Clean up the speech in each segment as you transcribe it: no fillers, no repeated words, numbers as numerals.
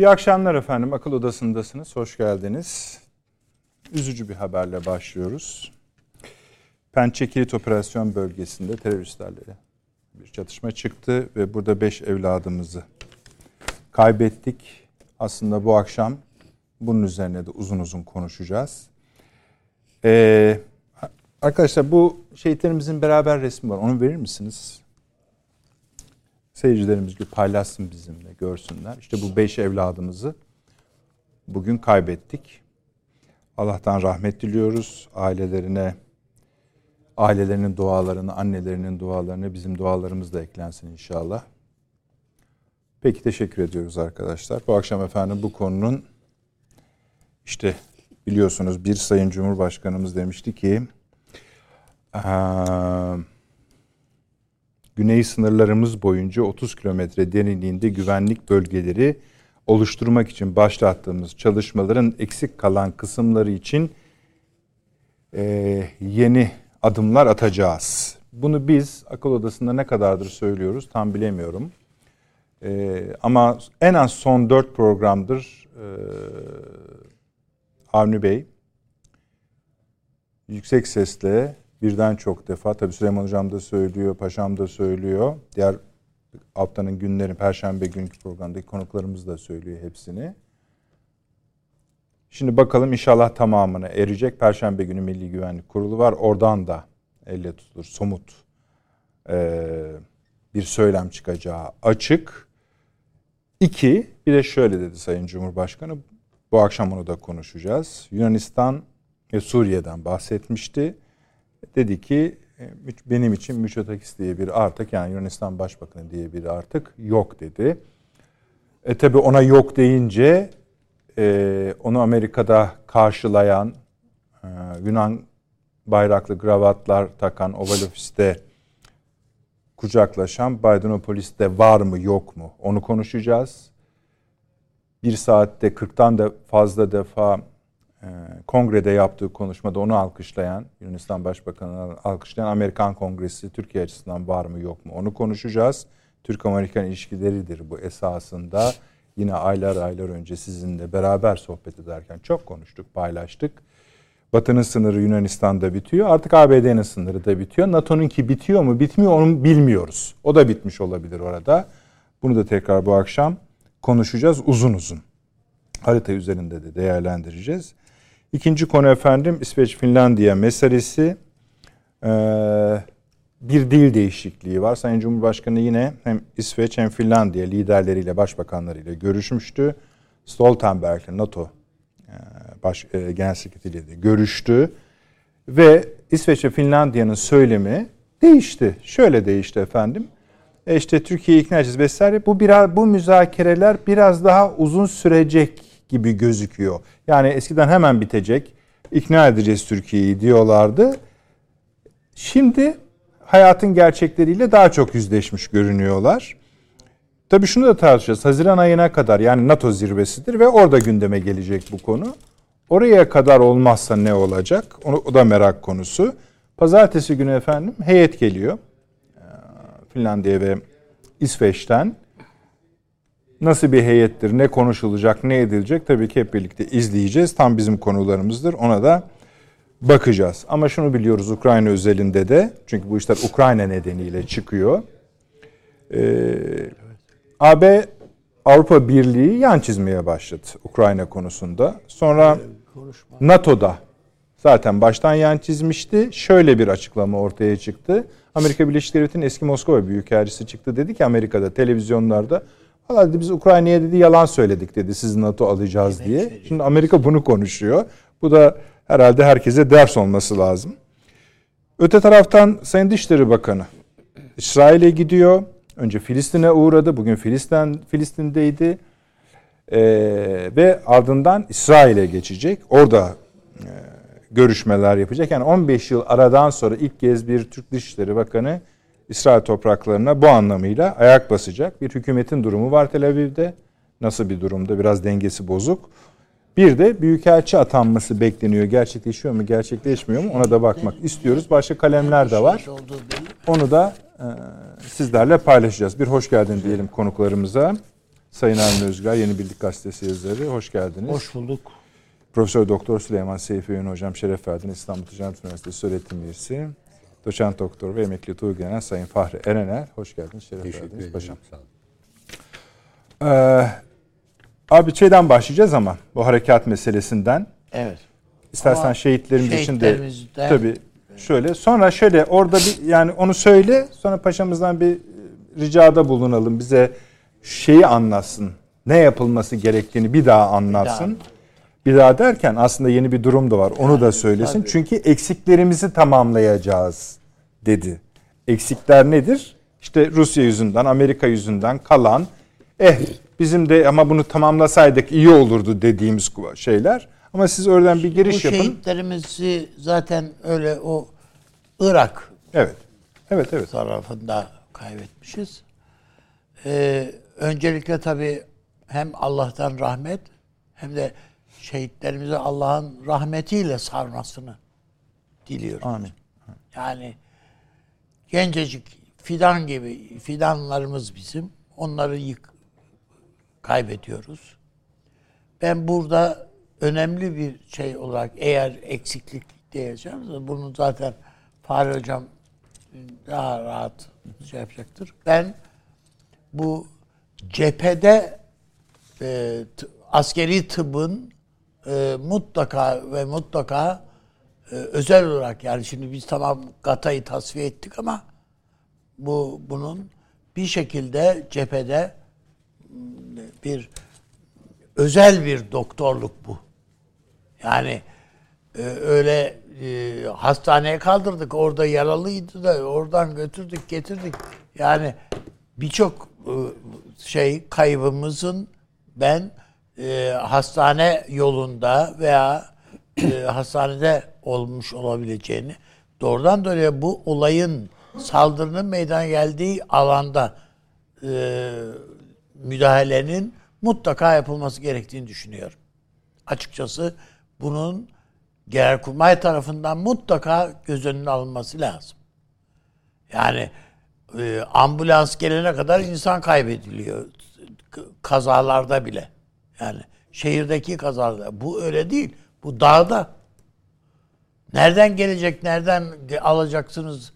İyi akşamlar efendim. Akıl Odası'ndasınız. Hoş geldiniz. Üzücü bir haberle başlıyoruz. Pençe Kilit Operasyon Bölgesi'nde teröristlerle bir çatışma çıktı ve burada 5 evladımızı kaybettik. Aslında bu akşam bunun üzerine de uzun uzun konuşacağız. Arkadaşlar bu şehitlerimizin beraber resmi var. Onu verir misiniz? Seyircilerimiz paylaşsın bizimle, görsünler. İşte bu 5 evladımızı bugün kaybettik. Allah'tan rahmet diliyoruz. Ailelerinin dualarını, annelerinin dualarını, bizim dualarımız da eklensin inşallah. Peki, teşekkür ediyoruz arkadaşlar. Bu akşam efendim bu konunun işte biliyorsunuz bir Sayın Cumhurbaşkanımız demişti ki güney sınırlarımız boyunca 30 kilometre derinliğinde güvenlik bölgeleri oluşturmak için başlattığımız çalışmaların eksik kalan kısımları için yeni adımlar atacağız. Bunu biz Akıl Odası'nda ne kadardır söylüyoruz tam bilemiyorum. Ama en az son 4 programdır Avni Bey yüksek sesle birden çok defa, tabii Süleyman Hocam da söylüyor, Paşam da söylüyor, diğer haftanın günleri, Perşembe günkü programdaki konuklarımız da söylüyor hepsini. Şimdi bakalım inşallah tamamına erecek. Perşembe günü Milli Güvenlik Kurulu var. Oradan da elle tutulur, somut bir söylem çıkacağı açık. 2, bir de şöyle dedi Sayın Cumhurbaşkanı, bu akşam onu da konuşacağız. Yunanistan ve Suriye'den bahsetmişti. Dedi ki benim için Mitsotakis diye bir artık, yani Yunanistan Başbakanı diye bir artık yok dedi. Tabi ona yok deyince onu Amerika'da karşılayan, Yunan bayraklı kravatlar takan, Oval Ofis'te kucaklaşan Bidenopolis'te var mı yok mu onu konuşacağız. 1 saatte 40'tan da fazla defa kongrede yaptığı konuşmada onu alkışlayan, Yunanistan Başbakanı'nı alkışlayan Amerikan Kongresi Türkiye açısından var mı yok mu onu konuşacağız. Türk-Amerikan ilişkileridir bu esasında. Yine aylar önce sizinle beraber sohbet ederken çok konuştuk, paylaştık. Batı'nın sınırı Yunanistan'da bitiyor. Artık ABD'nin sınırı da bitiyor. NATO'nunki bitiyor mu bitmiyor onu bilmiyoruz. O da bitmiş olabilir orada. Bunu da tekrar bu akşam konuşacağız uzun uzun. Harita üzerinde de değerlendireceğiz. İkinci konu efendim İsveç-Finlandiya meselesi. Bir dil değişikliği var. Sayın Cumhurbaşkanı yine hem İsveç hem Finlandiya liderleriyle, başbakanlarıyla görüşmüştü. Stoltenberg'le NATO Genel Sekreteriyle de görüştü. Ve İsveç ve Finlandiya'nın söylemi değişti. Şöyle değişti efendim. İşte Türkiye'yi ikna edeceğiz vesaire. Bu müzakereler biraz daha uzun sürecek gibi gözüküyor. Yani eskiden hemen bitecek, ikna edeceğiz Türkiye'yi diyorlardı. Şimdi hayatın gerçekleriyle daha çok yüzleşmiş görünüyorlar. Tabii şunu da tartışacağız. Haziran ayına kadar, yani NATO zirvesidir ve orada gündeme gelecek bu konu. Oraya kadar olmazsa ne olacak? O da merak konusu. Pazartesi günü efendim heyet geliyor. Finlandiya ve İsveç'ten. Nasıl bir heyettir, ne konuşulacak, ne edilecek tabii ki hep birlikte izleyeceğiz. Tam bizim konularımızdır. Ona da bakacağız. Ama şunu biliyoruz Ukrayna özelinde de, çünkü bu işler Ukrayna nedeniyle çıkıyor. AB Avrupa Birliği yan çizmeye başladı Ukrayna konusunda. Sonra NATO'da zaten baştan yan çizmişti. Şöyle bir açıklama ortaya çıktı. Amerika Birleşik Devletleri'nin eski Moskova Büyükelçisi çıktı, dedi ki Amerika'da televizyonlarda, valla dedi biz Ukrayna'ya dedi yalan söyledik dedi, siz NATO alacağız diye. Şimdi Amerika bunu konuşuyor. Bu da herhalde herkese ders olması lazım. Öte taraftan Sayın Dışişleri Bakanı İsrail'e gidiyor. Önce Filistin'e uğradı. Bugün Filistin'deydi. Ve ardından İsrail'e geçecek. Orada görüşmeler yapacak. Yani 15 yıl aradan sonra ilk kez bir Türk Dışişleri Bakanı İsrail topraklarına bu anlamıyla ayak basacak. Bir hükümetin durumu var Tel Aviv'de. Nasıl bir durumda? Biraz dengesi bozuk. Bir de büyükelçi atanması bekleniyor. Gerçekleşiyor mu, gerçekleşmiyor mu? Ona da bakmak istiyoruz. Başka kalemler de var. Onu da sizlerle paylaşacağız. Bir hoş geldin diyelim konuklarımıza. Sayın Avni Özgür, Yeni Birlik Gazetesi yazarı. Hoş geldiniz. Hoş bulduk. Profesör Doktor Süleyman Seyfi Öğün Hocam, şeref verdiniz. İstanbul Ticaret Üniversitesi öğretim üyesi. Doçent Doktor ve Emekli Tuğgenel Sayın Fahri Erener. Hoş geldiniz, şeref verdiniz paşam. Abi şeyden başlayacağız ama bu harekat meselesinden. Evet. İstersen ama şehitlerimiz için de tabii şöyle. Sonra şöyle orada bir yani onu söyle. Sonra paşamızdan bir ricada bulunalım. Bize şeyi anlatsın. Ne yapılması gerektiğini bir daha anlatsın. Bir daha derken aslında yeni bir durum da var. Onu da söylesin. Tabii. Çünkü eksiklerimizi tamamlayacağız dedi. Eksikler nedir? İşte Rusya yüzünden, Amerika yüzünden kalan bizim de ama bunu tamamlasaydık iyi olurdu dediğimiz şeyler. Ama siz oradan bir giriş yapın. Bu şehitlerimizi zaten öyle o Irak tarafında kaybetmişiz. Öncelikle tabii hem Allah'tan rahmet hem de şehitlerimize Allah'ın rahmetiyle sarmasını diliyoruz. Amin. Yani gencecik fidan gibi fidanlarımız bizim. Onları kaybediyoruz. Ben burada önemli bir şey olarak eğer eksiklik diyeceğim, bunu zaten Fahri Hocam daha rahat şey yapacaktır. Ben bu cephede askeri tıbbın mutlaka özel olarak, yani şimdi biz tamam Gata'yı tasfiye ettik ama bunun bir şekilde cephede bir özel bir doktorluk bu. Yani öyle hastaneye kaldırdık, orada yaralıydı da oradan götürdük getirdik. Yani birçok kaybımızın ben hastane yolunda veya hastanede olmuş olabileceğini, doğrudan doğruya bu olayın, saldırının meydana geldiği alanda müdahalenin mutlaka yapılması gerektiğini düşünüyorum. Açıkçası bunun Genelkurmay tarafından mutlaka göz önüne alınması lazım. Yani ambulans gelene kadar insan kaybediliyor. Kazalarda bile. Yani şehirdeki kazalarda. Bu öyle değil. Bu dağda. Nereden gelecek, nereden alacaksınız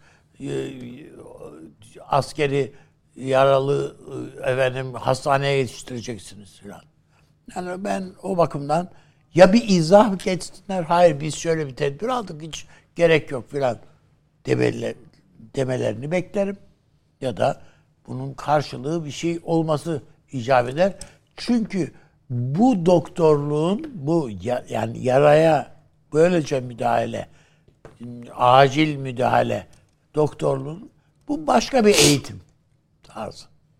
askeri yaralı hastaneye yetiştireceksiniz falan. Yani ben o bakımdan ya bir izah geçsinler, hayır biz şöyle bir tedbir aldık, hiç gerek yok falan demelerini beklerim. Ya da bunun karşılığı bir şey olması icap eder. Çünkü bu doktorluğun, yani yaraya böylece müdahale, acil müdahale doktorluğun, bu başka bir eğitim tarzı.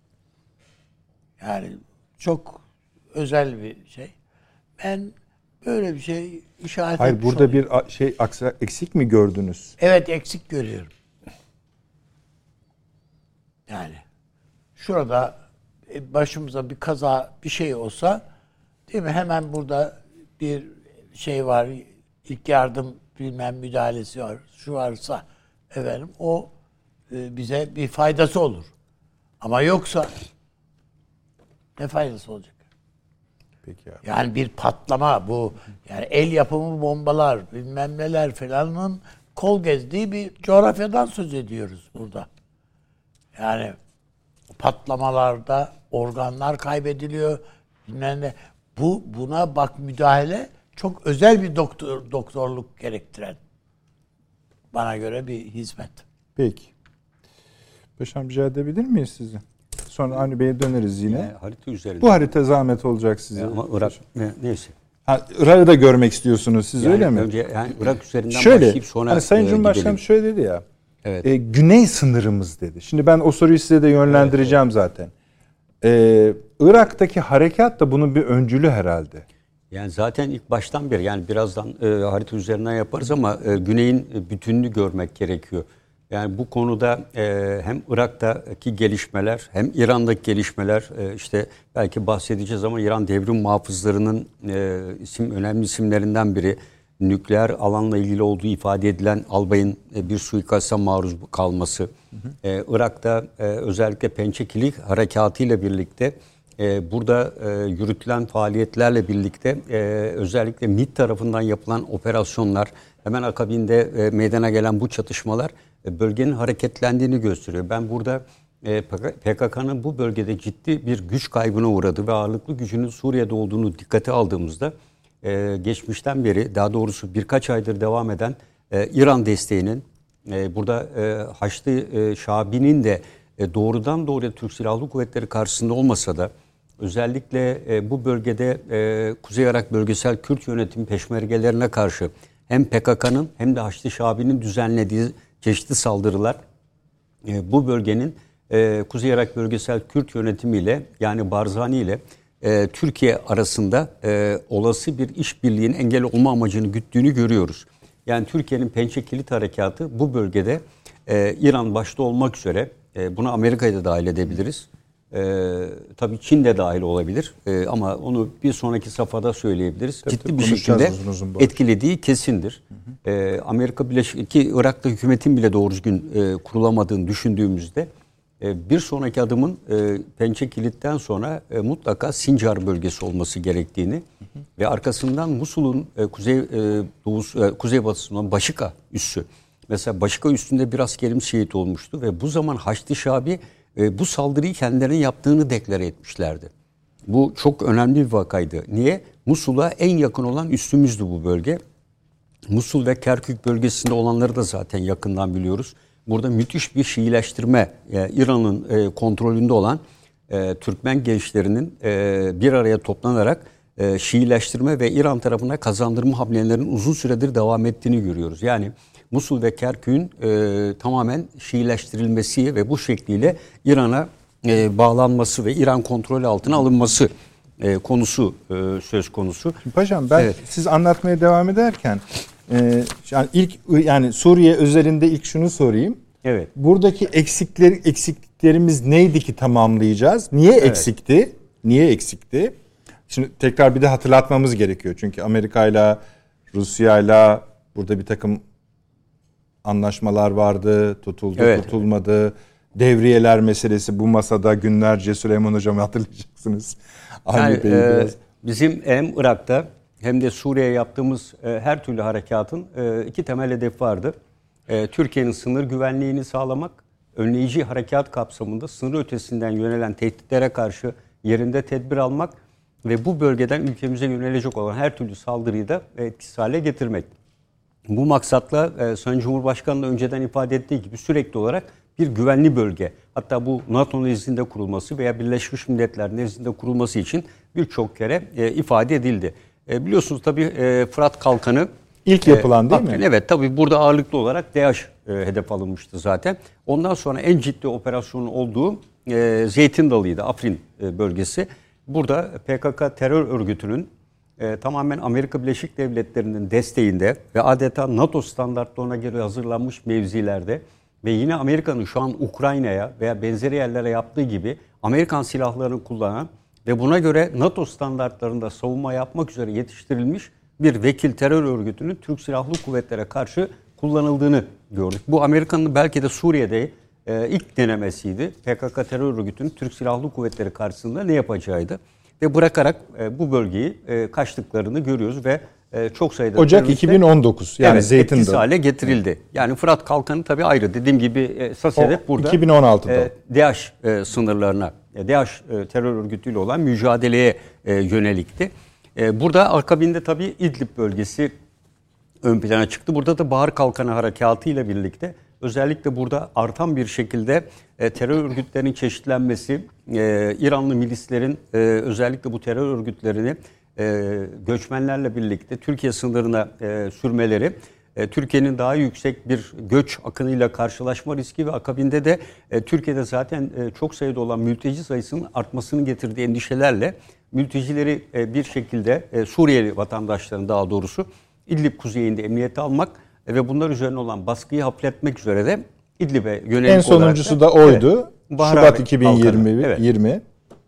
Yani çok özel bir şey. Ben böyle bir şey işaret Hayır, burada olayım. Bir şey eksik mi gördünüz? Evet, eksik görüyorum. Yani şurada başımıza bir kaza, bir şey olsa, değil mi? Hemen burada bir şey var, ilk yardım bilmem müdahalesi var, şu varsa o bize bir faydası olur. Ama yoksa ne faydası olacak? Peki abi. Yani bir patlama bu, yani el yapımı bombalar, bilmem neler falanın kol gezdiği bir coğrafyadan söz ediyoruz burada. Yani patlamalarda organlar kaybediliyor. Bilmem ne. Buna bak, müdahale çok özel bir doktorluk gerektiren, bana göre bir hizmet. Peki. Paşam, rica edebilir miyiz sizi? Sonra Avni Bey'e döneriz yine. Yani harita üzerinde. Bu harita zahmet olacak size. Ama Irak neyse. Irak'ı da görmek istiyorsunuz siz, yani öyle mi? Önce yani Irak üzerinden şöyle, başlayıp sonra hani Sayın Cumhurbaşkanım şöyle dedi ya. Evet. Güney sınırımız dedi. Şimdi ben o soruyu size de yönlendireceğim zaten. Irak'taki harekat da bunun bir öncülü herhalde. Yani zaten ilk baştan beri, yani birazdan harita üzerinden yaparız ama Güney'in bütününü görmek gerekiyor. Yani bu konuda hem Irak'taki gelişmeler hem İran'daki gelişmeler, işte belki bahsedeceğiz ama İran devrim muhafızlarının önemli isimlerinden biri, nükleer alanla ilgili olduğu ifade edilen albayın bir suikasta maruz kalması. Irak'ta özellikle Pençekilik harekatıyla birlikte burada yürütülen faaliyetlerle birlikte özellikle MİT tarafından yapılan operasyonlar, hemen akabinde meydana gelen bu çatışmalar bölgenin hareketlendiğini gösteriyor. Ben burada PKK'nın bu bölgede ciddi bir güç kaybına uğradı ve ağırlıklı gücünün Suriye'de olduğunu dikkate aldığımızda geçmişten beri, daha doğrusu birkaç aydır devam eden İran desteğinin, burada Haçlı Şabi'nin de doğrudan doğruya Türk Silahlı Kuvvetleri karşısında olmasa da özellikle bu bölgede Kuzey Irak Bölgesel Kürt Yönetimi peşmergelerine karşı hem PKK'nın hem de Haçlı Şabi'nin düzenlediği çeşitli saldırılar bu bölgenin Kuzey Irak Bölgesel Kürt Yönetimi ile, yani Barzani ile Türkiye arasında olası bir işbirliğinin engel olma amacını güttüğünü görüyoruz. Yani Türkiye'nin Pençe Kilit Harekatı bu bölgede İran başta olmak üzere, buna Amerika'yı da dahil edebiliriz. Tabii Çin de dahil olabilir ama onu bir sonraki safhada söyleyebiliriz. Tabii, ciddi bir şekilde etkilediği kesindir. Amerika Birleşik, ki Irak'ta hükümetin bile doğru düzgün kurulamadığını düşündüğümüzde bir sonraki adımın Pençe Kilit'ten sonra mutlaka Sincar bölgesi olması gerektiğini ve arkasından Musul'un kuzeybatısından Başika üssü. Mesela Başika üstünde bir askerimiz şehit olmuştu ve bu zaman Haçlı Şabi bu saldırıyı kendilerinin yaptığını deklare etmişlerdi. Bu çok önemli bir vakaydı. Niye? Musul'a en yakın olan üssümüzdü bu bölge. Musul ve Kerkük bölgesinde olanları da zaten yakından biliyoruz. Burada müthiş bir Şiileştirme, İran'ın kontrolünde olan Türkmen gençlerinin bir araya toplanarak Şiileştirme ve İran tarafına kazandırma hamlelerinin uzun süredir devam ettiğini görüyoruz. Yani Musul ve Kerkük'ün tamamen Şiileştirilmesi ve bu şekliyle İran'a bağlanması ve İran kontrolü altına alınması konusu söz konusu. Paşam, ben siz anlatmaya devam ederken yani Suriye özelinde ilk şunu sorayım. Evet. Buradaki eksikliklerimiz neydi ki tamamlayacağız? Niye eksikti? Niye eksikti? Şimdi tekrar bir de hatırlatmamız gerekiyor. Çünkü Amerika'yla, Rusya'yla burada bir takım anlaşmalar vardı. Tutuldu, tutulmadı. Devriyeler meselesi bu masada günlerce, Süleyman Hocam hatırlayacaksınız. Yani, bizim hem Irak'ta hem de Suriye'ye yaptığımız her türlü harekatın iki temel hedefi vardı. Türkiye'nin sınır güvenliğini sağlamak, önleyici harekat kapsamında sınır ötesinden yönelen tehditlere karşı yerinde tedbir almak ve bu bölgeden ülkemize yönelecek olan her türlü saldırıyı da etkisiz hale getirmek. Bu maksatla Sayın Cumhurbaşkanı'nın önceden ifade ettiği gibi sürekli olarak bir güvenli bölge, hatta bu NATO'nun nezdinde kurulması veya Birleşmiş Milletler nezdinde kurulması için birçok kere ifade edildi. Biliyorsunuz tabii Fırat Kalkanı İlk yapılan değil mi? Evet, tabii burada ağırlıklı olarak DAEŞ hedef alınmıştı zaten. Ondan sonra en ciddi operasyonun olduğu Zeytin Dalı'ydı, Afrin bölgesi. Burada PKK terör örgütünün tamamen Amerika Birleşik Devletleri'nin desteğinde ve adeta NATO standartlarına göre hazırlanmış mevzilerde ve yine Amerika'nın şu an Ukrayna'ya veya benzeri yerlere yaptığı gibi Amerikan silahlarını kullanan ve buna göre NATO standartlarında savunma yapmak üzere yetiştirilmiş bir vekil terör örgütünün Türk Silahlı Kuvvetlere karşı kullanıldığını gördük. Bu Amerika'nın belki de Suriye'de ilk denemesiydi. PKK terör örgütünün Türk Silahlı Kuvvetleri karşısında ne yapacağıydı. Ve bırakarak bu bölgeyi kaçtıklarını görüyoruz ve çok sayıda Ocak 2019 yani Zeytin etkisiz hale getirildi. Yani Fırat Kalkanı tabii ayrı. Dediğim gibi esas hedef burada 2016'da DAEŞ sınırlarına, DAEŞ terör örgütüyle olan mücadeleye yönelikti. Burada akabinde tabii İdlib bölgesi ön plana çıktı. Burada da Bahar Kalkanı Harekatı ile birlikte özellikle burada artan bir şekilde terör örgütlerinin çeşitlenmesi, İranlı milislerin özellikle bu terör örgütlerini göçmenlerle birlikte Türkiye sınırına sürmeleri, Türkiye'nin daha yüksek bir göç akınıyla karşılaşma riski ve akabinde de Türkiye'de zaten çok sayıda olan mülteci sayısının artmasını getirdiği endişelerle mültecileri bir şekilde Suriyeli vatandaşların daha doğrusu İdlib kuzeyinde emniyete almak ve bunlar üzerine olan baskıyı hafifletmek üzere de İdlib'e yönelik olarak en sonuncusu da oydu. Evet, Şubat 2020.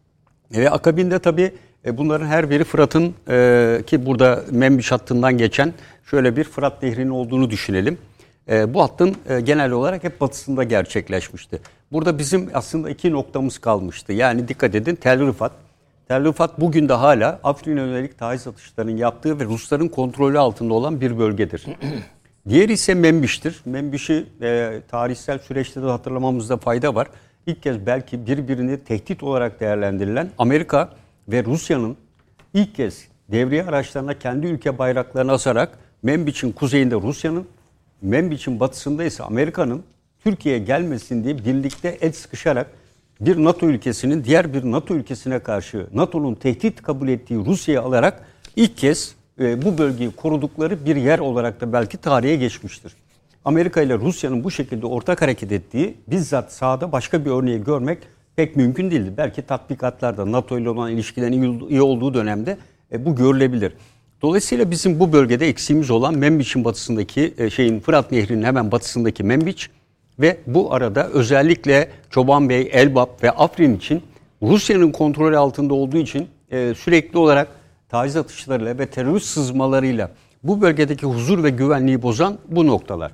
Ve akabinde tabii bunların her biri Fırat'ın ki burada Membiş hattından geçen şöyle bir Fırat Nehri'nin olduğunu düşünelim. Bu hattın genel olarak hep batısında gerçekleşmişti. Burada bizim aslında iki noktamız kalmıştı. Yani dikkat edin, Tel Rifat Tel Rifat bugün de hala Afrin'e yönelik taciz atışlarının yaptığı ve Rusların kontrolü altında olan bir bölgedir. Diğeri ise Menbiş'tir. Menbiş'i tarihsel süreçte de hatırlamamızda fayda var. İlk kez belki birbirini tehdit olarak değerlendirilen Amerika ve Rusya'nın ilk kez devriye araçlarına kendi ülke bayraklarını asarak Menbiş'in kuzeyinde Rusya'nın, Menbiş'in batısında ise Amerika'nın Türkiye'ye gelmesin diye birlikte el sıkışarak bir NATO ülkesinin diğer bir NATO ülkesine karşı NATO'nun tehdit kabul ettiği Rusya'yı alarak ilk kez bu bölgeyi korudukları bir yer olarak da belki tarihe geçmiştir. Amerika ile Rusya'nın bu şekilde ortak hareket ettiği bizzat sahada başka bir örneği görmek pek mümkün değildi. Belki tatbikatlarda NATO ile olan ilişkilerin iyi olduğu dönemde bu görülebilir. Dolayısıyla bizim bu bölgede eksiğimiz olan Menbiş'in batısındaki Fırat Nehri'nin hemen batısındaki Menbiş ve bu arada özellikle Çobanbey, Elbap ve Afrin için Rusya'nın kontrolü altında olduğu için sürekli olarak taciz atışlarıyla ve terörist sızmalarıyla bu bölgedeki huzur ve güvenliği bozan bu noktalar.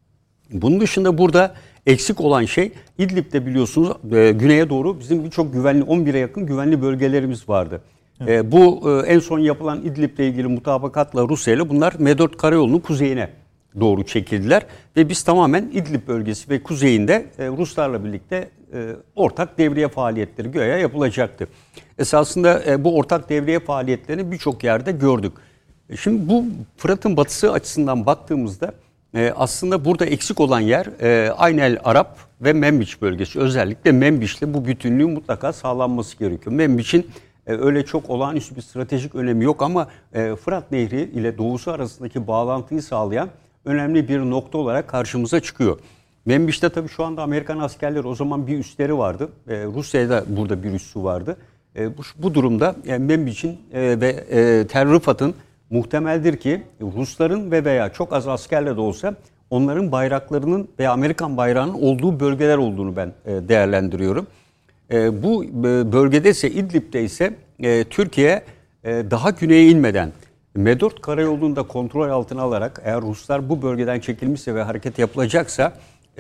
Bunun dışında burada eksik olan şey İdlib'de biliyorsunuz güneye doğru bizim birçok güvenli 11'e yakın güvenli bölgelerimiz vardı. Evet. Bu en son yapılan İdlib'le ilgili mutabakatla Rusya ile bunlar M4 karayolunun kuzeyine doğru çekildiler ve biz tamamen İdlib bölgesi ve kuzeyinde Ruslarla birlikte ortak devriye faaliyetleri göya yapılacaktı. Esasında bu ortak devriye faaliyetlerini birçok yerde gördük. Şimdi bu Fırat'ın batısı açısından baktığımızda aslında burada eksik olan yer Ayn el Arab ve Menbiş bölgesi. Özellikle Menbiş'le bu bütünlüğün mutlaka sağlanması gerekiyor. Menbiş'in öyle çok olağanüstü bir stratejik önemi yok ama Fırat Nehri ile doğusu arasındaki bağlantıyı sağlayan önemli bir nokta olarak karşımıza çıkıyor. Menbiş'te tabii şu anda Amerikan askerleri o zaman bir üsleri vardı. Rusya'da burada bir üssü vardı. Bu durumda Menbiş'in ve Tel Rifat'ın muhtemeldir ki Rusların ve veya çok az askerle de olsa onların bayraklarının veya Amerikan bayrağının olduğu bölgeler olduğunu ben değerlendiriyorum. Bu bölgede ise İdlib'de ise Türkiye daha güneye inmeden M4 karayolunu da kontrol altına alarak eğer Ruslar bu bölgeden çekilmişse ve hareket yapılacaksa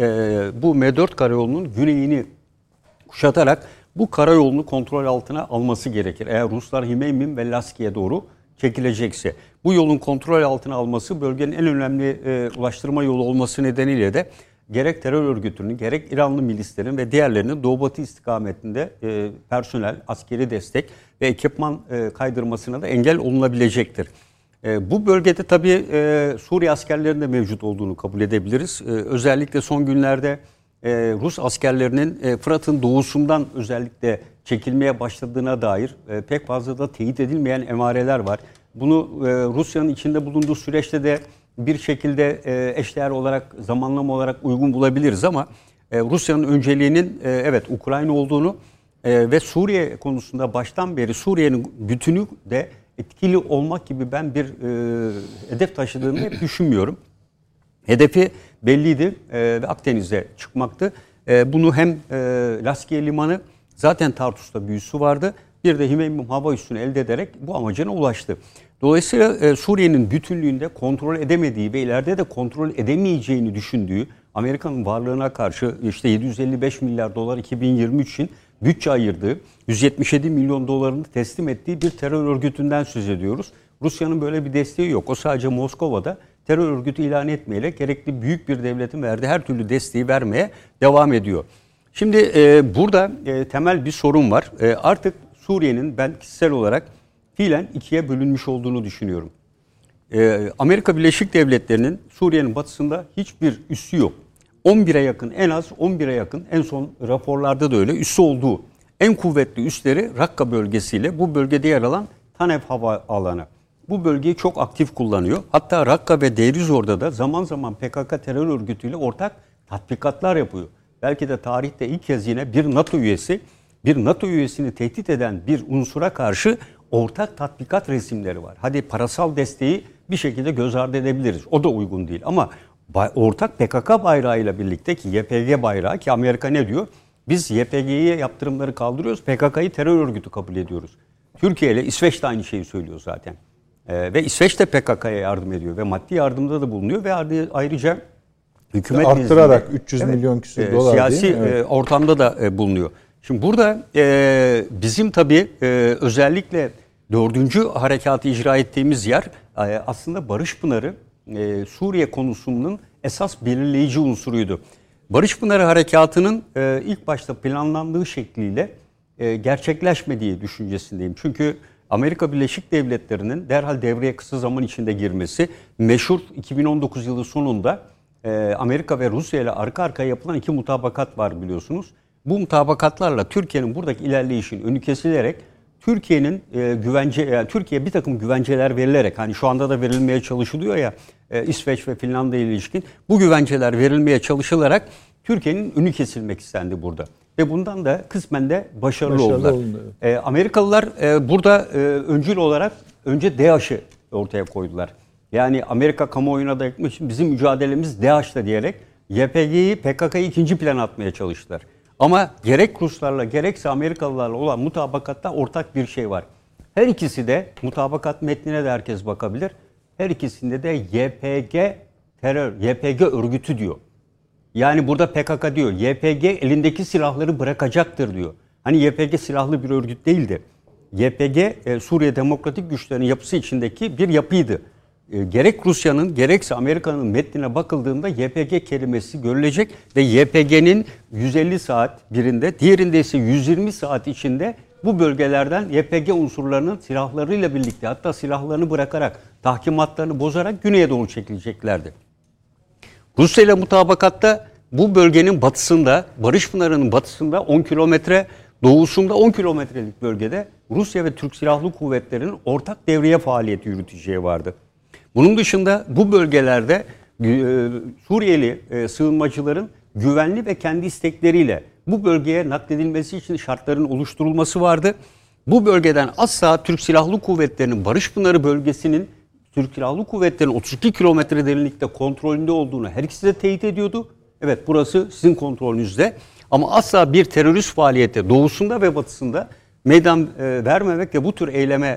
bu M4 karayolunun güneyini kuşatarak bu karayolunu kontrol altına alması gerekir. Eğer Ruslar Himeymim ve Laski'ye doğru çekilecekse. Bu yolun kontrol altına alması bölgenin en önemli ulaştırma yolu olması nedeniyle de gerek terör örgütünün gerek İranlı milislerin ve diğerlerinin Doğu Batı istikametinde personel, askeri destek ve ekipman kaydırmasına da engel olunabilecektir. Bu bölgede tabii Suriye askerlerinin de mevcut olduğunu kabul edebiliriz. Özellikle son günlerde Rus askerlerinin Fırat'ın doğusundan özellikle çekilmeye başladığına dair pek fazla da teyit edilmeyen emareler var. Bunu Rusya'nın içinde bulunduğu süreçte de bir şekilde eşdeğer olarak, zamanlama olarak uygun bulabiliriz ama Rusya'nın önceliğinin evet Ukrayna olduğunu ve Suriye konusunda baştan beri Suriye'nin bütünü de etkili olmak gibi ben bir hedef taşıdığını hep düşünmüyorum. Hedefi belliydi ve Akdeniz'e çıkmaktı. Bunu hem Laskiye Limanı zaten Tartus'ta bir üssü vardı. Bir de Himeymim hava üssünü elde ederek bu amacına ulaştı. Dolayısıyla Suriye'nin bütünlüğünde kontrol edemediği ve ileride de kontrol edemeyeceğini düşündüğü Amerika'nın varlığına karşı işte 755 milyar dolar 2023 için bütçe ayırdığı 177 milyon dolarını teslim ettiği bir terör örgütünden söz ediyoruz. Rusya'nın böyle bir desteği yok. O sadece Moskova'da terör örgütü ilan etmeyle gerekli büyük bir devletin verdiği her türlü desteği vermeye devam ediyor. Şimdi burada temel bir sorun var. Artık Suriye'nin ben kişisel olarak fiilen ikiye bölünmüş olduğunu düşünüyorum. Amerika Birleşik Devletleri'nin Suriye'nin batısında hiçbir üssü yok. 11'e yakın, en az 11'e yakın, en son raporlarda da öyle üssü olduğu en kuvvetli üsleri Rakka bölgesiyle bu bölgede yer alan Tanef hava alanı. Bu bölgeyi çok aktif kullanıyor. Hatta Rakka ve Deir ez-Zor'da da zaman zaman PKK terör örgütüyle ortak tatbikatlar yapıyor. Belki de tarihte ilk kez yine bir NATO üyesini tehdit eden bir unsura karşı ortak tatbikat resimleri var. Hadi parasal desteği bir şekilde göz ardı edebiliriz. O da uygun değil ama ortak PKK bayrağıyla birlikte ki YPG bayrağı ki Amerika ne diyor? Biz YPG'ye yaptırımları kaldırıyoruz, PKK'yı terör örgütü kabul ediyoruz. Türkiye ile İsveç de aynı şeyi söylüyor zaten. Ve İsveç de PKK'ya yardım ediyor ve maddi yardımda da bulunuyor ve ayrıca hükümet arttırarak 300 milyon küsur dolar siyasi değil mi? Evet. ortamda da bulunuyor. Şimdi burada bizim tabii özellikle 4. harekatı icra ettiğimiz yer aslında Barış Pınarı Suriye konusunun esas belirleyici unsuruydu. Barış Pınarı Harekatı'nın ilk başta planlandığı şekliyle gerçekleşmediği düşüncesindeyim. Çünkü Amerika Birleşik Devletleri'nin derhal devreye kısa zaman içinde girmesi, meşhur 2019 yılı sonunda Amerika ve Rusya ile arka arkaya yapılan 2 mutabakat var biliyorsunuz. Bu mutabakatlarla Türkiye'nin buradaki ilerleyişin önü kesilerek Türkiye'nin Türkiye'ye bir takım güvenceler verilerek, hani şu anda da verilmeye çalışılıyor ya İsveç ve Finlandiya ile ilişkin, bu güvenceler verilmeye çalışılarak Türkiye'nin önü kesilmek istendi burada. Ve bundan da kısmen de başarılı oldular. Amerikalılar burada öncül olarak önce DAEŞ'ı ortaya koydular. Yani Amerika kamuoyuna da yakmak için bizim mücadelemiz DAEŞ'la diyerek YPG'yi, PKK'yı ikinci plana atmaya çalıştılar. Ama gerek Ruslarla gerekse Amerikalılarla olan mutabakatta ortak bir şey var. Her ikisi de, mutabakat metnine de herkes bakabilir, her ikisinde de YPG terör, YPG örgütü diyor. Yani burada PKK diyor, YPG elindeki silahları bırakacaktır diyor. Hani YPG silahlı bir örgüt değildi. YPG Suriye Demokratik Güçlerinin yapısı içindeki bir yapıydı. Gerek Rusya'nın gerekse Amerika'nın metnine bakıldığında YPG kelimesi görülecek ve YPG'nin 150 saat birinde, diğerinde ise 120 saat içinde bu bölgelerden YPG unsurlarının silahlarıyla birlikte, hatta silahlarını bırakarak, tahkimatlarını bozarak güneye doğru çekileceklerdi. Rusya ile mutabakatta bu bölgenin batısında, Barış Pınarı'nın batısında 10 kilometre, doğusunda 10 kilometrelik bölgede Rusya ve Türk Silahlı Kuvvetleri'nin ortak devriye faaliyeti yürüteceği vardı. Bunun dışında bu bölgelerde Suriyeli sığınmacıların güvenli ve kendi istekleriyle bu bölgeye nakledilmesi için şartların oluşturulması vardı. Bu bölgeden asla Türk Silahlı Kuvvetleri'nin Barış Pınarı bölgesinin Türk Silahlı Kuvvetleri'nin 32 kilometre derinlikte kontrolünde olduğunu her ikisi de teyit ediyordu. Evet, burası sizin kontrolünüzde, ama asla bir terörist faaliyete doğusunda ve batısında meydan vermemek ve bu tür eyleme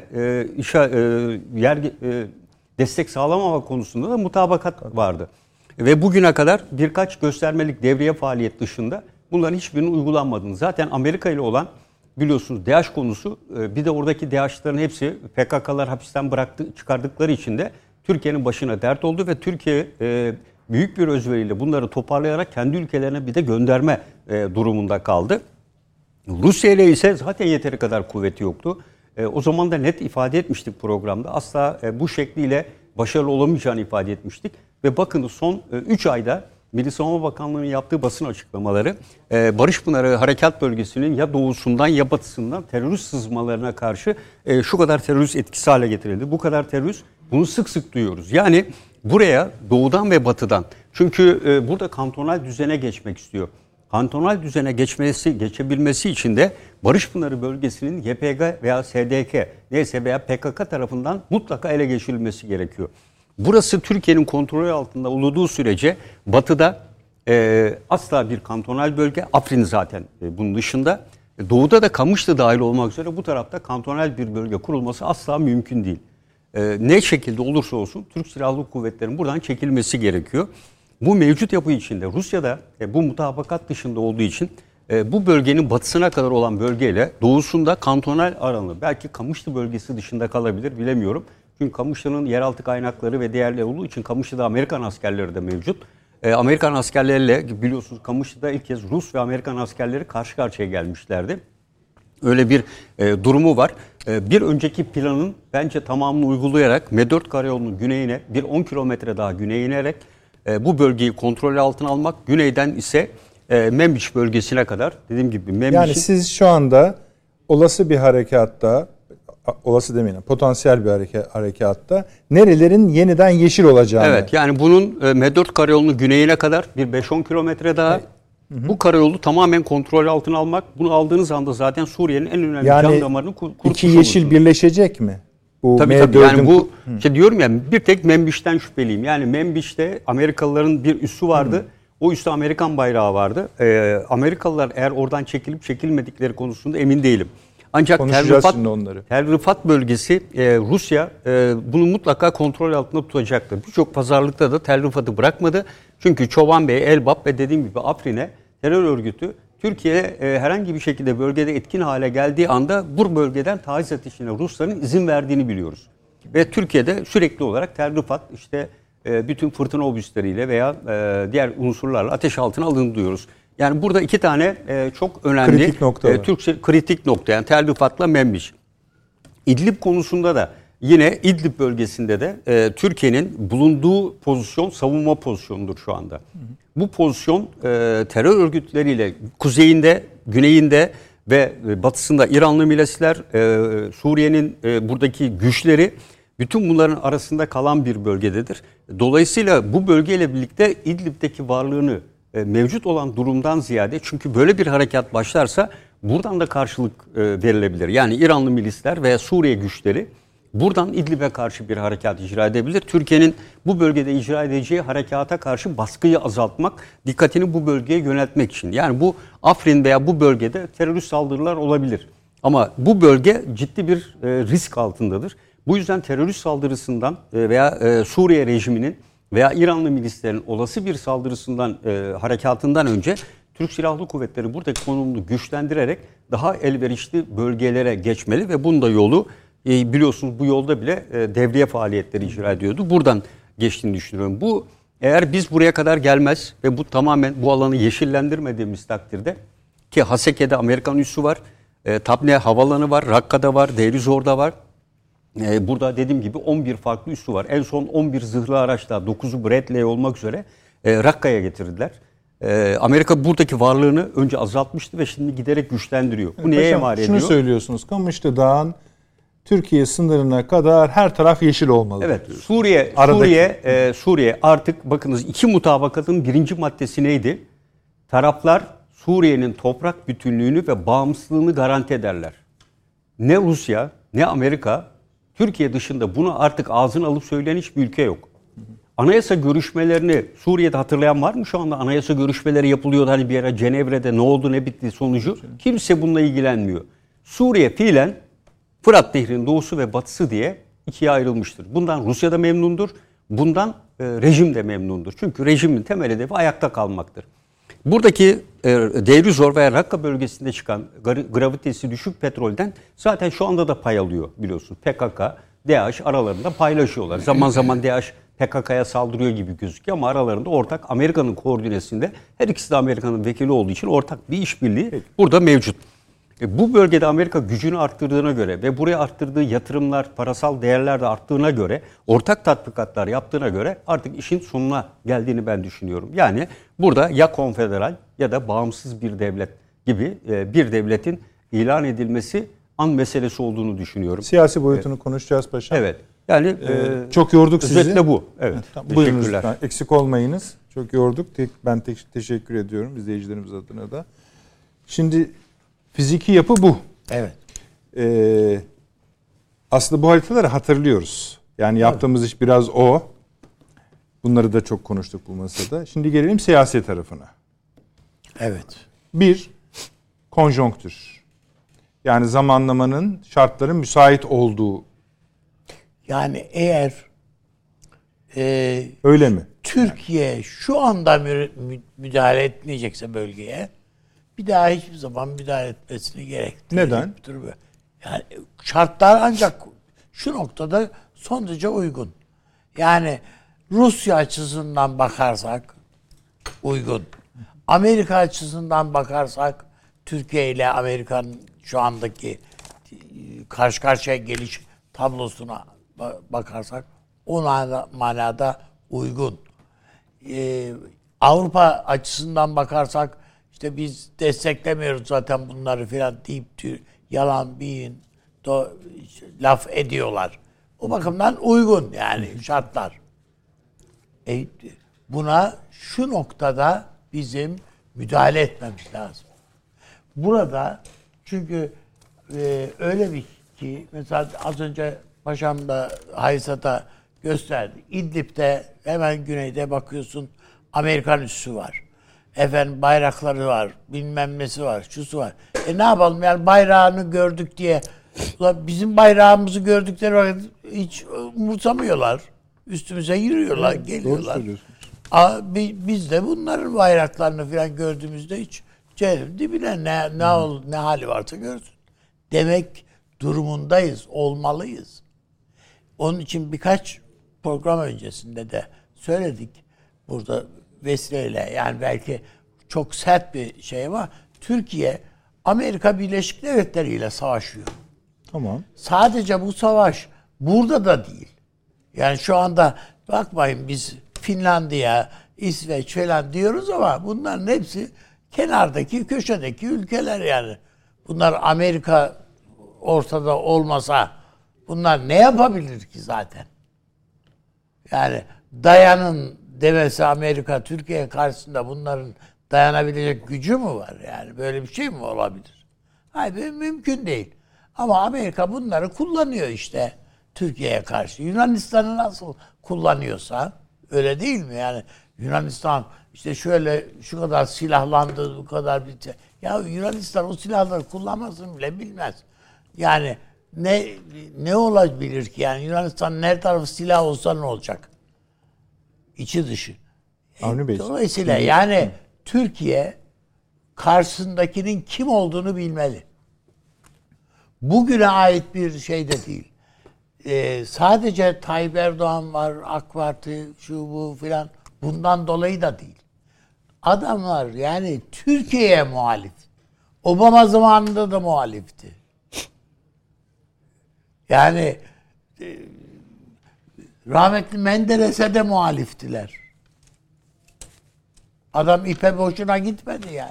destek sağlamama konusunda da mutabakat vardı. Ve bugüne kadar birkaç göstermelik devriye faaliyet dışında bunların hiçbirinin uygulanmadığını. Zaten Amerika ile olan, biliyorsunuz, DAEŞ konusu, bir de oradaki DAEŞ'lerin hepsi PKK'lar hapisten çıkardıkları için de Türkiye'nin başına dert oldu ve Türkiye büyük bir özveriyle bunları toparlayarak kendi ülkelerine bir de gönderme durumunda kaldı. Rusya ile ise zaten yeteri kadar kuvveti yoktu. O zaman da net ifade etmiştik programda. Asla bu şekliyle başarılı olamayacağını ifade etmiştik. Ve bakın son 3 ayda Milli Savunma Bakanlığı'nın yaptığı basın açıklamaları Barış Pınarı Harekat Bölgesi'nin ya doğusundan ya batısından terörist sızmalarına karşı şu kadar terörist etkisi hale getirildi. Bu kadar terörist, bunu sık sık duyuyoruz. Yani buraya doğudan ve batıdan, çünkü burada kantonal düzene geçmek istiyor. Kantonal düzene geçebilmesi için de Barış Pınarı bölgesinin YPG veya SDK neyse veya PKK tarafından mutlaka ele geçirilmesi gerekiyor. Burası Türkiye'nin kontrolü altında olduğu sürece batıda asla bir kantonal bölge, Afrin zaten bunun dışında, doğuda da Kamışlı dahil olmak üzere bu tarafta kantonal bir bölge kurulması asla mümkün değil. Ne şekilde olursa olsun Türk Silahlı Kuvvetleri'nin buradan çekilmesi gerekiyor. Bu mevcut yapı içinde Rusya'da bu mutabakat dışında olduğu için bu bölgenin batısına kadar olan bölgeyle doğusunda kantonal alanı, belki Kamışlı bölgesi dışında kalabilir, bilemiyorum. Çünkü Kamışlı'nın yeraltı kaynakları ve değerli olduğu için Kamışlı'da Amerikan askerleri de mevcut. Amerikan askerleriyle, biliyorsunuz, Kamışlı'da ilk kez Rus ve Amerikan askerleri karşı karşıya gelmişlerdi. Öyle bir durumu var. Bir önceki planın bence tamamını uygulayarak M4 Karayolu'nun güneyine bir 10 kilometre daha güneye inerek bu bölgeyi kontrol altına almak, güneyden ise Membiç bölgesine kadar, dediğim gibi Membiç'in... Yani siz şu anda olası bir harekatta, olası demeyin, potansiyel bir harekatta nerelerin yeniden yeşil olacağını... Evet, yani bunun M4 Karayolu'nun güneyine kadar bir 5-10 kilometre daha... Bu karayolu tamamen kontrol altına almak. Bunu aldığınız anda zaten Suriye'nin en önemli can damarını kurtulmuş olursunuz. İki yeşil birleşecek mi? Bu tabii. Yani bu işte diyorum ya, bir tek Membiç'ten şüpheliyim. Yani Membiç'te Amerikalıların bir üssü vardı. O üste Amerikan bayrağı vardı. Amerikalılar eğer oradan çekilip çekilmedikleri konusunda emin değilim. Ancak Tel Rifat bölgesi, Rusya bunu mutlaka kontrol altında tutacaktır. Birçok pazarlıkta da Tel Rifat'ı bırakmadı. Çünkü Çoban Bey, Elbap ve dediğim gibi Afrin'e terör örgütü Türkiye herhangi bir şekilde bölgede etkin hale geldiği anda bu bölgeden taciz ateşine Rusların izin verdiğini biliyoruz. Ve Türkiye'de sürekli olarak Tel Rifat işte bütün fırtına obüsleriyle veya diğer unsurlarla ateş altına alındığını duyuyoruz. Yani burada iki tane çok önemli kritik nokta Türkçe kritik nokta, yani Tel Rifat'la Menbiş. İdlib konusunda da yine İdlib bölgesinde de Türkiye'nin bulunduğu pozisyon savunma pozisyonudur şu anda. Bu pozisyon terör örgütleriyle kuzeyinde, güneyinde ve batısında İranlı milisler, Suriye'nin buradaki güçleri, bütün bunların arasında kalan bir bölgededir. Dolayısıyla bu bölgeyle birlikte İdlib'deki varlığını mevcut olan durumdan ziyade, çünkü böyle bir harekat başlarsa buradan da karşılık verilebilir. Yani İranlı milisler veya Suriye güçleri buradan İdlib'e karşı bir harekat icra edebilir. Türkiye'nin bu bölgede icra edeceği harekata karşı baskıyı azaltmak, dikkatini bu bölgeye yöneltmek için. Yani bu Afrin veya bu bölgede terörist saldırılar olabilir. Ama bu bölge ciddi bir risk altındadır. Bu yüzden terörist saldırısından veya Suriye rejiminin veya İranlı milislerin olası bir saldırısından, harekatından önce Türk Silahlı Kuvvetleri buradaki konumunu güçlendirerek daha elverişli bölgelere geçmeli ve bunun da yolu, biliyorsunuz bu yolda bile devriye faaliyetleri icra ediyordu. Buradan geçtiğini düşünüyorum. Bu, eğer biz buraya kadar gelmez ve bu tamamen bu alanı yeşillendirmediğimiz takdirde, ki Haseke'de Amerikan üssü var, Tabne Havalanı var, Rakka'da var, Deir ez-Zor'da var. Burada dediğim gibi 11 farklı üssü var. En son 11 zırhlı araçla 9'u Bradley olmak üzere Rakka'ya getirdiler. Amerika buradaki varlığını önce azaltmıştı ve şimdi giderek güçlendiriyor. Bu neye emaret ediyor? Şunu söylüyorsunuz. Kamışlı Dağı'nın Türkiye sınırına kadar her taraf yeşil olmalı. Evet. Diyoruz. Suriye artık bakınız, iki mutabakatın birinci maddesi neydi? Taraflar Suriye'nin toprak bütünlüğünü ve bağımsızlığını garanti ederler. Ne Rusya ne Amerika, Türkiye dışında bunu artık ağzına alıp söyleyen hiçbir ülke yok. Anayasa görüşmelerini Suriye'de hatırlayan var mı şu anda? Anayasa görüşmeleri yapılıyordu hani bir ara Cenevre'de, ne oldu ne bitti sonucu. Kimse bununla ilgilenmiyor. Suriye fiilen Fırat Nehri'nin doğusu ve batısı diye ikiye ayrılmıştır. Bundan Rusya da memnundur. Bundan rejim de memnundur. Çünkü rejimin temel hedefi ayakta kalmaktır. Buradaki Deir ez-Zor veya Rakka bölgesinde çıkan gravitesi düşük petrolden zaten şu anda da pay alıyor biliyorsun. PKK, DAEŞ aralarında paylaşıyorlar. Zaman zaman DAEŞ PKK'ya saldırıyor gibi gözüküyor ama aralarında ortak, Amerika'nın koordinesinde, her ikisi de Amerika'nın vekili olduğu için ortak bir işbirliği burada mevcut. Bu bölgede Amerika gücünü arttırdığına göre ve buraya arttırdığı yatırımlar, parasal değerler de arttığına göre, ortak tatbikatlar yaptığına göre artık işin sonuna geldiğini ben düşünüyorum. Yani burada ya konfederal ya da bağımsız bir devlet gibi bir devletin ilan edilmesi an meselesi olduğunu düşünüyorum. Siyasi boyutunu konuşacağız paşam. Evet. Yani çok yorduk sizi. Özetle bu. Evet. Buyurunuz lütfen. Eksik olmayınız. Çok yorduk. Ben teşekkür ediyorum izleyicilerimiz adına da. Şimdi fiziki yapı bu. Evet. Aslında bu haritaları hatırlıyoruz. Yani yaptığımız iş biraz o. Bunları da çok konuştuk bu masada. Şimdi gelelim siyasi tarafına. Evet. Bir, konjonktür. Yani zamanlamanın, şartların müsait olduğu. Yani eğer öyle mi? Türkiye şu anda müdahale etmeyecekse bölgeye, bir daha hiçbir zaman müdahale etmesini gerektirecek. Neden? Yani şartlar ancak şu noktada son derece uygun. Yani Rusya açısından bakarsak uygun. Amerika açısından bakarsak, Türkiye ile Amerika'nın şu andaki karşı karşıya geliş tablosuna bakarsak o manada uygun. Avrupa açısından bakarsak işte biz desteklemiyoruz zaten bunları filan deyip yalan bin laf ediyorlar. O bakımdan uygun yani şartlar. Buna şu noktada bizim müdahale etmemiz lazım. Burada çünkü öyle bir ki mesela az önce paşam da Haysat'a gösterdi. İdlib'de hemen güneyde bakıyorsun Amerikan üssü var. Efendim bayrakları var, bilmem nesi var, şusu var. Ne yapalım yani bayrağını gördük diye bizim bayrağımızı gördükleri vakit hiç umursamıyorlar. Üstümüze yürüyorlar, geliyorlar. Biz de bunların bayraklarını falan gördüğümüzde hiç cehennem dibine ne hali varsa görsün. Demek durumundayız, olmalıyız. Onun için birkaç program öncesinde de söyledik. Burada vesileyle, yani belki çok sert bir şey ama Türkiye Amerika Birleşik Devletleri ile savaşıyor. Tamam. Sadece bu savaş burada da değil. Yani şu anda bakmayın, biz Finlandiya, İsveç falan diyoruz ama bunların hepsi kenardaki, köşedeki ülkeler yani. Bunlar Amerika ortada olmasa bunlar ne yapabilir ki zaten? Yani dayanın demesi Amerika Türkiye karşısında, bunların dayanabilecek gücü mü var yani? Böyle bir şey mi olabilir? Hayır, mümkün değil. Ama Amerika bunları kullanıyor işte Türkiye'ye karşı. Yunanistan'ı nasıl kullanıyorsa, öyle değil mi? Yani Yunanistan işte şöyle şu kadar silahlandı, bu kadar bir şey. Ya Yunanistan o silahları kullanmasını bile bilmez. Yani ne olabilir ki? Yani Yunanistan'ın her tarafı silah olsa ne olacak? İçi dışı. Avni Bey. Dolayısıyla yani Türkiye karşısındakinin kim olduğunu bilmeli. Bugüne ait bir şey de değil. Sadece Tayyip Erdoğan var, AK Parti, şu bu filan, bundan dolayı da değil. Adamlar yani Türkiye'ye muhalif. Obama zamanında da muhalifti. Yani rahmetli Menderes'e de muhaliftiler. Adam ipe boşuna gitmedi yani.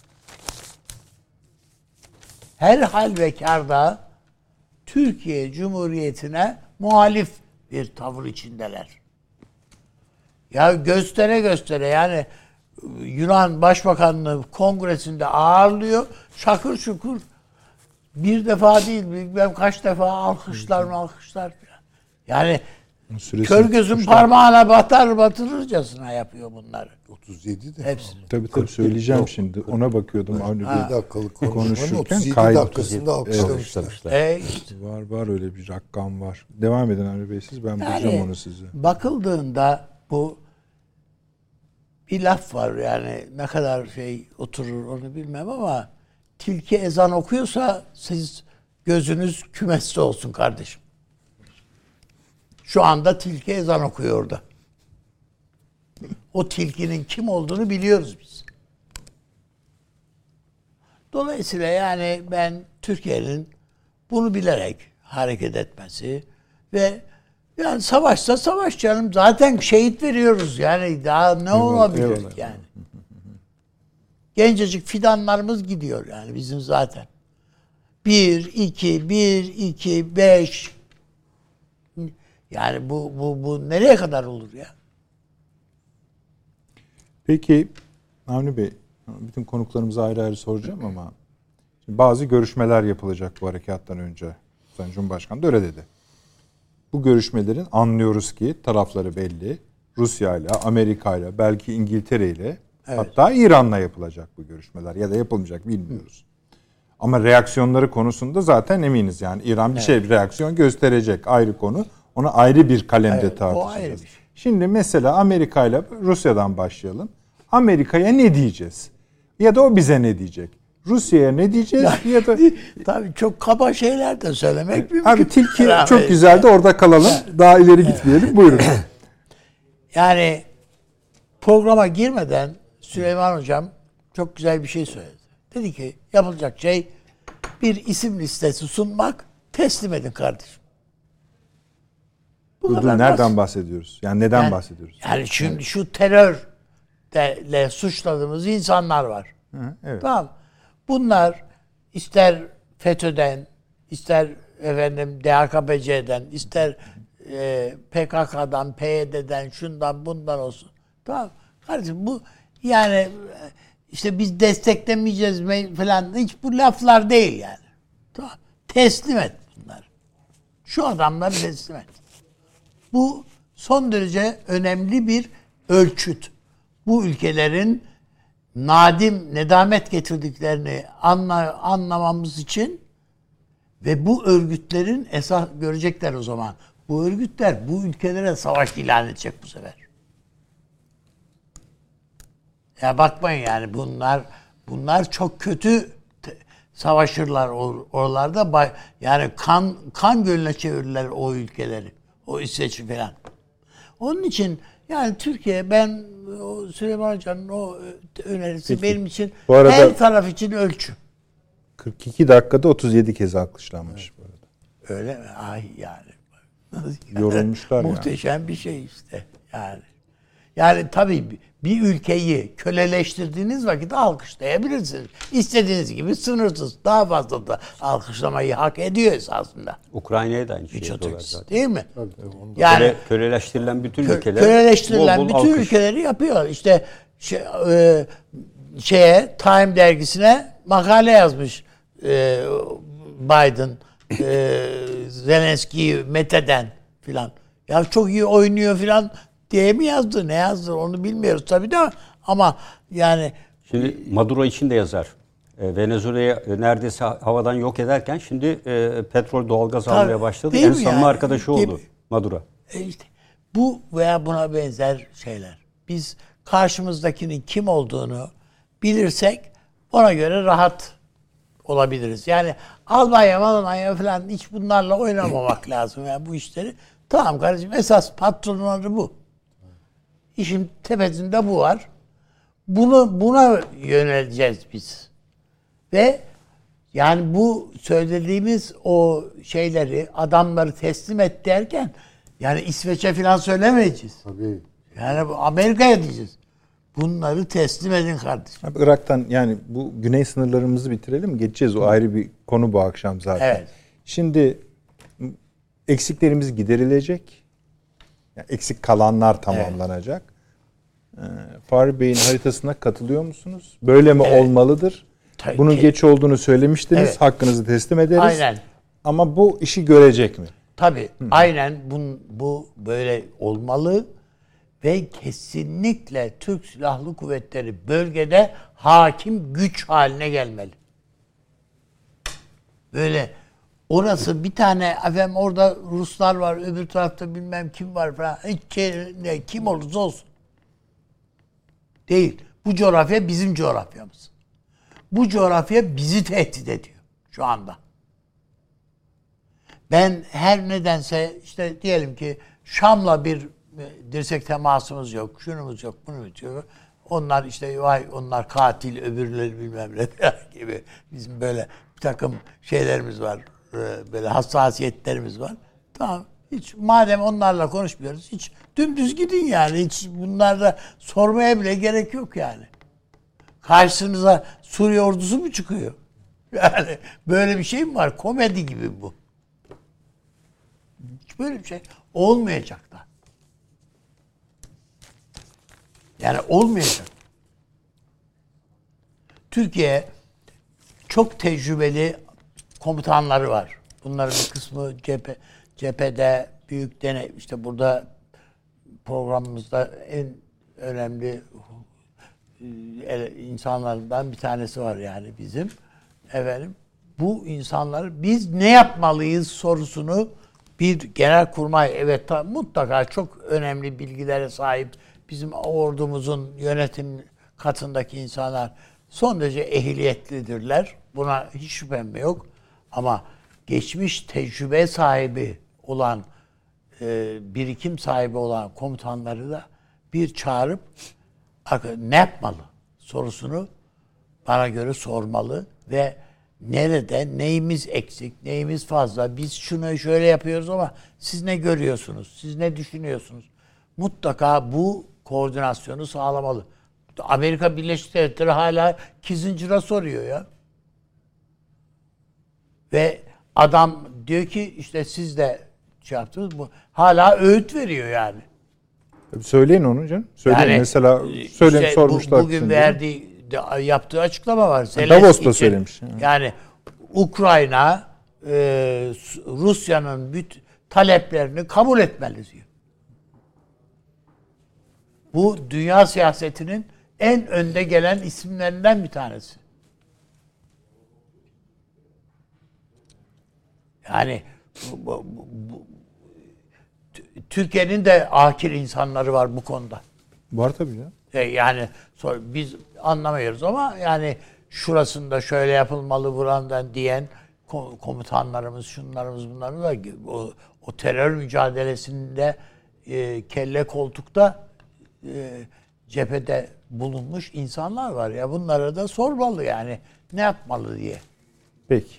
Her hal ve kârda Türkiye Cumhuriyeti'ne muhalif bir tavır içindeler. Ya göstere yani Yunan Başbakanlığı Kongresi'nde ağırlıyor. Şakır şukur. Bir defa değil, bilmem kaç defa alkışlar. Yani kör gözün parmağına batırırcasına yapıyor bunları. 37 de. Hepsini. Tabii söyleyeceğim şimdi. Ona bakıyordum. Avni Bey 1 dakikalık konuşmanın 37 kaydı dakikasında alkışlamışlar. Var öyle bir rakam var. Devam edin Avni Bey siz. Ben bulacağım onu size. Bakıldığında bu bir laf var, yani ne kadar oturur onu bilmem ama tilki ezan okuyorsa siz gözünüz kümeste olsun kardeşim. Şu anda tilki ezan okuyor orada. O tilkinin kim olduğunu biliyoruz biz. Dolayısıyla yani ben Türkiye'nin bunu bilerek hareket etmesi ve yani savaşsa savaş canım, zaten şehit veriyoruz yani, daha ne olabilir yani. Gencecik fidanlarımız gidiyor yani bizim zaten. 1, 2, 5 yani bu nereye kadar olur ya? Peki Avni Bey, bütün konuklarımıza ayrı ayrı soracağım ama şimdi bazı görüşmeler yapılacak bu harekattan önce. Sayın Cumhurbaşkanı da öyle dedi. Bu görüşmelerin anlıyoruz ki tarafları belli. Rusya ile, Amerika ile, belki İngiltere ile, hatta İran'la yapılacak bu görüşmeler ya da yapılmayacak bilmiyoruz. Ama reaksiyonları konusunda zaten eminiz yani. İran bir reaksiyon gösterecek, ayrı konu. Onu ayrı bir kalemde tartışacağız. Şimdi mesela Amerika ile Rusya'dan başlayalım. Amerika'ya ne diyeceğiz? Ya da o bize ne diyecek? Rusya'ya ne diyeceğiz? Ya da tabii çok kaba şeyler de söylemek mümkün. Abi tilki çok güzeldi, orada kalalım. Daha ileri gitmeyelim. Buyurun. Yani programa girmeden Süleyman Hocam çok güzel bir şey söyledi. Dedi ki yapılacak şey bir isim listesi sunmak, teslim edin kardeşim. Dur, nereden bahsediyoruz? Yani neden bahsediyoruz? Yani şimdi şu terörle suçladığımız insanlar var. Evet. Tamam. Bunlar ister FETÖ'den, ister DHKPC'den, ister PKK'dan, PYD'den, şundan bundan olsun. Tamam. Kardeşim bu yani işte biz desteklemeyeceğiz falan, hiç bu laflar değil yani. Tamam. Teslim et bunları. Şu adamları teslim et. Bu son derece önemli bir ölçüt. Bu ülkelerin nedamet getirdiklerini anlamamız için ve bu örgütlerin esas görecekler o zaman. Bu örgütler bu ülkelere savaş ilan edecek bu sefer. Ya bakmayın yani bunlar çok kötü savaşırlar oralarda. Yani kan gölüne çevirirler o ülkeleri. O İsveç'i falan. Onun için yani Türkiye, ben Süleyman Hoca'nın o önerisi peki, benim için bu arada, her taraf için ölçü. 42 dakikada 37 kez alkışlanmış bu arada. Öyle mi? Ay yani. Yorulmuşlar Muhteşem bir şey işte. Yani tabii bir ülkeyi köleleştirdiğiniz vakit alkışlayabilirsiniz. İstediğiniz gibi sınırsız. Daha fazla da alkışlamayı hak ediyor esasında. Ukrayna'ya da aynı şey yapıyorlar zaten. Değil mi? Tabii, yani köleleştirilen bütün ülkeler köleleştirilen bütün alkış. ülkeleri yapıyor. İşte Time dergisine makale yazmış Biden, Zelenski'yi metheden filan. Ya çok iyi oynuyor filan diye mi yazdı? Ne yazdı? Onu bilmiyoruz tabii de, ama yani şimdi Maduro için de yazar. Venezuela'yı neredeyse havadan yok ederken şimdi petrol, doğalgaz almaya başladı. En samimi yani arkadaşı oldu Maduro. İşte bu veya buna benzer şeyler. Biz karşımızdakinin kim olduğunu bilirsek ona göre rahat olabiliriz. Yani Almanya falan hiç bunlarla oynamamak lazım yani bu işleri. Tamam kardeşim, esas patronları bu. İşin tepesinde bu var. Buna yöneleceğiz biz. Ve yani bu söylediğimiz o şeyleri, adamları teslim et derken yani İsveç'e falan söylemeyeceğiz. Tabii. Yani Amerika'ya diyeceğiz. Bunları teslim edin kardeşim. Abi Irak'tan, yani bu güney sınırlarımızı bitirelim. Geçeceğiz. O ayrı bir konu bu akşam zaten. Evet. Şimdi eksiklerimiz giderilecek. Yani eksik kalanlar tamamlanacak. Evet. Fahri Bey'in haritasına katılıyor musunuz? Böyle mi olmalıdır? Tabii bunun ki. Geç olduğunu söylemiştiniz. Evet. Hakkınızı teslim ederiz. Aynen. Ama bu işi görecek mi? Tabii. Aynen bu böyle olmalı ve kesinlikle Türk Silahlı Kuvvetleri bölgede hakim güç haline gelmeli. Böyle orası bir tane efendim, orada Ruslar var, öbür tarafta bilmem kim var falan. Kim olursa olsun. Değil. Bu coğrafya bizim coğrafyamız. Bu coğrafya bizi tehdit ediyor şu anda. Ben her nedense işte diyelim ki Şam'la bir dirsek temasımız yok, şunumuz yok, bunumuz yok. Onlar işte vay onlar katil, öbürleri bilmem ne gibi bizim böyle bir takım şeylerimiz var, böyle hassasiyetlerimiz var. Tamam, hiç madem onlarla konuşmuyoruz, hiç dümdüz gidin yani, hiç bunlarla sormaya bile gerek yok yani. Karşınıza Suriye ordusu mu çıkıyor? Yani böyle bir şey mi var? Komedi gibi bu. Hiç böyle bir şey olmayacak da. Yani olmayacak. Türkiye çok tecrübeli komutanları var. Bunların bir kısmı cephede büyük işte burada programımızda en önemli insanlardan bir tanesi var yani bizim. Efendim, bu insanlar biz ne yapmalıyız sorusunu bir genelkurmay mutlaka çok önemli bilgilere sahip bizim ordumuzun yönetim katındaki insanlar son derece ehliyetlidirler. Buna hiç şüphem yok. Ama geçmiş tecrübe sahibi olan, birikim sahibi olan komutanları da bir çağırıp ne yapmalı sorusunu bana göre sormalı ve nerede neyimiz eksik, neyimiz fazla, biz şunu şöyle yapıyoruz ama siz ne görüyorsunuz, siz ne düşünüyorsunuz? Mutlaka bu koordinasyonu sağlamalı. Amerika Birleşik Devletleri hala Kissinger'a soruyor ya. Ve adam diyor ki işte siz de şey yaptınız, bu hala öğüt veriyor yani. Söyleyin onu canım. Söyleyin yani, mesela söyleyin işte sormuşlar. Bugün yaptığı açıklama var. Davos'ta söylemiş. Yani Ukrayna Rusya'nın bütün taleplerini kabul etmeli diyor. Bu dünya siyasetinin en önde gelen isimlerinden bir tanesi. Yani Türkiye'nin de akil insanları var bu konuda. Var tabii ya. Yani biz anlamıyoruz ama yani şurasında şöyle yapılmalı burandan diyen komutanlarımız, şunlarımız, bunlarımız var. O terör mücadelesinde kelle koltukta cephede bulunmuş insanlar var ya, bunlara da sormalı yani ne yapmalı diye. Peki.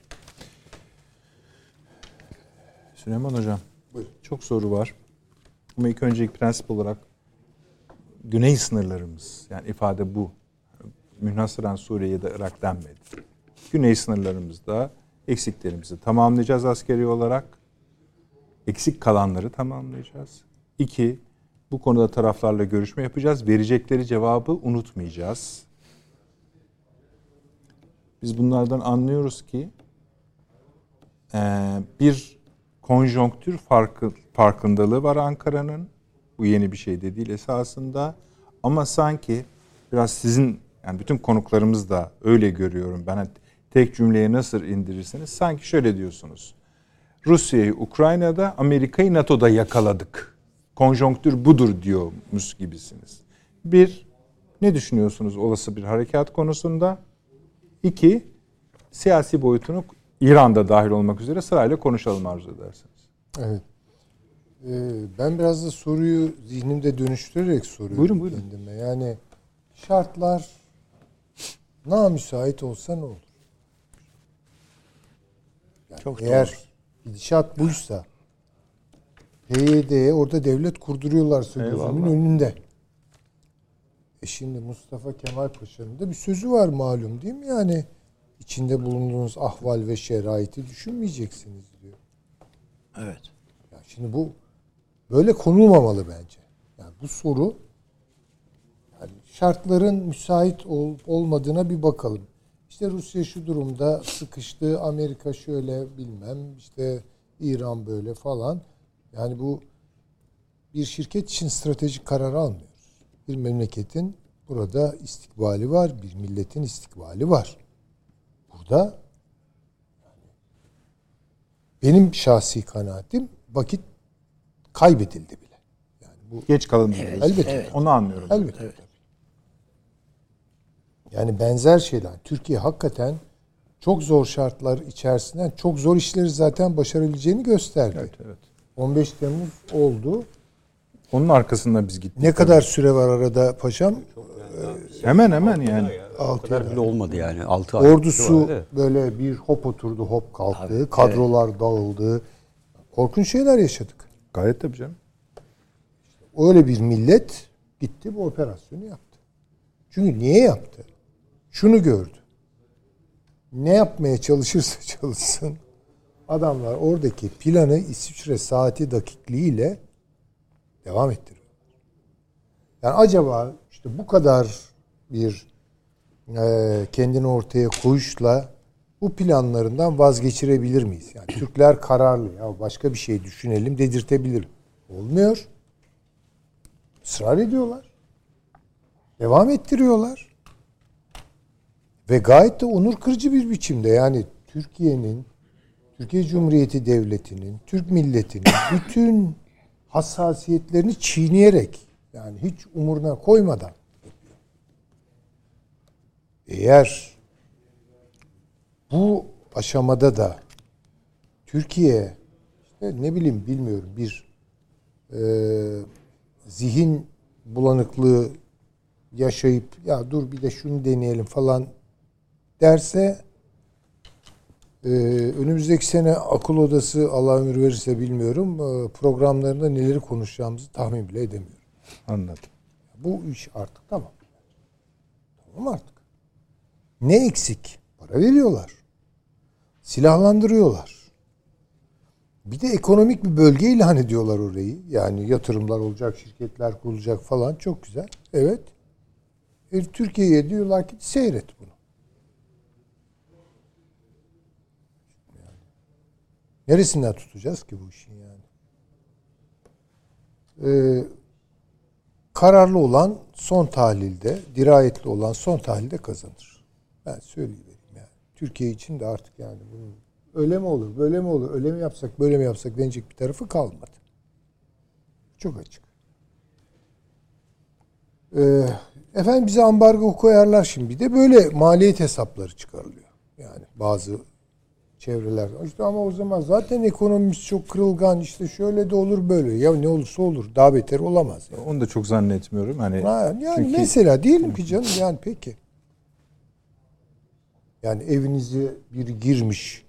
Süleyman Hocam, Buyurun. çok soru var. Ama ilk öncelik prensip olarak güney sınırlarımız, yani ifade bu. Münhasıran Suriye ya da Irak denmedi. Güney sınırlarımızda eksiklerimizi tamamlayacağız askeri olarak. Eksik kalanları tamamlayacağız. 2, bu konuda taraflarla görüşme yapacağız. Verecekleri cevabı unutmayacağız. Biz bunlardan anlıyoruz ki bir konjonktür farkındalığı var Ankara'nın. Bu yeni bir şey de değil esasında. Ama sanki biraz sizin, yani bütün konuklarımız da öyle görüyorum ben. Tek cümleye nasıl indirirseniz sanki şöyle diyorsunuz. Rusya'yı Ukrayna'da, Amerika'yı NATO'da yakaladık. Konjonktür budur diyormuş gibisiniz. Bir, ne düşünüyorsunuz olası bir harekat konusunda? 2, siyasi boyutunu İran'da dahil olmak üzere sırayla konuşalım arzu ederseniz. Evet. Ben biraz da soruyu zihnimde dönüştürerek soruyorum. Buyurun. Kendime. Yani şartlar namüsait olsa ne olur? Yani Çok eğer doğru. gidişat buysa PYD'ye orada devlet kurduruyorlarsa gözümün önünde. Şimdi Mustafa Kemal Paşa'nın da bir sözü var malum değil mi? Yani içinde bulunduğunuz ahval ve şeraiti düşünmeyeceksiniz diyor. Evet. Yani şimdi bu böyle konulmamalı bence. Yani bu soru, yani şartların müsait olmadığına bir bakalım. İşte Rusya şu durumda sıkıştı, Amerika şöyle bilmem, işte İran böyle falan. Yani bu bir şirket için stratejik karar almıyoruz. Bir memleketin burada istikbali var, bir milletin istikbali var. Burada benim şahsi kanaatim vakit kaybedildi bile. Yani bu Geç kalındı. Evet, elbette. evet. Onu anlıyorum. Elbette. Evet. Yani benzer şeyler. Türkiye hakikaten çok zor şartlar içerisinden çok zor işleri zaten başarabileceğini gösterdi. Evet. 15 Temmuz oldu. Onun arkasında biz gittik. Ne kadar süre var arada paşam? Hemen yani. O kadar bile olmadı yani. 6 ay. Ordusu Evet. böyle bir hop oturdu, hop kalktı. Tabii, Kadrolar dağıldı. Korkunç şeyler yaşadık. Gayet tabii canım. Öyle bir millet gitti bu operasyonu yaptı. Çünkü niye yaptı? Şunu gördü. Ne yapmaya çalışırsa çalışsın adamlar oradaki planı İsviçre saati dakikliğiyle devam ettiriyor. Yani acaba işte bu kadar bir kendini ortaya koyuşla bu planlarından vazgeçirebilir miyiz? Yani Türkler kararlı. Ya başka bir şey düşünelim dedirtebilir. Olmuyor. Israr ediyorlar. Devam ettiriyorlar. Ve gayet de onur kırıcı bir biçimde. Yani Türkiye Cumhuriyeti Devleti'nin, Türk milletinin bütün hassasiyetlerini çiğneyerek, yani hiç umuruna koymadan, eğer bu aşamada da Türkiye işte ne bileyim bilmiyorum bir zihin bulanıklığı yaşayıp ya dur bir de şunu deneyelim falan derse önümüzdeki sene akıl odası Allah ömür verirse bilmiyorum programlarında neleri konuşacağımızı tahmin bile edemiyorum. Anladım. Bu iş artık tamam. Tamam artık. Ne eksik? Para veriyorlar. Silahlandırıyorlar. Bir de ekonomik bir bölge ilan ediyorlar orayı. Yani yatırımlar olacak, şirketler kurulacak falan. Çok güzel. Evet. Türkiye'ye diyorlar ki seyret bunu. Yani, neresinden tutacağız ki bu işin yani? Kararlı olan son tahlilde, dirayetli olan son tahlilde kazanır. Ben söyleyeyim yani. Türkiye için de artık yani bunun öyle mi olur, böyle mi olur, öyle mi yapsak, böyle mi yapsak denecek bir tarafı kalmadı. Çok açık. efendim bize ambargo koyarlar şimdi. Bir de böyle maliyet hesapları çıkarılıyor. Yani bazı çevrelerden. İşte ama o zaman zaten ekonomimiz çok kırılgan. İşte şöyle de olur böyle. Ya ne olursa olur. Daha beter olamaz. Yani. Onu da çok zannetmiyorum. Hani Yani çünkü... mesela diyelim ki canım yani peki. Yani evinize biri girmiş.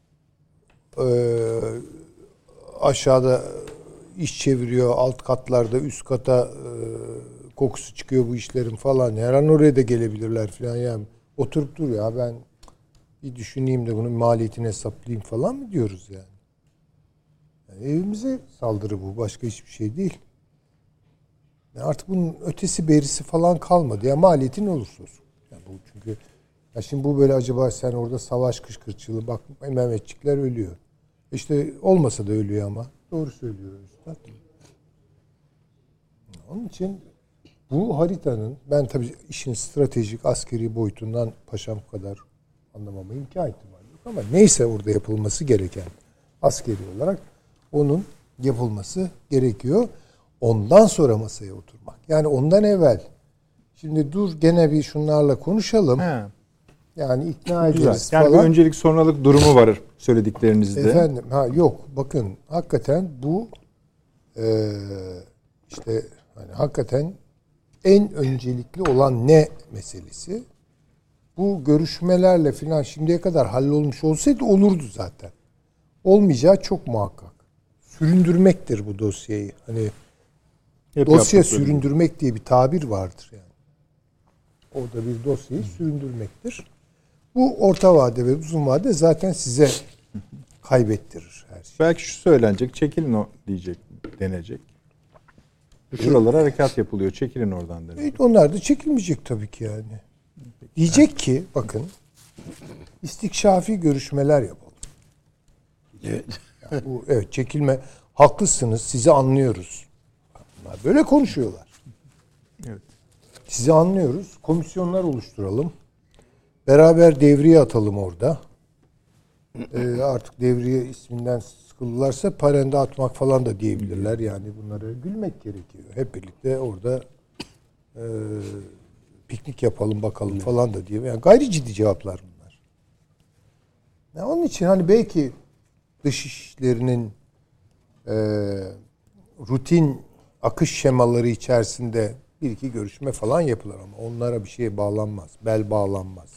Aşağıda iş çeviriyor. Alt katlarda üst kata kokusu çıkıyor bu işlerin falan. Her an oraya da gelebilirler falan. Yani oturup dur ya ben bir düşüneyim de bunun maliyetini hesaplayayım falan mı diyoruz yani. Yani evimize saldırı bu. Başka hiçbir şey değil. Yani artık bunun ötesi berisi falan kalmadı. Ya maliyeti ne olursa olsun. Yani bu çünkü ya şimdi bu böyle acaba sen orada savaş kışkırtçılığı bak Mehmetçikler ölüyor. İşte olmasa da ölüyor ama. Doğru söylüyor Üstad. Onun için bu haritanın ben tabii işin stratejik askeri boyutundan paşam kadar anlamama imkan ihtimali yok ama neyse orada yapılması gereken askeri olarak onun yapılması gerekiyor. Ondan sonra masaya oturmak. Yani ondan evvel şimdi dur gene bir şunlarla konuşalım. He. Yani ikna Güzel. ederiz Yani falan. bir öncelik sonralık durumu var söylediklerinizde. Efendim yok bakın hakikaten bu işte hani hakikaten en öncelikli olan ne meselesi? Bu görüşmelerle filan şimdiye kadar hallolmuş olsaydı olurdu zaten. Olmayacağı çok muhakkak. Süründürmektir bu dosyayı. Hani Hep dosya yaptıkları gibi. süründürmek diye bir tabir vardır yani. Orada bir dosyayı süründürmektir. Bu orta vade ve uzun vade zaten size kaybettirir her şeyi. Belki şu söylenecek, çekilin o diyecek, denecek. Şuralara harekat yapılıyor, çekilin oradan denecek. Evet, onlar da çekilmeyecek tabii ki yani. Diyecek ki bakın istikşafi görüşmeler yapalım. Evet. Yani bu evet çekilme haklısınız sizi anlıyoruz. Bunlar böyle konuşuyorlar. Evet. Sizi anlıyoruz. Komisyonlar oluşturalım. Beraber devriye atalım orada. Artık devriye isminden sıkılırlarsa parende atmak falan da diyebilirler. Yani bunları gülmek gerekiyor. Hep birlikte orada piknik yapalım bakalım falan da diye. Yani gayri ciddi cevaplar bunlar. Yani onun için hani belki dışişlerinin rutin akış şemaları içerisinde bir iki görüşme falan yapılır ama onlara bir şey bağlanmaz. Bel bağlanmaz.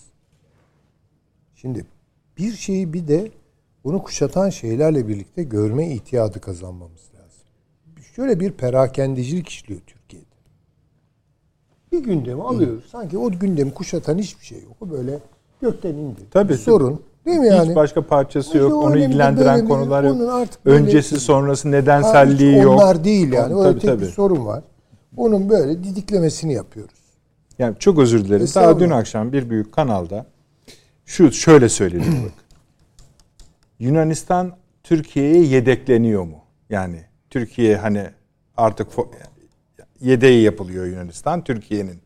Şimdi bir şeyi bir de bunu kuşatan şeylerle birlikte görme itiyadı kazanmamız lazım. Şöyle bir perakendecilik işliyor Türkiye'de. Bir gündemi alıyoruz. Sanki o gündemi kuşatan hiçbir şey yok. O böyle gökten indi. Tabii. Bir sorun. Değil mi yani? Hiç başka parçası yok. İşte Onu öyle bir ilgilendiren böyle bir- konular yok. onun artık böyle- Öncesi sonrası nedenselliği hiç yok. onlar değil yani. Öyle Tabii, tek tabii. bir sorun var. Onun böyle didiklemesini yapıyoruz. Yani çok özür dilerim. Daha Estağfurullah. dün akşam bir büyük kanalda şöyle söyledi bak. Yunanistan Türkiye'ye yedekleniyor mu? Yani Türkiye hani artık yedeği yapılıyor Yunanistan Türkiye'nin.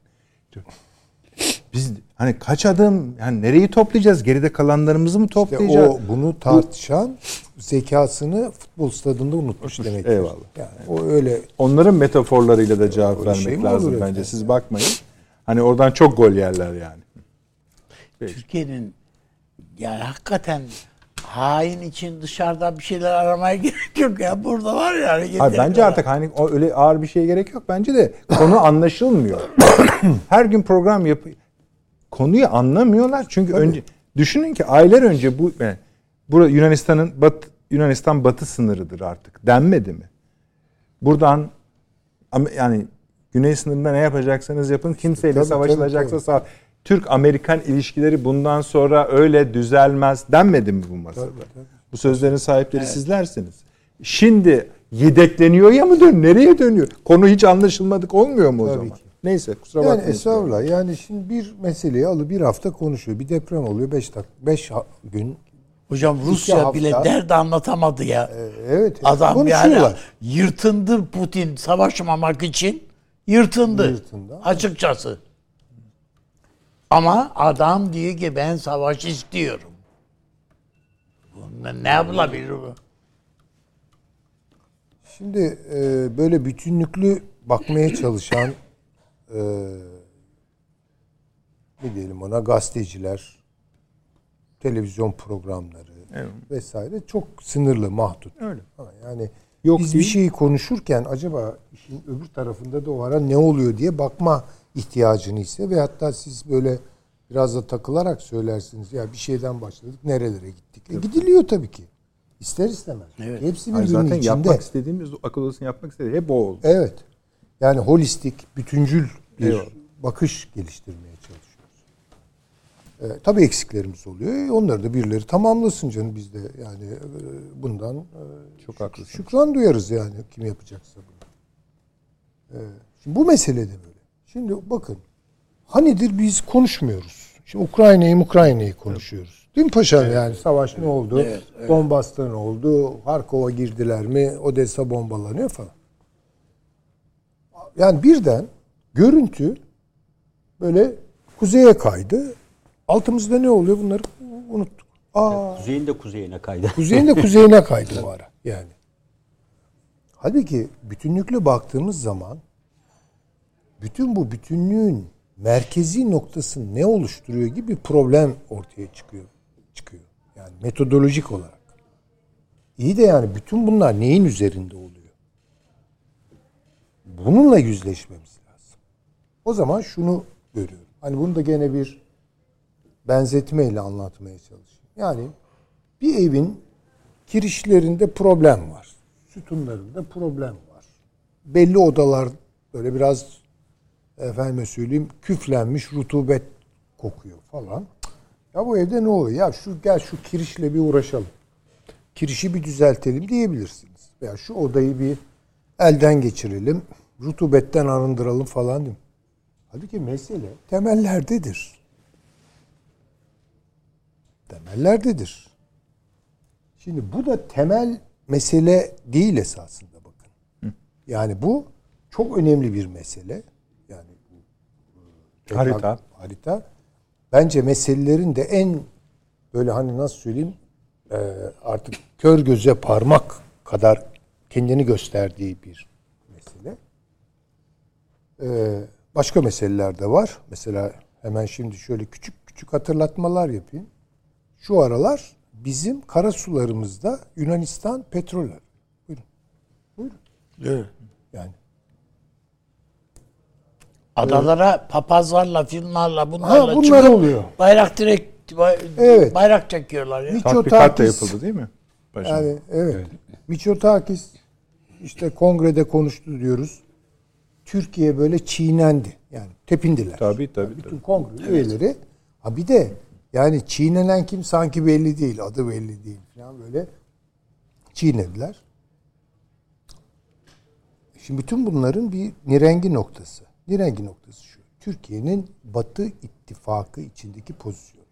Biz hani kaç adım yani nereyi toplayacağız? Geride kalanlarımızı mı toplayacağız? O bunu tartışan zekasını futbol stadında unutmuş demek. Eyvallah. Yani o öyle Onların metaforlarıyla da cevap Öyle vermek şey mi lazım olur bence. efendim? Siz bakmayın. Hani oradan çok gol yerler yani. Türkiye'nin yani hakikaten hain için dışarıdan bir şeyler aramaya gerek yok ya. Burada var yani. Hayır, bence artık hani öyle ağır bir şeye gerek yok. Bence de konu anlaşılmıyor. Her gün program konuyu anlamıyorlar. Çünkü önce düşünün ki aylar önce bu Yunanistan batı sınırıdır artık. Denmedi mi? Buradan yani güney sınırında ne yapacaksanız yapın. Kimseyle Tabii, savaşılacaksa Türk-Amerikan ilişkileri bundan sonra öyle düzelmez denmedi mi bu masada? Tabii. Bu sözlerin sahipleri sizlersiniz. Şimdi yedekleniyor ya mı Nereye dönüyor? Konu hiç anlaşılmadık olmuyor mu o Tabii zaman? ki. Neyse kusura Yani bakmayın. estağfurullah. Yani şimdi bir meseleyi alıp bir hafta konuşuyor. Bir deprem oluyor 5 gün. Hocam 2 Rusya hafta. bile dert anlatamadı ya. Evet. Adam yani konuşuyorlar. yırtındı Putin savaşmamak için. Yırtındı. Açıkçası. Ama adam diyor ki ben savaş istiyorum. Ne yapılabilir bu? Şimdi böyle bütünlüklü bakmaya çalışan ne diyelim ona, gazeteciler, televizyon programları vesaire çok sınırlı, mahdut. Öyle. Yani Yok biz değil. bir şeyi konuşurken acaba işin öbür tarafında da o ara ne oluyor diye bakma ihtiyacını ise ve hatta siz böyle biraz da takılarak söylersiniz. Ya bir şeyden başladık, nerelere gittik? Gidiliyor tabii ki. İster istemez. Evet. Hepsi Yani birbirinin zaten içinde. yapmak istediğimiz, akıl odasını yapmak istediği hep o oldu. Evet. Yani holistik, bütüncül bir Eyvallah. bakış geliştirmeye çalışıyoruz. Tabii eksiklerimiz oluyor. Onları da birileri tamamlasın canım, biz de yani bundan Çok haklısın. şükran duyarız yani kim yapacaksa bunu. Şimdi bu mesele de böyle. Şimdi bakın, hanidir biz konuşmuyoruz. Şimdi Ukrayna'yı konuşuyoruz. Değil mi paşam? Evet. Yani savaş ne oldu? Evet, evet. Donbas'ta ne oldu? Harkov'a girdiler mi? Odessa bombalanıyor falan. Yani birden görüntü böyle kuzeye kaydı. Altımızda ne oluyor? Bunları unuttuk. Kuzeyin de kuzeyine kaydı. Kuzeyin de kuzeyine kaydı bu ara yani. Halbuki bütünlüklü baktığımız zaman bütün bu bütünlüğün merkezi noktası ne oluşturuyor gibi bir problem ortaya çıkıyor. Yani metodolojik olarak. İyi de yani bütün bunlar neyin üzerinde oluyor? Bununla yüzleşmemiz lazım. O zaman şunu görüyorum. Hani bunu da gene bir benzetmeyle anlatmaya çalışayım. Yani bir evin kirişlerinde problem var. Sütunlarında problem var. Belli odalar böyle biraz efendime söyleyeyim küflenmiş, rutubet kokuyor falan. Ya bu evde ne oluyor? Ya gel şu kirişle bir uğraşalım. Kirişi bir düzeltelim diyebilirsiniz. Veya şu odayı bir elden geçirelim. Rutubetten arındıralım falan değil mi? Halbuki mesele temellerdedir. Temellerdedir. Şimdi bu da temel mesele değil esasında bakın. Yani bu çok önemli bir mesele. Yani bu harita. Bence meselelerin de en böyle hani nasıl söyleyeyim artık kör göze parmak kadar kendini gösterdiği bir mesele. Başka meseleler de var. Mesela hemen şimdi şöyle küçük küçük hatırlatmalar yapayım. Şu aralar bizim karasularımızda Yunanistan petrol arıyor. Buyurun. Evet. Yani Adalara papazlarla, filmlerle bunlarla bunlar çıkıp oluyor. bayrak direkt Evet. bayrak çekiyorlar ya. Tatbikat da yapıldı değil mi? Başım. Yani evet. Mitsotakis işte kongrede konuştu diyoruz. Türkiye böyle çiğnendi. Yani tepindiler. Tabii. Bütün kongre üyeleri. Ha bir de yani çiğnenen kim sanki belli değil. Adı belli değil falan böyle çiğnediler. Şimdi bütün bunların bir nirengi noktası. Nirengi noktası şu. Türkiye'nin Batı ittifakı içindeki pozisyonu.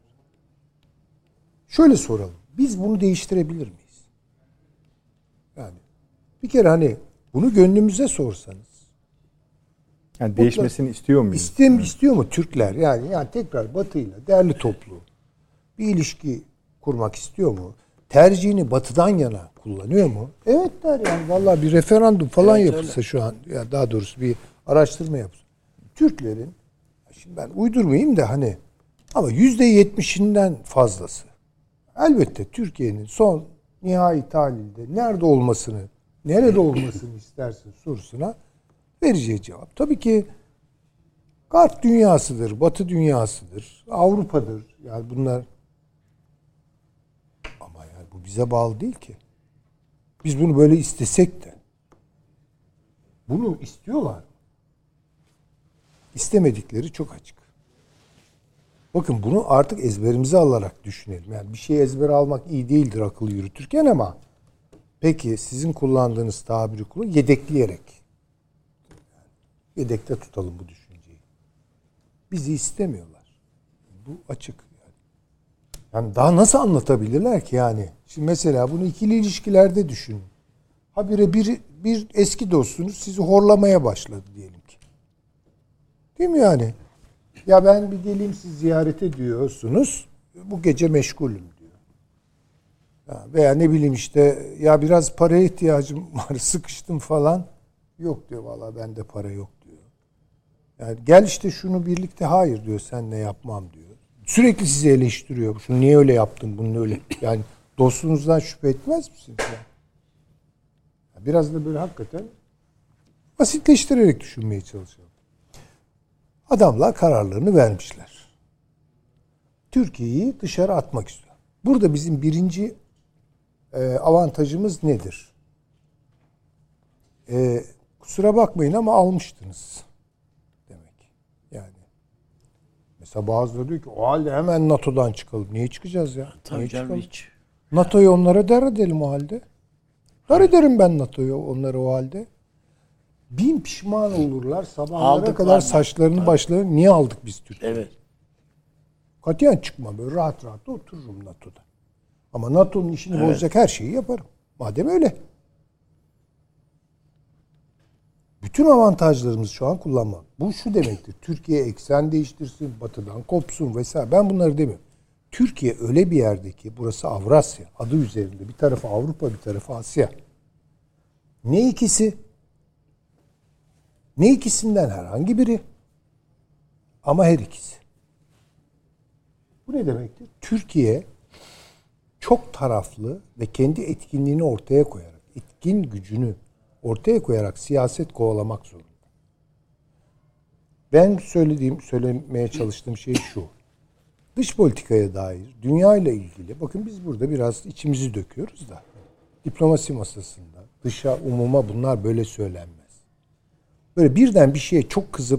Şöyle soralım. Biz bunu değiştirebilir miyiz? Yani bir kere hani bunu gönlümüze sorsanız. Yani değişmesini istiyor muyuz? İstiyor mu Türkler? Yani tekrar Batı'yla derli toplu bir ilişki kurmak istiyor mu? Tercihini Batı'dan yana kullanıyor mu? Evet der yani. Vallahi bir referandum falan yapılsa şu an, ya daha doğrusu bir araştırma yapılsa. Türklerin, şimdi ben uydurmayayım da hani ama %70'inden fazlası. Elbette Türkiye'nin son nihai tahlilde nerede olmasını istersin sorusuna vereceği cevap. Tabii ki Garp dünyasıdır, Batı dünyasıdır, Avrupa'dır. Yani bunlar ama yani bu bize bağlı değil ki. Biz bunu böyle istesek de bunu istiyorlar. İstemedikleri çok açık. Bakın bunu artık ezberimize alarak düşünelim. Yani bir şeyi ezbere almak iyi değildir akıl yürütürken ama peki sizin kullandığınız tabiri kullan yedekleyerek. Yedekte tutalım bu düşünceyi. Bizi istemiyorlar. Bu açık. Yani daha nasıl anlatabilirler ki yani? Şimdi mesela bunu ikili ilişkilerde düşünün. Habire bir eski dostunuz sizi horlamaya başladı diyelim ki. Değil mi yani? Ya ben bir geleyim siz ziyarete diyorsunuz. Bu gece meşgulüm diyor. Ya veya ne bileyim işte ya biraz paraya ihtiyacım var sıkıştım falan. Yok diyor vallahi bende para yok diyor. Yani gel işte şunu birlikte, hayır diyor, senle yapmam diyor. Sürekli sizi eleştiriyor. Şunu niye öyle yaptın, bunu öyle. Yani dostunuzdan şüphe etmez misiniz? Yani biraz da böyle hakikaten basitleştirerek düşünmeye çalışalım. Adamlar kararlarını vermişler. Türkiye'yi dışarı atmak istiyor. Burada bizim birinci avantajımız nedir? Kusura bakmayın ama almıştınız demek. Yani mesela bazıları diyor ki o halde hemen NATO'dan çıkalım. Niye çıkacağız ya? Tabii Niye canım çıkalım? hiç. NATO'yu onlara dar edelim o halde. Dar ederim ben NATO'yu onlara o halde. Bin pişman olurlar sabahlara Aldık kadar var. saçlarını Tabii. başlarını niye aldık biz Türkiye? Evet. Katiyen çıkmam, böyle rahat rahat da otururum NATO'da. Ama NATO'nun işini bozacak her şeyi yaparım. Madem öyle. Bütün avantajlarımızı şu an kullanmak. Bu şu demektir. Türkiye eksen değiştirsin, batıdan kopsun vesaire. Ben bunları demiyorum. Türkiye öyle bir yerde ki, burası Avrasya, adı üzerinde. Bir tarafı Avrupa, bir tarafı Asya. Ne ikisi, ne ikisinden herhangi biri, ama her ikisi. Bu ne demektir? Türkiye çok taraflı ve kendi etkinliğini ortaya koyarak, etkin gücünü ortaya koyarak siyaset kovalamak zorunda. Ben söylemeye çalıştığım şey şu. Dış politikaya dair, dünya ile ilgili, bakın biz burada biraz içimizi döküyoruz da, diplomasi masasında, dışa, umuma bunlar böyle söylenmez. Böyle birden bir şeye çok kızıp,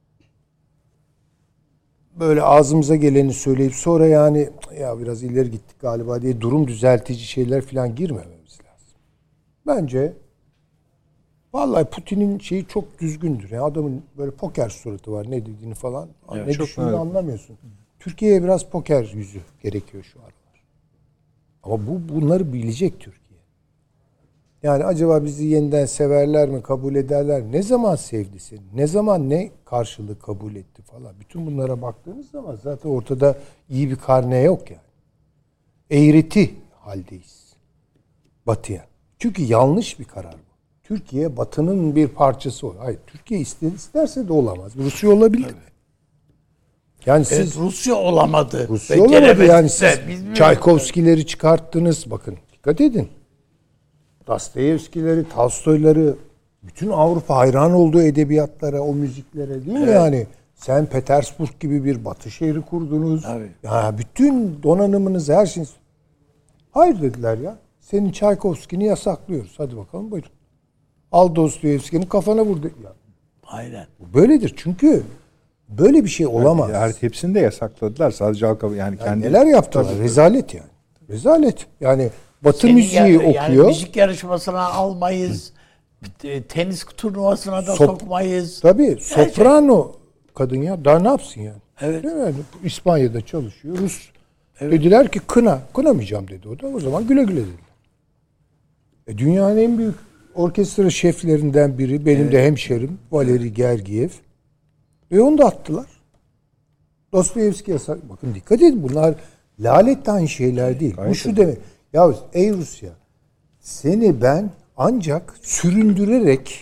böyle ağzımıza geleni söyleyip sonra yani ya biraz ileri gittik galiba diye durum düzeltici şeyler falan girmememiz lazım. Bence vallahi Putin'in şeyi çok düzgündür. Yani adamın böyle poker suratı var, ne dediğini falan. Evet, ne düşündüğünü anlamıyorsun. Türkiye'ye biraz poker yüzü gerekiyor şu aralar. Ama bunları bilecek Türkiye. Yani acaba bizi yeniden severler mi, kabul ederler mi? Ne zaman sevdi seni? Ne zaman ne karşılığı kabul etti falan. Bütün bunlara baktığınız zaman zaten ortada iyi bir karne yok yani. Eğreti haldeyiz. Batıya. Çünkü yanlış bir karar bu. Türkiye Batı'nın bir parçası o. Hayır, Türkiye isterse de olamaz. Rusya olabilir mi? Yani siz Rusya olamadı. Rusya olamadı yani siz Çaykovskileri çıkarttınız. Bakın dikkat edin. Dostoyevskileri, Tolstoyları, bütün Avrupa hayran olduğu edebiyatlara, o müziklere değil mi yani? Sen Petersburg gibi bir batı şehri kurdunuz. Tabii. Ya bütün donanımınız, her şeyiniz. Hayır dediler ya. Senin Çaykovski'ni yasaklıyoruz. Hadi bakalım buyurun. Al Dostoyevski'nin kafana vurdu. Ya, aynen. bu böyledir çünkü böyle bir şey olamaz. Yani hepsini de yasakladılar. Sadece halka yani kendi neler yaptılar? Tabii. Rezalet yani. Rezalet. Yani Batı müziği okuyor. Yani müzik yarışmasına almayız. Tenis turnuvasına da sokmayız. Tabii. Soprano kadın ya. Daha ne yapsın yani? Evet. Değil mi? Yani İspanya'da çalışıyor. Rus. Evet. Dediler ki kınamayacağım dedi o da. O zaman güle güle dediler. Dünyanın en büyük orkestra şeflerinden biri. Benim de hemşerim. Valeri Gergiev. Ve onu da attılar. Dostoyevski yasak. Bakın dikkat edin. Bunlar laletten şeyler değil. Bu şu demek. Ya ey Rusya, seni ben ancak süründürerek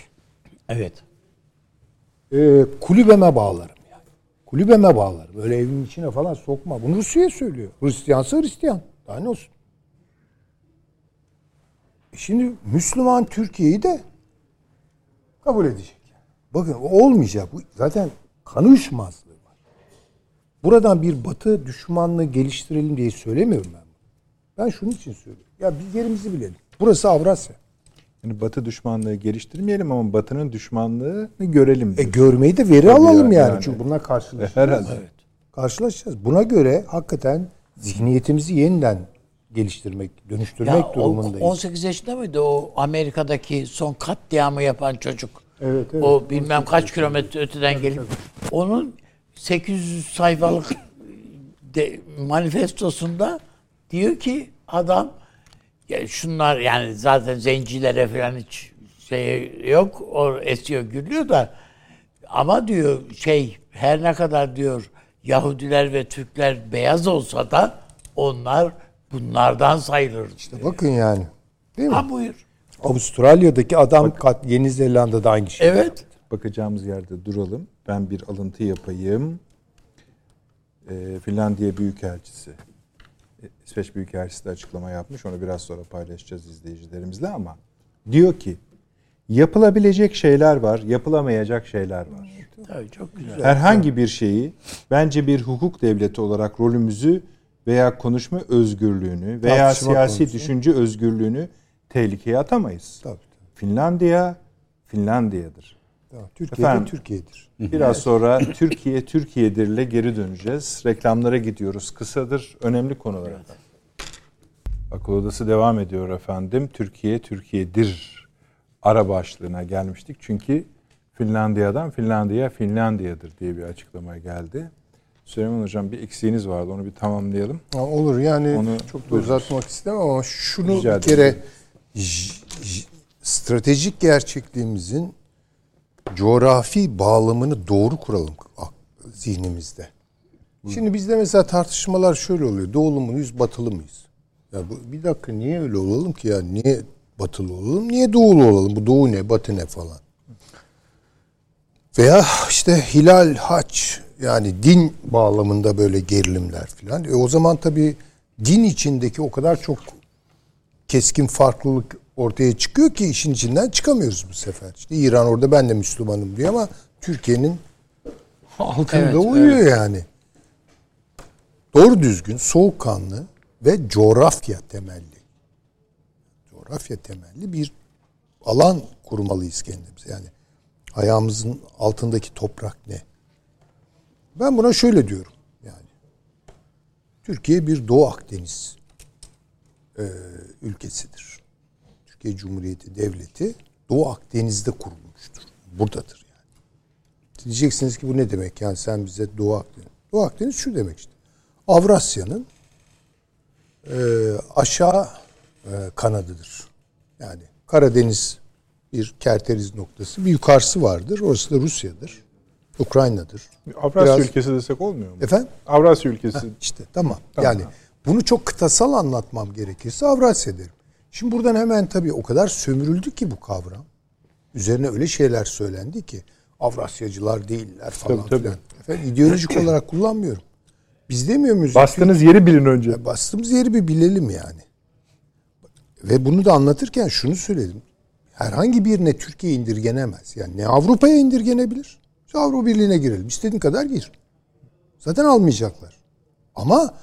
kulübeme bağlarım yani. Kulübeme bağlarım. Öyle evin içine falan sokma. Bunu Rusya'ya söylüyor. Hristiyansa Hristiyan. Daha ne olsun? Şimdi Müslüman Türkiye'yi de kabul edecek. Bakın olmayacak. Bu zaten kan uyuşmazlığı var. Buradan bir Batı düşmanlığı geliştirelim diye söylemiyorum ben. Ben şunun için söylüyorum. Ya biz yerimizi bilelim. Burası Avrasya. Yani Batı düşmanlığı geliştirmeyelim ama Batı'nın düşmanlığını görelim. Görmeyi de veri alalım yani. Çünkü bunlar karşılaşacağız. Herhalde. Evet. Karşılaşacağız. Buna göre hakikaten zihniyetimizi yeniden geliştirmek, dönüştürmek durumundayız. 18 yaşında mıydı o Amerika'daki son katliamı yapan çocuk? Evet. O bilmem kaç kilometre öteden gelip onun 800 sayfalık manifestosunda diyor ki adam ya şunlar yani zaten zencilere falan hiç şey yok. O esiyor gülüyor da ama diyor her ne kadar diyor Yahudiler ve Türkler beyaz olsa da onlar bunlardan sayılır. İşte bakın yani. Değil mi? Ha buyur. Avustralya'daki adam Yeni Zelanda'da aynı şey. Evet. bakacağımız yerde duralım. Ben bir alıntı yapayım. Finlandiya Büyükelçisi, İsveç Büyükelçisi de açıklama yapmış. Onu biraz sonra paylaşacağız izleyicilerimizle ama diyor ki yapılabilecek şeyler var, yapılamayacak şeyler var. Tabii çok güzel. Herhangi bir şeyi bence bir hukuk devleti olarak rolümüzü veya konuşma özgürlüğünü veya Tartışma siyasi konusu. Düşünce özgürlüğünü tehlikeye atamayız. Tabii. Finlandiya, Finlandiya'dır. Tamam. Türkiye Efendim, de Türkiye'dir. Biraz sonra Türkiye, Türkiye'dir'le geri döneceğiz. Reklamlara gidiyoruz. Kısadır, önemli konular. Akıl Odası devam ediyor efendim. Türkiye, Türkiye'dir ara başlığına gelmiştik. Çünkü Finlandiya'dan Finlandiya, Finlandiya'dır diye bir açıklama geldi. Süleyman Hocam bir eksiğiniz vardı. Onu bir tamamlayalım. Ha, olur yani Onu çok da buyurun. uzatmak istemem ama şunu Rica bir kere ederim. stratejik gerçekliğimizin coğrafi bağlamını doğru kuralım zihnimizde. Şimdi bizde mesela tartışmalar şöyle oluyor. Doğulu muyuz, batılı mıyız? Ya bir dakika niye öyle olalım ki ya? Niye batılı olalım? Niye doğulu olalım? Bu doğu ne, batı ne falan. Veya işte hilal, haç yani din bağlamında böyle gerilimler falan. O zaman tabii din içindeki o kadar çok keskin farklılık ortaya çıkıyor ki işin içinden çıkamıyoruz bu sefer. İşte İran orada ben de Müslümanım diyor ama Türkiye'nin altında uyuyor yani. Doğru düzgün, soğukkanlı ve coğrafya temelli bir alan kurmalıyız kendimize. Yani ayağımızın altındaki toprak ne? Ben buna şöyle diyorum. Yani Türkiye bir Doğu Akdeniz ülkesidir. Türkiye Cumhuriyeti Devleti Doğu Akdeniz'de kurulmuştur. Buradadır yani. Diyeceksiniz ki bu ne demek? Yani sen bize Doğu Akdeniz. Doğu Akdeniz şu demek işte. Avrasya'nın aşağı kanadıdır. Yani Karadeniz bir kerteriz noktası. Bir yukarısı vardır. Orası da Rusya'dır. Ukrayna'dır. Avrasya ülkesi desek olmuyor mu? Efendim? Avrasya ülkesi. İşte tamam. Yani bunu çok kıtasal anlatmam gerekirse Avrasya derim. Şimdi buradan hemen tabii o kadar sömürüldü ki bu kavram. Üzerine öyle şeyler söylendi ki Avrasyacılar değiller falan Tabii. filan. Efendim, ideolojik olarak kullanmıyorum. Biz demiyor muyuz? Bastığınız yeri bilin önce. Bastığımız yeri bir bilelim yani. Ve bunu da anlatırken şunu söyledim. Herhangi birine Türkiye indirgenemez. Yani ne Avrupa'ya indirgenebilir? İşte Avrupa Birliği'ne girelim. İstediğin kadar gir. Zaten almayacaklar. Ama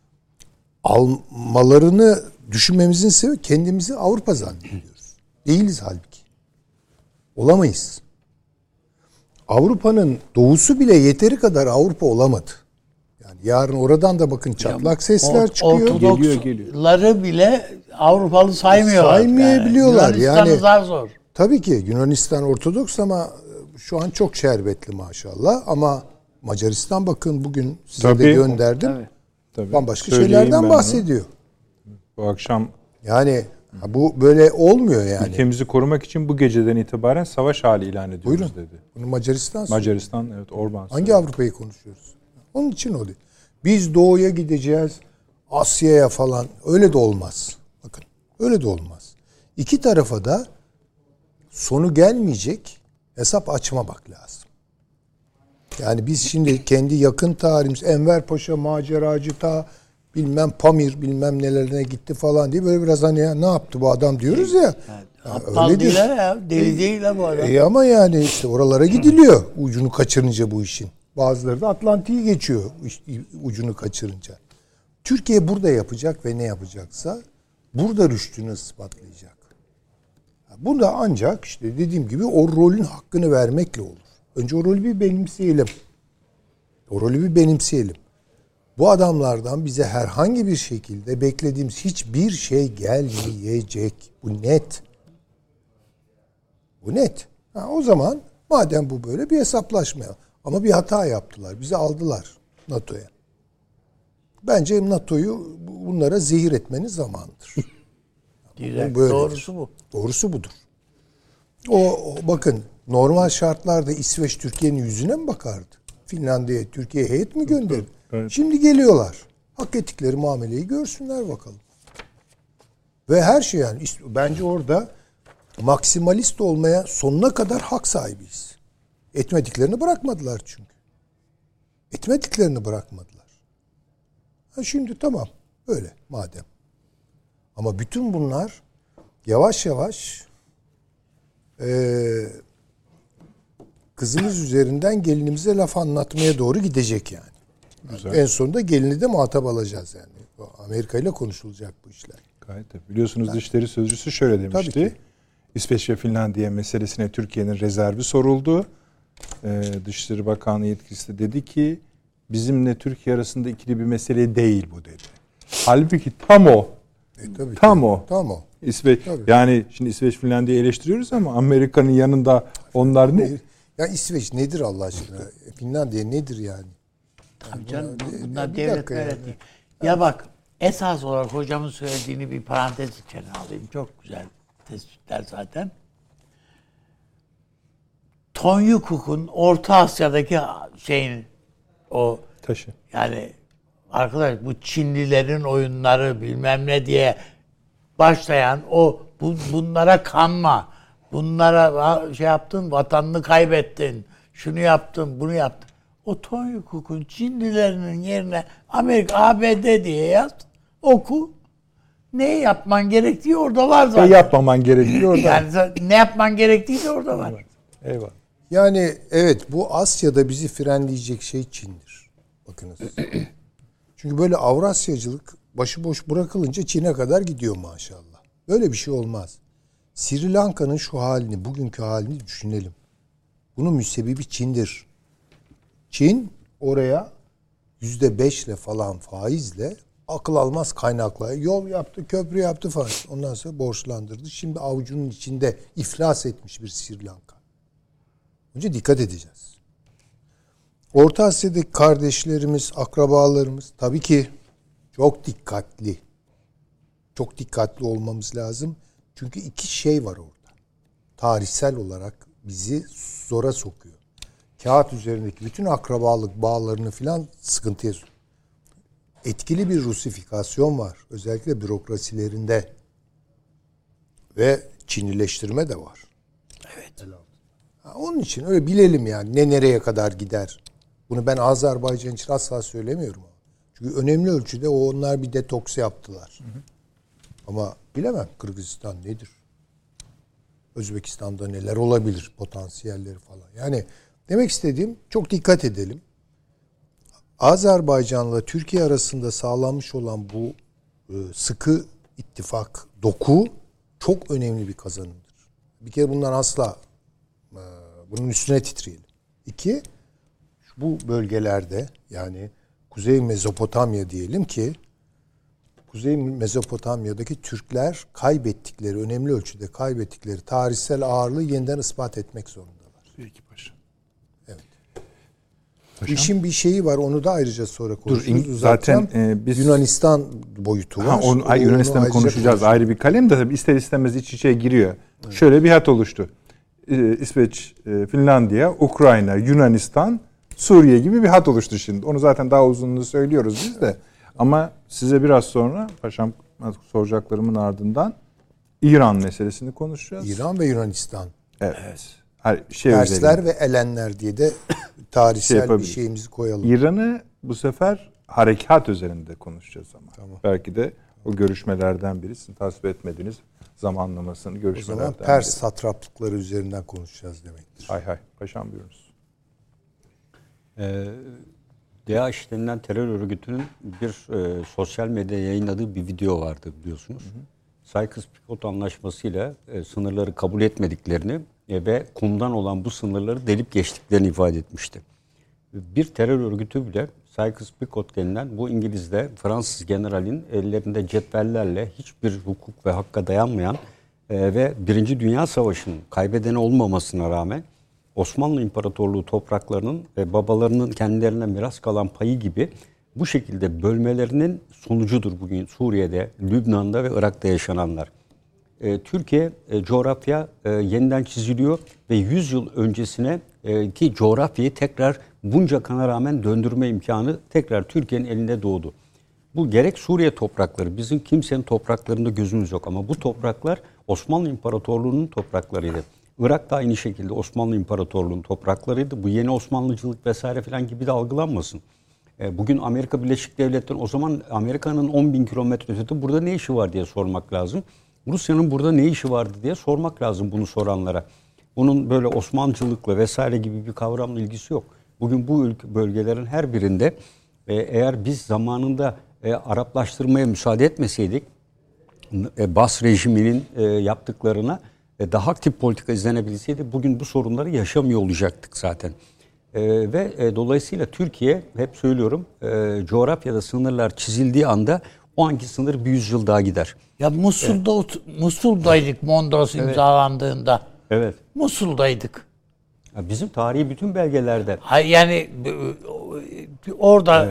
almalarını düşünmemizin sebebi kendimizi Avrupa zannediyoruz. Değiliz halbuki. Olamayız. Avrupa'nın doğusu bile yeteri kadar Avrupa olamadı. Yani yarın oradan da bakın çatlak sesler çıkıyor. Ortodoksları bile Avrupalı saymıyorlar. Saymayabiliyorlar. Yani zar zor. Tabii ki Yunanistan Ortodoks ama şu an çok şerbetli maşallah. Ama Macaristan bakın bugün size de gönderdim. Tabii. Bambaşka şeylerden bahsediyor. Bu akşam yani bu böyle olmuyor yani. ülkemizi korumak için bu geceden itibaren savaş hali ilan ediyoruz Buyurun. dedi. Bunu Macaristan Evet, Orban. Hangi Avrupa'yı konuşuyoruz? Onun için o değil. Biz doğuya gideceğiz, Asya'ya falan. Öyle de olmaz. Bakın öyle de olmaz. İki tarafa da sonu gelmeyecek hesap açmamak lazım. Yani biz şimdi kendi yakın tarihimiz Enver Paşa maceracı ta bilmem Pamir bilmem nelerine gitti falan diye böyle biraz hani ya, ne yaptı bu adam diyoruz ya. Aptal değil ya. Deli değil bu adam. Ama yani işte oralara gidiliyor ucunu kaçırınca bu işin. Bazıları da Atlantik'i geçiyor ucunu kaçırınca. Türkiye burada yapacak ve ne yapacaksa burada rüştünü ispatlayacak. Bu da ancak işte dediğim gibi o rolün hakkını vermekle olur. Önce o rolü bir benimseyelim. Bu adamlardan bize herhangi bir şekilde beklediğimiz hiçbir şey gelmeyecek. Bu net. O zaman madem bu böyle bir hesaplaşma. Ama bir hata yaptılar. Bizi aldılar NATO'ya. Bence NATO'yu bunlara zehir etmenin zamanıdır. Doğrusu budur. O bakın normal şartlarda İsveç Türkiye'nin yüzüne mi bakardı? Finlandiya Türkiye'ye heyet mi gönderdi? Evet. Şimdi geliyorlar. Hak ettikleri muameleyi görsünler bakalım. Ve her şey yani bence orada maksimalist olmaya sonuna kadar hak sahibiyiz. Etmediklerini bırakmadılar çünkü. Etmediklerini bırakmadılar. Ha şimdi tamam. Öyle madem. Ama bütün bunlar yavaş yavaş kızımız üzerinden gelinimize laf anlatmaya doğru gidecek yani. Güzel. En sonunda gelini de muhatap alacağız yani. Amerika ile konuşulacak bu işler. Gayet tabii. Biliyorsunuz Dışişleri Sözcüsü şöyle demişti. İsveç ve Finlandiya meselesine Türkiye'nin rezervi soruldu. Dışişleri Bakanlığı yetkilisi de dedi ki bizimle Türkiye arasında ikili bir mesele değil bu dedi. Halbuki tam o. Tabii tam ki. o. Tam o. Yani şimdi İsveç Finlandiya'yı eleştiriyoruz ama Amerika'nın yanında onlar ne? Ya İsveç nedir Allah aşkına? Finlandiya nedir yani? Tabii canım, bunlar devletler değil. Ya bak, esas olarak hocamın söylediğini bir parantez içine alayım. Çok güzel tespitler zaten. Tonyukuk'un Orta Asya'daki şeyin o Taşı. yani arkadaş bu Çinlilerin oyunları bilmem ne diye başlayan bunlara kanma. Bunlara şey yaptın, vatanını kaybettin. Şunu yaptın, bunu yaptın. O Tonyukuk'un Çinlilerinin yerine Amerika, ABD diye yaz. Oku. Ne yapman gerektiği orada var zaten. Ne yapmaman gerekiyor orada. Yani ne yapman gerektiği de orada var. Eyvallah. Yani evet, bu Asya'da bizi frenleyecek şey Çin'dir. Bakınız. Çünkü böyle Avrasyacılık başıboş bırakılınca Çin'e kadar gidiyor maşallah. Böyle bir şey olmaz. Sri Lanka'nın şu halini, bugünkü halini düşünelim. Bunun müsebbibi Çin'dir. Çin oraya %5'le falan faizle akıl almaz kaynakla yol yaptı, köprü yaptı falan. Ondan sonra borçlandırdı. Şimdi avucunun içinde iflas etmiş bir Sri Lanka. Önce dikkat edeceğiz. Orta Asya'daki kardeşlerimiz, akrabalarımız tabii ki çok dikkatli. Çok dikkatli olmamız lazım. Çünkü iki şey var orada. Tarihsel olarak bizi zora sokuyor. Kağıt üzerindeki bütün akrabalık bağlarını filan sıkıntıya sokuyor. Etkili bir Rusifikasyon var. Özellikle bürokrasilerinde. Ve Çinileştirme de var. Evet. Onun için öyle bilelim yani ne nereye kadar gider. Bunu ben Azerbaycan için asla söylemiyorum. Çünkü önemli ölçüde onlar bir detoks yaptılar. Hı hı. Ama bilemem Kırgızistan nedir? Özbekistan'da neler olabilir? Potansiyelleri falan. Yani demek istediğim çok dikkat edelim. Azerbaycan'la Türkiye arasında sağlanmış olan bu sıkı ittifak, doku çok önemli bir kazanımdır. Bir kere bundan asla bunun üstüne titreyelim. İki, bu bölgelerde yani Kuzey Mezopotamya diyelim ki Kuzey Mezopotamya'daki Türkler kaybettikleri, önemli ölçüde kaybettikleri tarihsel ağırlığı yeniden ispat etmek zorundalar. Peki paşa. Evet. Paşam. İşin bir şeyi var, onu da ayrıca sonra konuşuruz. Dur, zaten biz Yunanistan boyutu var. Yunanistan'ı konuşacağız. Ayrı bir kalem de tabii ister istemez iç içe giriyor. Evet. Şöyle bir hat oluştu. İsveç, Finlandiya, Ukrayna, Yunanistan, Suriye gibi bir hat oluştu şimdi. Onu zaten daha uzunluğunu söylüyoruz biz de. Ama size biraz sonra paşam soracaklarımın ardından İran meselesini konuşacağız. İran ve Yunanistan. Evet. Persler ve Elenler diye de tarihsel bir şeyimizi koyalım. İran'ı bu sefer harekat üzerinde konuşacağız ama. Tamam. Belki de o görüşmelerden biri, sizin tasvip etmediğiniz zamanlamasını görüşmelerden biri. O zaman Pers satraplıkları üzerinden konuşacağız demektir. Hay paşam buyurunuz. DAEŞ denilen terör örgütünün bir sosyal medyada yayınladığı bir video vardı biliyorsunuz. Sykes-Picot anlaşmasıyla sınırları kabul etmediklerini ve kumdan olan bu sınırları delip geçtiklerini ifade etmişti. Bir terör örgütü bile Sykes-Picot denilen bu İngiliz'de Fransız generalin ellerinde cetvellerle hiçbir hukuk ve hakka dayanmayan ve Birinci Dünya Savaşı'nın kaybedeni olmamasına rağmen Osmanlı İmparatorluğu topraklarının ve babalarının kendilerine miras kalan payı gibi bu şekilde bölmelerinin sonucudur bugün Suriye'de, Lübnan'da ve Irak'ta yaşananlar. Türkiye coğrafya yeniden çiziliyor ve 100 yıl öncesine ki coğrafyayı tekrar bunca kana rağmen döndürme imkanı tekrar Türkiye'nin elinde doğdu. Bu gerek Suriye toprakları, bizim kimsenin topraklarında gözümüz yok ama bu topraklar Osmanlı İmparatorluğu'nun topraklarıydı. Irak da aynı şekilde Osmanlı İmparatorluğu'nun topraklarıydı. Bu yeni Osmanlıcılık vesaire falan gibi de algılanmasın. Bugün Amerika Birleşik Devletleri, o zaman Amerika'nın 10.000 kilometre ötede burada ne işi var diye sormak lazım. Rusya'nın burada ne işi vardı diye sormak lazım bunu soranlara. Bunun böyle Osmanlıcılıkla vesaire gibi bir kavramla ilgisi yok. Bugün bu bölgelerin her birinde eğer biz zamanında Araplaştırmaya müsaade etmeseydik, Bas rejiminin yaptıklarına daha aktif politika izlenebilseydi bugün bu sorunları yaşamıyor olacaktık zaten. Ve dolayısıyla Türkiye, hep söylüyorum, coğrafyada sınırlar çizildiği anda o anki sınır bir 100 yıl daha gider. Ya Musul'daydık Mondros imzalandığında. Evet. Musul'daydık. Ya bizim tarihi bütün belgelerde. Hayır, yani orada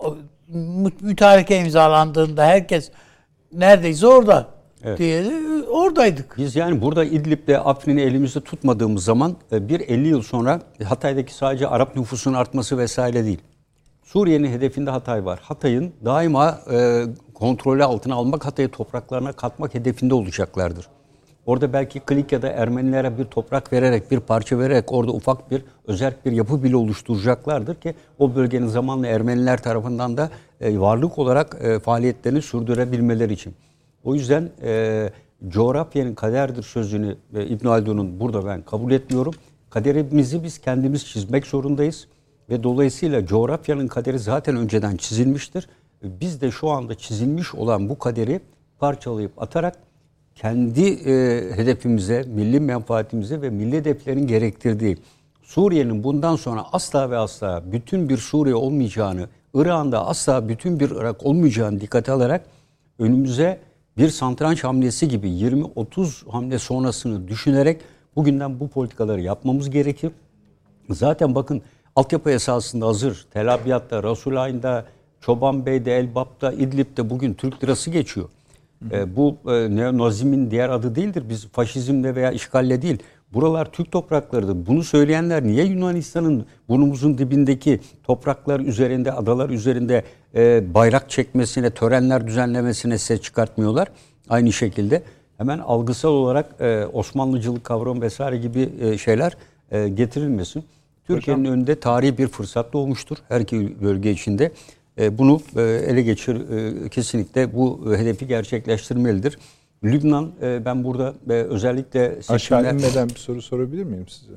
mütareke imzalandığında herkes neredeyse orada diye oradaydık. Biz yani burada İdlib'de, Afrin'i elimizde tutmadığımız zaman bir 50 yıl sonra Hatay'daki sadece Arap nüfusunun artması vesaire değil. Suriye'nin hedefinde Hatay var. Hatay'ın daima kontrolü altına almak, Hatay'ı topraklarına katmak hedefinde olacaklardır. Orada belki Kilykya'da Ermenilere bir toprak vererek, bir parça vererek orada ufak bir özerk bir yapı bile oluşturacaklardır ki o bölgenin zamanla Ermeniler tarafından da varlık olarak faaliyetlerini sürdürebilmeleri için. O yüzden coğrafyanın kaderdir sözünü İbn Haldun'un burada ben kabul etmiyorum. Kaderimizi biz kendimiz çizmek zorundayız ve dolayısıyla coğrafyanın kaderi zaten önceden çizilmiştir. Biz de şu anda çizilmiş olan bu kaderi parçalayıp atarak kendi hedefimize, milli menfaatimize ve milli hedeflerin gerektirdiği Suriye'nin bundan sonra asla ve asla bütün bir Suriye olmayacağını, Irak'ın da asla bütün bir Irak olmayacağını dikkate alarak önümüze bir satranç hamlesi gibi 20-30 hamle sonrasını düşünerek bugünden bu politikaları yapmamız gerekir. Zaten bakın altyapı esasında hazır. Tel Abyad'da, Rasulayn'da, Çobanbey'de, Elbap'ta, İdlib'de bugün Türk lirası geçiyor. Bu neonazizmin diğer adı değildir. Biz faşizmle veya işgalle değil. Buralar Türk topraklarıdır. Bunu söyleyenler niye Yunanistan'ın burnumuzun dibindeki topraklar üzerinde, adalar üzerinde bayrak çekmesine, törenler düzenlemesine ses çıkartmıyorlar? Aynı şekilde hemen algısal olarak Osmanlıcılık kavramı vesaire gibi şeyler getirilmesin. Türkiye'nin önünde tarihi bir fırsat doğmuştur her iki bölge içinde. Bunu ele geçir, kesinlikle bu hedefi gerçekleştirmelidir. Lübnan, ben burada özellikle seçimler... Aşağı inmeden bir soru sorabilir miyim size?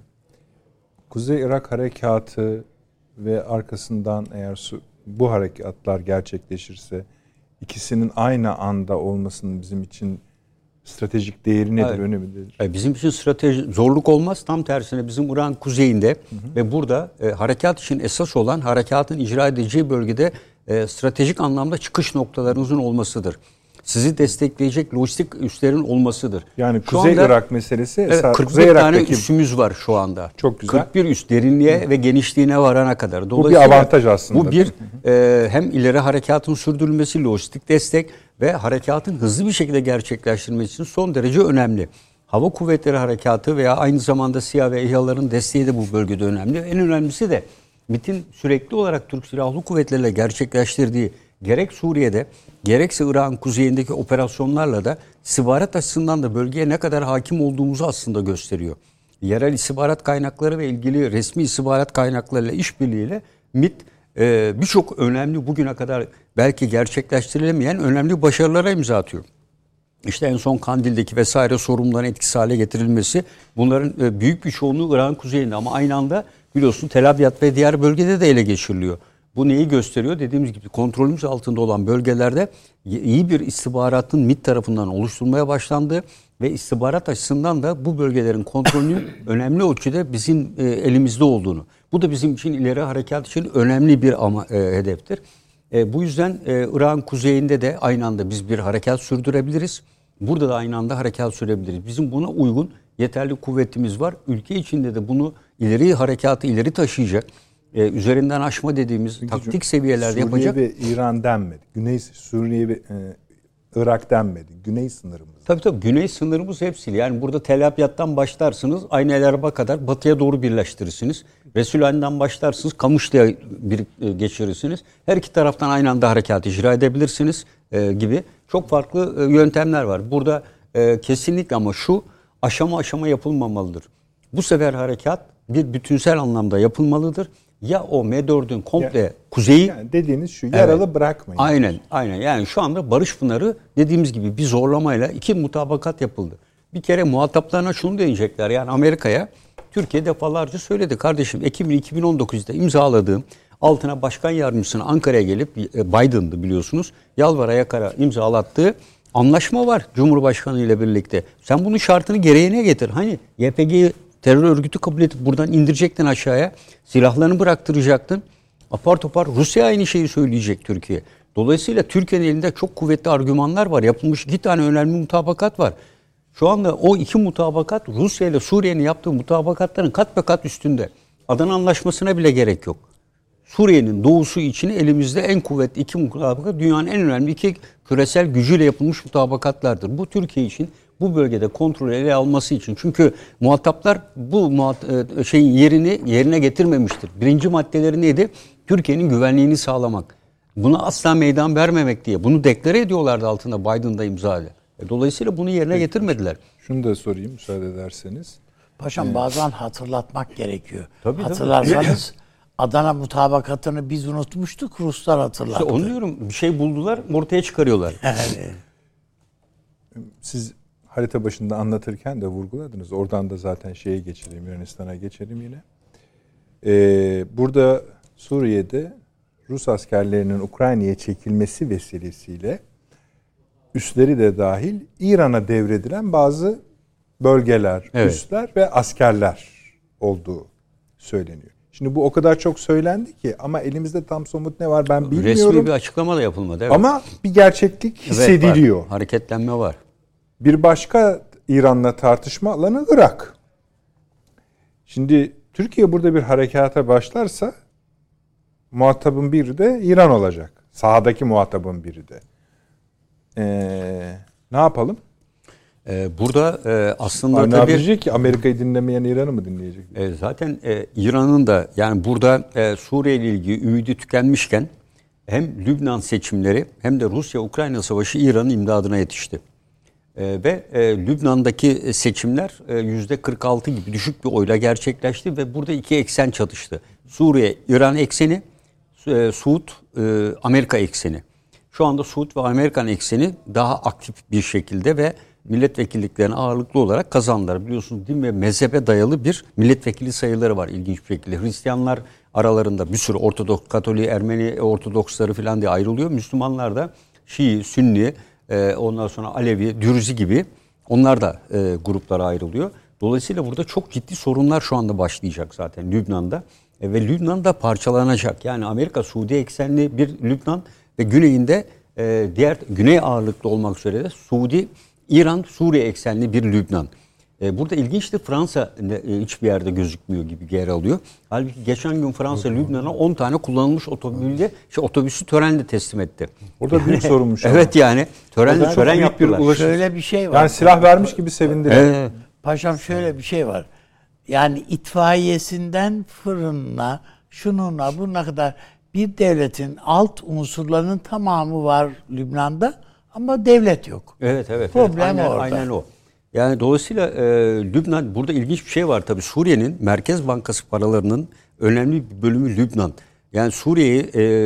Kuzey Irak harekatı ve arkasından eğer bu harekatlar gerçekleşirse ikisinin aynı anda olmasının bizim için stratejik değeri nedir, evet, önemi nedir? Bizim için zorluk olmaz. Tam tersine bizim Irak'ın kuzeyinde ve burada harekat için esas olan harekatın icra edeceği bölgede stratejik anlamda çıkış noktalarınızın olmasıdır. Sizi destekleyecek lojistik üslerin olmasıdır. Yani Kuzey Irak meselesi evet, 41 Kuzey tane üssümüz var şu anda. Çok güzel. 41 üst derinliğe ve genişliğine varana kadar. Bu bir avantaj aslında. Bu bir hem ileri harekatın sürdürülmesi, lojistik destek ve harekatın hızlı bir şekilde gerçekleştirilmesi için son derece önemli. Hava kuvvetleri harekatı veya aynı zamanda SİHA ve İHA'ların desteği de bu bölgede önemli. En önemlisi de MİT'in sürekli olarak Türk Silahlı Kuvvetleri'yle gerçekleştirdiği gerek Suriye'de gerekse Irak'ın kuzeyindeki operasyonlarla da istihbarat açısından da bölgeye ne kadar hakim olduğumuzu aslında gösteriyor. Yerel istihbarat kaynakları ve ilgili resmi istihbarat kaynaklarıyla işbirliğiyle MİT birçok önemli bugüne kadar belki gerçekleştirilemeyen önemli başarılara imza atıyor. İşte en son Kandil'deki vesaire sorunların etkisiz hale getirilmesi, bunların büyük bir çoğunluğu Irak'ın kuzeyinde ama aynı anda biliyorsun Tel Abyad ve diğer bölgede de ele geçiriliyor. Bu neyi gösteriyor? Dediğimiz gibi kontrolümüz altında olan bölgelerde iyi bir istihbaratın MİT tarafından oluşturulmaya başlandığı ve istihbarat açısından da bu bölgelerin kontrolünün önemli ölçüde bizim elimizde olduğunu. Bu da bizim için ileri harekat için önemli bir hedeftir. Bu yüzden Irak'ın kuzeyinde de aynı anda biz bir harekat sürdürebiliriz. Burada da aynı anda harekat sürebiliriz. Bizim buna uygun yeterli kuvvetimiz var. Ülke içinde de bunu harekatı ileri taşıyacak, üzerinden aşma dediğimiz taktik seviyelerde yapacak. Suriye ve İran denmedi. Suriye ve Irak denmedi. Güney sınırımız. Tabii güney sınırımız hepsiyle. Yani burada Tel Abyad'dan başlarsınız, Aynı El Arab'a kadar batıya doğru birleştirirsiniz. Resulayn'dan başlarsınız, Kamışlı'ya geçirirsiniz. Her iki taraftan aynı anda harekat icra edebilirsiniz gibi çok farklı yöntemler var. Burada kesinlikle ama şu aşama aşama yapılmamalıdır. Bu sefer harekat bir bütünsel anlamda yapılmalıdır. Ya o M4'ün komple kuzeyi... Yani dediğiniz şu, yaralı bırakmayın. Aynen. Yani şu anda Barış Pınarı dediğimiz gibi bir zorlamayla 2 mutabakat yapıldı. Bir kere muhataplarına şunu diyecekler. Yani Amerika'ya Türkiye defalarca söyledi. Kardeşim Ekim 2019'da imzaladığım, altına başkan yardımcısına Ankara'ya gelip, Biden'dı biliyorsunuz, yalvara yakara imzalattığı anlaşma var Cumhurbaşkanı ile birlikte. Sen bunun şartını gereğine getir. Hani YPG'yi terör örgütü kabul edip buradan indirecektin aşağıya. Silahlarını bıraktıracaktın. Apar topar Rusya aynı şeyi söyleyecek Türkiye. Dolayısıyla Türkiye'nin elinde çok kuvvetli argümanlar var. Yapılmış 2 tane önemli mutabakat var. Şu anda o 2 mutabakat Rusya ile Suriye'nin yaptığı mutabakatların kat be kat üstünde. Adana Anlaşması'na bile gerek yok. Suriye'nin doğusu için elimizde en kuvvetli 2 mutabakat, dünyanın en önemli 2 küresel gücüyle yapılmış mutabakatlardır. Bu Türkiye için, bu bölgede kontrolü ele alması için. Çünkü muhataplar bu şeyin yerine getirmemiştir. Birinci maddeleri neydi? Türkiye'nin güvenliğini sağlamak. Buna asla meydan vermemek diye. Bunu deklare ediyorlardı altında Biden'da imzalı. Dolayısıyla bunu yerine getirmediler. Şunu da sorayım müsaade ederseniz. Paşam bazen hatırlatmak gerekiyor. Tabii. Hatırlarsanız Adana mutabakatını biz unutmuştuk, Ruslar hatırlattı. İşte onu diyorum, bir şey buldular, ortaya çıkarıyorlar. Siz harita başında anlatırken de vurguladınız. Oradan da zaten Yunanistan'a geçelim yine. Burada Suriye'de Rus askerlerinin Ukrayna'ya çekilmesi vesilesiyle üsleri de dahil İran'a devredilen bazı bölgeler, üsler ve askerler olduğu söyleniyor. Şimdi bu o kadar çok söylendi ki ama elimizde tam somut ne var ben bilmiyorum. Resmi bir açıklama da yapılmadı. Evet. Ama bir gerçeklik hissediliyor. Evet, var. Hareketlenme var. Bir başka İran'la tartışma alanı Irak. Şimdi Türkiye burada bir harekata başlarsa muhatabın biri de İran olacak. Sahadaki muhatabın biri de. Ne yapalım? Burada aslında ne tabii... yapacak ki? Amerika'yı dinlemeyen İran'ı mı dinleyecek? Zaten İran'ın da yani burada Suriye ile ilgili ümidi tükenmişken hem Lübnan seçimleri hem de Rusya-Ukrayna savaşı İran'ın imdadına yetişti. Ve Lübnan'daki seçimler %46 gibi düşük bir oyla gerçekleşti ve burada 2 eksen çatıştı. Suriye-İran ekseni, Suud, Amerika ekseni. Şu anda Suud ve Amerikan ekseni daha aktif bir şekilde ve milletvekilliklerini ağırlıklı olarak kazandılar. Biliyorsunuz din ve mezhebe dayalı bir milletvekili sayıları var ilginç bir şekilde. Hristiyanlar aralarında bir sürü Ortodoks, Katolik, Ermeni Ortodoksları falan diye ayrılıyor. Müslümanlar da Şii, Sünni, ondan sonra Alevi, Dürzi gibi onlar da gruplara ayrılıyor. Dolayısıyla burada çok ciddi sorunlar şu anda başlayacak zaten Lübnan'da. Ve Lübnan da parçalanacak. Yani Amerika, Suudi eksenli bir Lübnan ve güneyinde diğer güney ağırlıklı olmak üzere de Suudi, İran, Suriye eksenli bir Lübnan. Burada ilginçti, Fransa hiçbir yerde gözükmüyor gibi yer alıyor. Halbuki geçen gün Fransa Lübnan'a 10 tane kullanılmış otobüsü törenle teslim etti. Orada büyük sorunmuş. Evet yani tören yaptılar. Şöyle bir şey var. Yani silah vermiş gibi sevindiler. Paşam şöyle bir şey var. Yani itfaiyesinden fırınına, şununla bununla kadar bir devletin alt unsurlarının tamamı var Lübnan'da ama devlet yok. Evet. Problem orada. Aynen o. Yani dolayısıyla Lübnan, burada ilginç bir şey var tabii. Suriye'nin Merkez Bankası paralarının önemli bir bölümü Lübnan. Yani Suriye'yi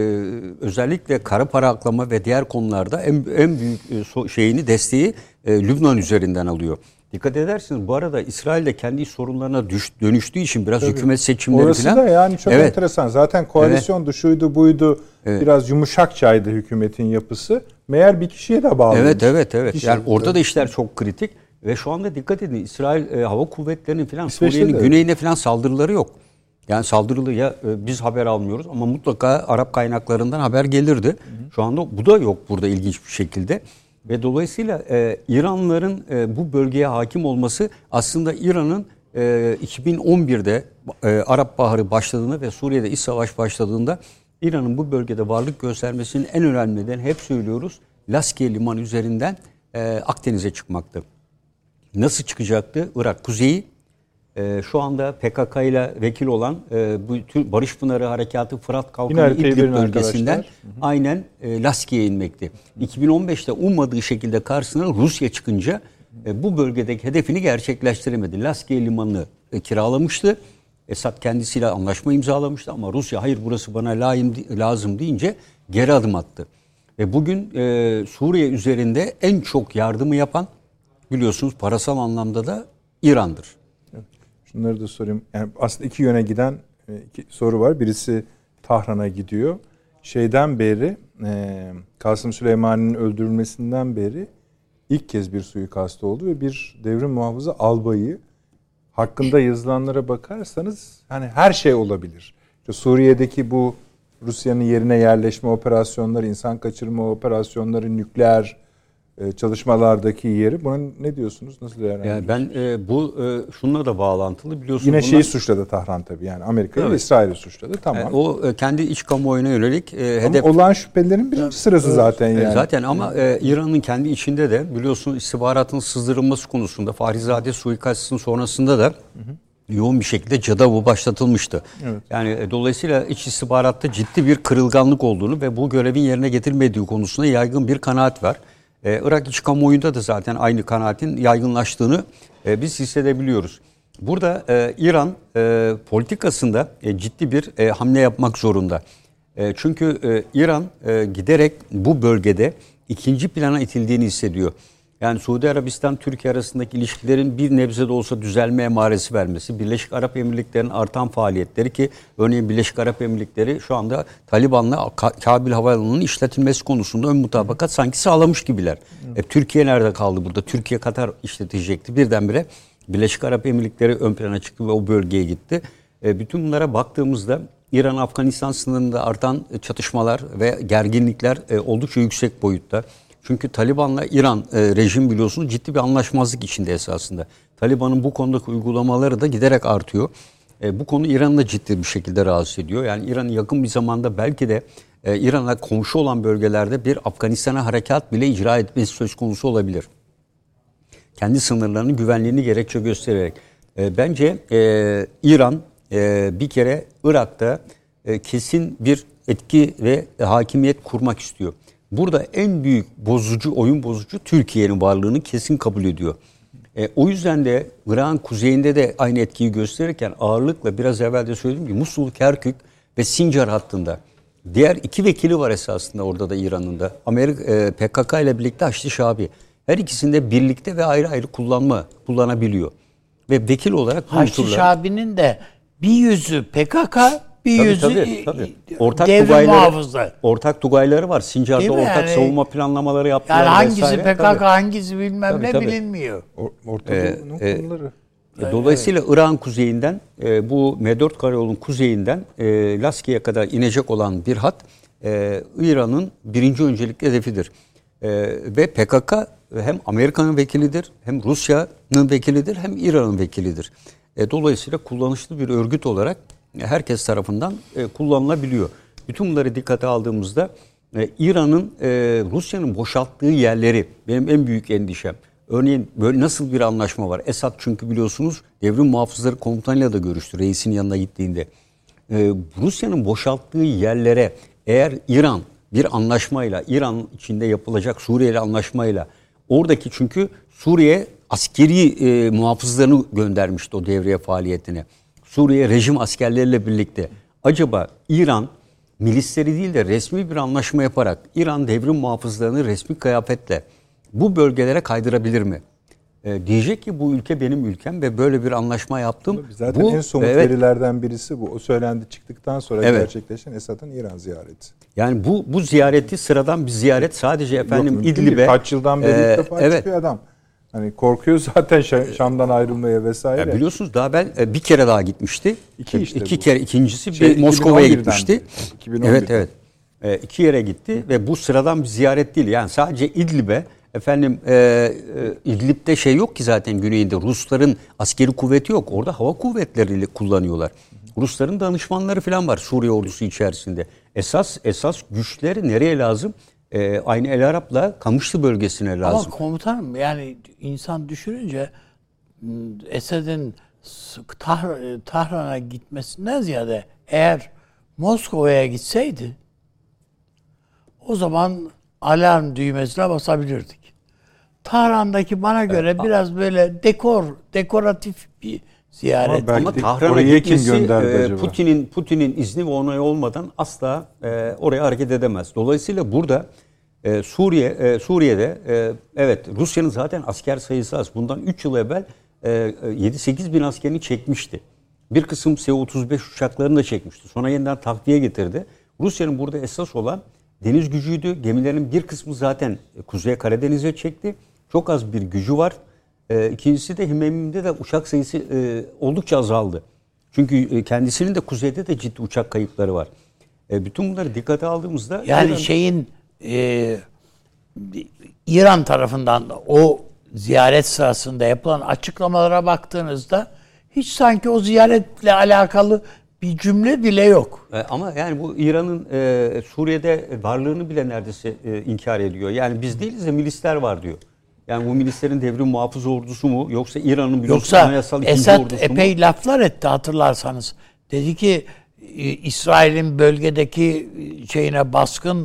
özellikle kara para aklama ve diğer konularda en büyük desteği Lübnan üzerinden alıyor. Dikkat edersiniz bu arada İsrail de kendi sorunlarına dönüştüğü için biraz hükümet seçimleri orası falan. Orası da yani çok enteresan. Zaten koalisyondu, şuydu, buydu. Biraz yumuşakçaydı hükümetin yapısı. Meğer bir kişiye de bağlı. Evet. Yani orada da işler çok kritik. Ve şu anda dikkat edin İsrail Hava Kuvvetleri'nin falan Suriye'nin güneyine falan saldırıları yok. Yani saldırılı ya biz haber almıyoruz ama mutlaka Arap kaynaklarından haber gelirdi. Şu anda bu da yok burada ilginç bir şekilde. Ve dolayısıyla İranlıların bu bölgeye hakim olması aslında İran'ın 2011'de Arap Baharı başladığında ve Suriye'de iç savaş başladığında İran'ın bu bölgede varlık göstermesinin en önemli nedeni hep söylüyoruz Laskiye Limanı üzerinden Akdeniz'e çıkmaktı. Nasıl çıkacaktı? Irak kuzeyi şu anda PKK ile vekil olan bu Barış Pınarı Harekatı Fırat Kalkanı İdlib bölgesinden aynen Laskiye'ye inmekti. 2015'te ummadığı şekilde karşısına Rusya çıkınca bu bölgedeki hedefini gerçekleştiremedi. Laskiye Limanı'nı kiralamıştı. Esad kendisiyle anlaşma imzalamıştı ama Rusya hayır burası bana lazım deyince geri adım attı. Ve bugün Suriye üzerinde en çok yardımı yapan biliyorsunuz parasal anlamda da İran'dır. Şunları da sorayım. Yani aslında iki yöne giden iki soru var. Birisi Tahran'a gidiyor. Şeyden beri Kasım Süleyman'ın öldürülmesinden beri ilk kez bir suikast oldu ve bir devrim muhafızı albayı hakkında yazılanlara bakarsanız hani her şey olabilir. İşte Suriye'deki bu Rusya'nın yerine yerleşme operasyonları, insan kaçırma operasyonları, nükleer çalışmalardaki yeri. Buna ne diyorsunuz? Nasıl değerlendiriyorsunuz? Yani ben bu şununla da bağlantılı biliyorsunuz. Yine şeyi suçladı Tahran tabii yani Amerika'yı ve İsrail'i suçladı. Tamam. O kendi iç kamuoyuna yönelik hedef. Ama olan şüphelerin birinci sırası zaten yani. Zaten ama İran'ın kendi içinde de biliyorsunuz istihbaratın sızdırılması konusunda Fahrizade suikastının sonrasında da yoğun bir şekilde cadavı başlatılmıştı. Evet. Yani dolayısıyla iç istihbaratta ciddi bir kırılganlık olduğunu ve bu görevin yerine getirilmediği konusunda yaygın bir kanaat var. Irak iç kamuoyunda da zaten aynı kanaatin yaygınlaştığını biz hissedebiliyoruz. Burada İran politikasında ciddi bir hamle yapmak zorunda. Çünkü İran giderek bu bölgede ikinci plana itildiğini hissediyor. Yani Suudi Arabistan Türkiye arasındaki ilişkilerin bir nebze de olsa düzelme emaresi vermesi, Birleşik Arap Emirlikleri'nin artan faaliyetleri ki örneğin Birleşik Arap Emirlikleri şu anda Taliban'la Kabil Havalimanı'nın işletilmesi konusunda ön mutabakat sanki sağlamış gibiler. Türkiye nerede kaldı burada? Türkiye Katar işletecekti. Birdenbire Birleşik Arap Emirlikleri ön plana çıktı ve o bölgeye gitti. Bütün bunlara baktığımızda İran-Afganistan sınırında artan çatışmalar ve gerginlikler oldukça yüksek boyutta. Çünkü Taliban'la İran rejim biliyorsunuz ciddi bir anlaşmazlık içinde esasında. Taliban'ın bu konudaki uygulamaları da giderek artıyor. Bu konu İran'ı da ciddi bir şekilde rahatsız ediyor. Yani İran'ın yakın bir zamanda belki de İran'a komşu olan bölgelerde bir Afganistan'a harekat bile icra etmesi söz konusu olabilir. Kendi sınırlarının güvenliğini gerekçe göstererek. Bence İran bir kere Irak'ta kesin bir etki ve hakimiyet kurmak istiyor. Burada en büyük oyun bozucu Türkiye'nin varlığını kesin kabul ediyor. O yüzden de Irak'ın kuzeyinde de aynı etkiyi gösterirken ağırlıkla biraz evvel de söylediğim gibi Musul, Kerkük ve Sincar hattında. Diğer iki vekili var esasında orada da İran'ın da. PKK ile birlikte Haçlı Şabi. Her ikisinde birlikte ve ayrı ayrı kullanabiliyor. Ve vekil olarak Haçlı Şabi'nin de bir yüzü PKK, bir yüzü ortak devrim muhafızlar. Ortak tugayları var. Sincar'da ortak yani, savunma planlamaları yaptılar. Yani hangisi PKK, hangisi bilmem ne bilinmiyor. Ortak konuları. Dolayısıyla Irak'ın kuzeyinden bu M4 karayolunun kuzeyinden Laski'ye kadar inecek olan bir hat İran'ın birinci öncelikli hedefidir. Ve PKK hem Amerika'nın vekilidir, hem Rusya'nın vekilidir, hem İran'ın vekilidir. Dolayısıyla kullanışlı bir örgüt olarak herkes tarafından kullanılabiliyor. Bütün bunları dikkate aldığımızda İran'ın Rusya'nın boşalttığı yerleri benim en büyük endişem. Örneğin böyle nasıl bir anlaşma var? Esad çünkü biliyorsunuz devrim muhafızları komutanıyla da görüştü reisin yanına gittiğinde. Rusya'nın boşalttığı yerlere eğer İran bir anlaşmayla, İran içinde yapılacak Suriye'yle anlaşmayla oradaki çünkü Suriye askeri muhafızlarını göndermişti o devriye faaliyetine. Suriye rejim askerleriyle birlikte. Acaba İran milisleri değil de resmi bir anlaşma yaparak İran devrim muhafızlarını resmi kıyafetle bu bölgelere kaydırabilir mi? Diyecek ki bu ülke benim ülkem ve böyle bir anlaşma yaptım. Zaten en somut verilerden birisi bu. O söylendi çıktıktan sonra gerçekleşen Esad'ın İran ziyareti. Yani bu ziyareti sıradan bir ziyaret sadece İdlib'e. Kaç yıldan beri ilk defa çıkıyor adam. Hani korkuyor zaten Şam'dan ayrılmaya vesaire. Ya biliyorsunuz daha ben bir kere daha gitmişti. İki kere ikincisi Moskova'ya gitmişti. 2011'de. Evet. 2 yere gitti ve bu sıradan bir ziyaret değil. Yani sadece İdlib'e İdlib'de yok ki zaten güneyinde. Rusların askeri kuvveti yok. Orada hava kuvvetleriyle kullanıyorlar. Rusların danışmanları falan var Suriye ordusu içerisinde. Esas güçleri nereye lazım? Aynı El Arap'la Kamışlı bölgesine lazım. Ama komutanım yani insan düşününce Esad'ın Tahran'a gitmesinden ziyade eğer Moskova'ya gitseydi o zaman alarm düğmesine basabilirdik. Tahran'daki bana göre biraz böyle dekoratif bir ziyaret. Ama Tahran'a oraya kim gitmesi gönderdi acaba? Putin'in izni ve onayı olmadan asla oraya hareket edemez. Dolayısıyla burada Suriye'de evet Rusya'nın zaten asker sayısı az. Bundan 3 yıl evvel 7-8 bin askerini çekmişti. Bir kısım Su-35 uçaklarını da çekmişti. Sonra yeniden takviye getirdi. Rusya'nın burada esas olan deniz gücüydü. Gemilerin bir kısmı zaten Kuzey Karadeniz'e çekti. Çok az bir gücü var. İkincisi de Himeymi'de de uçak sayısı oldukça azaldı. Çünkü kendisinin de kuzeyde de ciddi uçak kayıpları var. Bütün bunları dikkate aldığımızda... Yani İran tarafından o ziyaret sırasında yapılan açıklamalara baktığınızda hiç sanki o ziyaretle alakalı bir cümle bile yok. Ama yani bu İran'ın Suriye'de varlığını bile neredeyse inkar ediyor. Yani biz değiliz de milisler var diyor. Yani bu milislerin devrim muhafız ordusu mu yoksa İran'ın anayasal ikinci Esad ordusu mu? epey laflar etti hatırlarsanız. Dedi ki İsrail'in bölgedeki baskın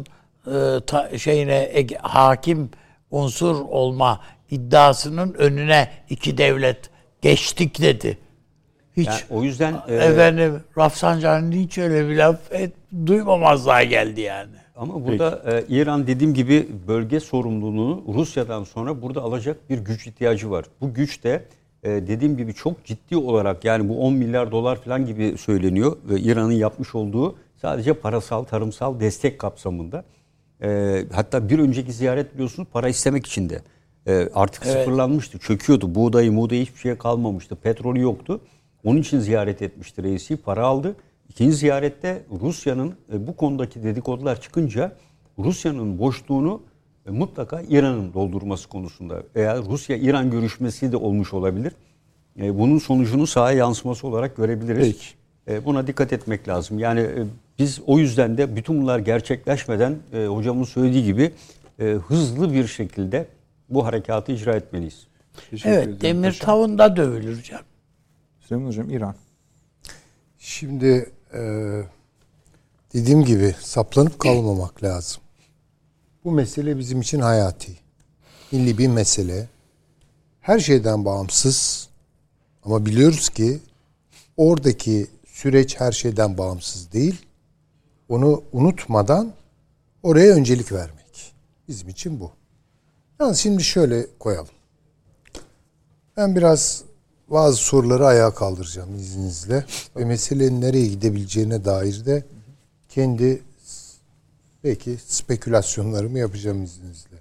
hakim unsur olma iddiasının önüne iki devlet geçtik dedi. Hiç Yani o yüzden efendim Rafsanjani'nin hiç öyle bir laf duymamazlığa geldi yani. Ama burada İran dediğim gibi bölge sorumluluğunu Rusya'dan sonra burada alacak bir güç ihtiyacı var. Bu güç de dediğim gibi çok ciddi olarak yani bu 10 milyar dolar falan gibi söyleniyor. İran'ın yapmış olduğu sadece parasal, tarımsal destek kapsamında. Hatta bir önceki ziyaret biliyorsunuz para istemek için de artık sıfırlanmıştı. Çöküyordu. Buğdayı hiçbir şeye kalmamıştı. Petrolü yoktu. Onun için ziyaret etmişti reisi. Para aldı. İkinci ziyarette Rusya'nın bu konudaki dedikodular çıkınca Rusya'nın boşluğunu mutlaka İran'ın doldurması konusunda veya Rusya-İran görüşmesi de olmuş olabilir. Bunun sonucunu sahaya yansıması olarak görebiliriz. Buna dikkat etmek lazım. Yani biz o yüzden de bütün bunlar gerçekleşmeden hocamın söylediği gibi hızlı bir şekilde bu harekatı icra etmeliyiz. Evet, demir tavında dövülür canım. Süleyman Hocam, İran. Şimdi dediğim gibi saplanıp kalmamak lazım. Bu mesele bizim için hayati. Milli bir mesele. Her şeyden bağımsız. Ama biliyoruz ki oradaki süreç her şeyden bağımsız değil. Onu unutmadan oraya öncelik vermek. Bizim için bu. Yalnız şimdi şöyle koyalım. Ben biraz bazı soruları ayağa kaldıracağım izninizle. Ve meselenin nereye gidebileceğine dair de kendi belki spekülasyonlarımı yapacağım izninizle.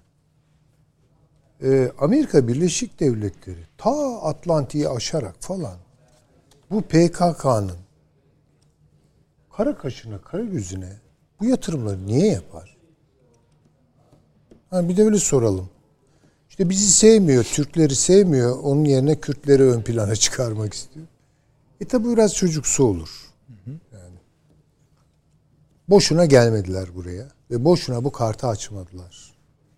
Amerika Birleşik Devletleri ta Atlantik'i aşarak falan bu PKK'nın kara kaşına, kara gözüne bu yatırımları niye yapar? Bir de öyle soralım. İşte bizi sevmiyor, Türkleri sevmiyor. Onun yerine Kürtleri ön plana çıkarmak istiyor. Tabi biraz çocuksu olur. Yani boşuna gelmediler buraya ve boşuna bu kartı açmadılar.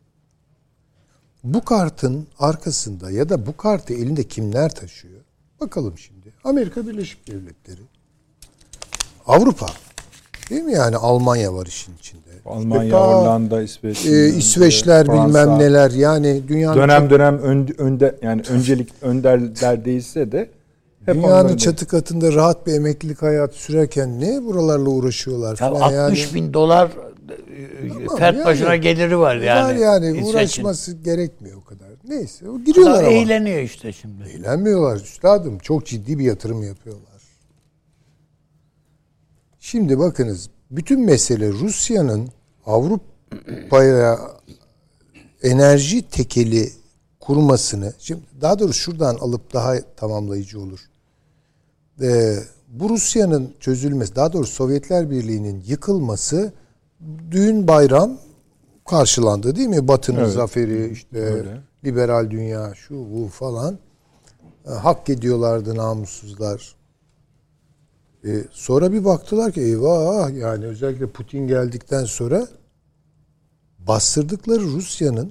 Bu kartın arkasında ya da bu kartı elinde kimler taşıyor? Bakalım şimdi. Amerika Birleşik Devletleri, Avrupa, değil mi yani? Almanya var işin içinde. Almanya, Hollanda, İsveç, İsveçler Fransa, bilmem neler yani dünyanın dönem önde yani önderler değilse de hep dünyanın çatı katında rahat bir emeklilik hayatı sürerken ne buralarla uğraşıyorlar falan. 60 bin dolar fert başına geliri var yani. Var yani uğraşması gerekmiyor o kadar. Neyse giriyorlar ama. Eğleniyor işte şimdi. Eğlenmiyorlar üstadım. Çok ciddi bir yatırım yapıyorlar. Şimdi bakınız bütün mesele Rusya'nın Avrupa'ya enerji tekeli kurmasını, şimdi daha doğrusu şuradan alıp daha tamamlayıcı olur. Bu Rusya'nın çözülmesi, daha doğrusu Sovyetler Birliği'nin yıkılması düğün bayram karşılandı değil mi? Batı'nın zaferi, işte öyle. Liberal dünya, şu bu falan. Hak ediyorlardı namussuzlar. Sonra bir baktılar ki eyvah, yani özellikle Putin geldikten sonra bastırdıkları Rusya'nın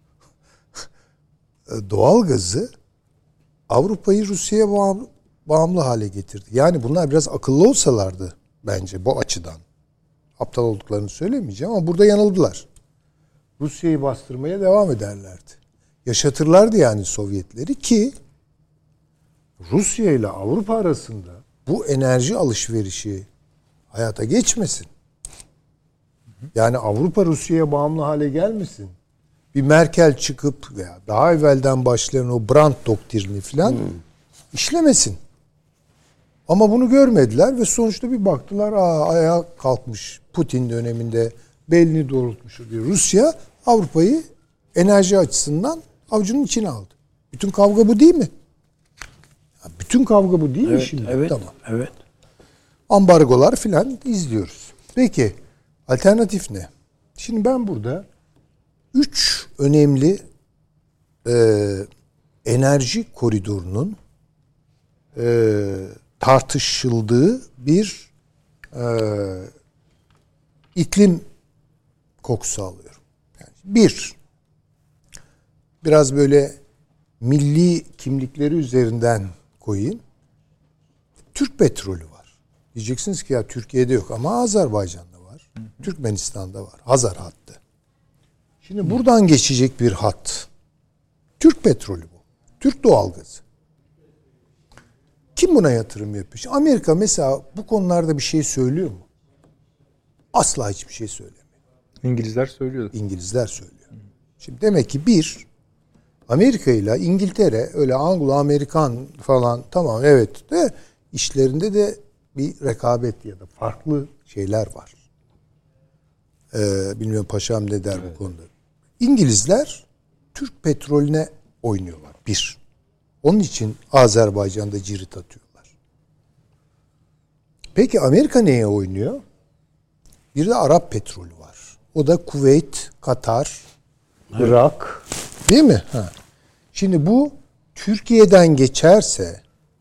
doğal gazı Avrupa'yı Rusya'ya bağımlı hale getirdi. Yani bunlar biraz akıllı olsalardı bence bu açıdan. Aptal olduklarını söylemeyeceğim ama burada yanıldılar. Rusya'yı bastırmaya devam ederlerdi. Yaşatırlardı yani Sovyetleri ki Rusya ile Avrupa arasında bu enerji alışverişi hayata geçmesin. Yani Avrupa Rusya'ya bağımlı hale gelmesin. Bir Merkel çıkıp veya daha evvelden başlayan o Brandt doktrini falan işlemesin. Ama bunu görmediler ve sonuçta bir baktılar ayağa kalkmış Putin döneminde belini doğrultmuş diyor. Rusya Avrupa'yı enerji açısından avucunun içine aldı. Bütün kavga bu değil mi? Bütün kavga bu değil mi şimdi? Evet, tamam. evet. Ambargolar filan izliyoruz. Peki alternatif ne? Şimdi ben burada 3 önemli enerji koridorunun tartışıldığı bir iklim kokusu alıyorum. Yani biraz böyle milli kimlikleri üzerinden koyayım. Türk petrolü var. Diyeceksiniz ki ya Türkiye'de yok ama Azerbaycan'da var. Türkmenistan'da var. Hazar hattı. Şimdi buradan geçecek bir hat. Türk petrolü bu. Türk doğalgazı. Kim buna yatırım yapıyor? Amerika mesela bu konularda bir şey söylüyor mu? Asla hiçbir şey söylemiyor. İngilizler söylüyor. İngilizler söylüyor. Şimdi demek ki Amerika ile İngiltere öyle Anglo-Amerikan falan tamam evet de işlerinde de bir rekabet ya da farklı şeyler var. Bilmiyorum paşam ne der bu konuda. İngilizler Türk petrolüne oynuyorlar. Onun için Azerbaycan'da cirit atıyorlar. Peki Amerika neye oynuyor? Bir de Arap petrolü var. O da Kuveyt, Katar, Irak. Değil mi? Ha. Şimdi bu Türkiye'den geçerse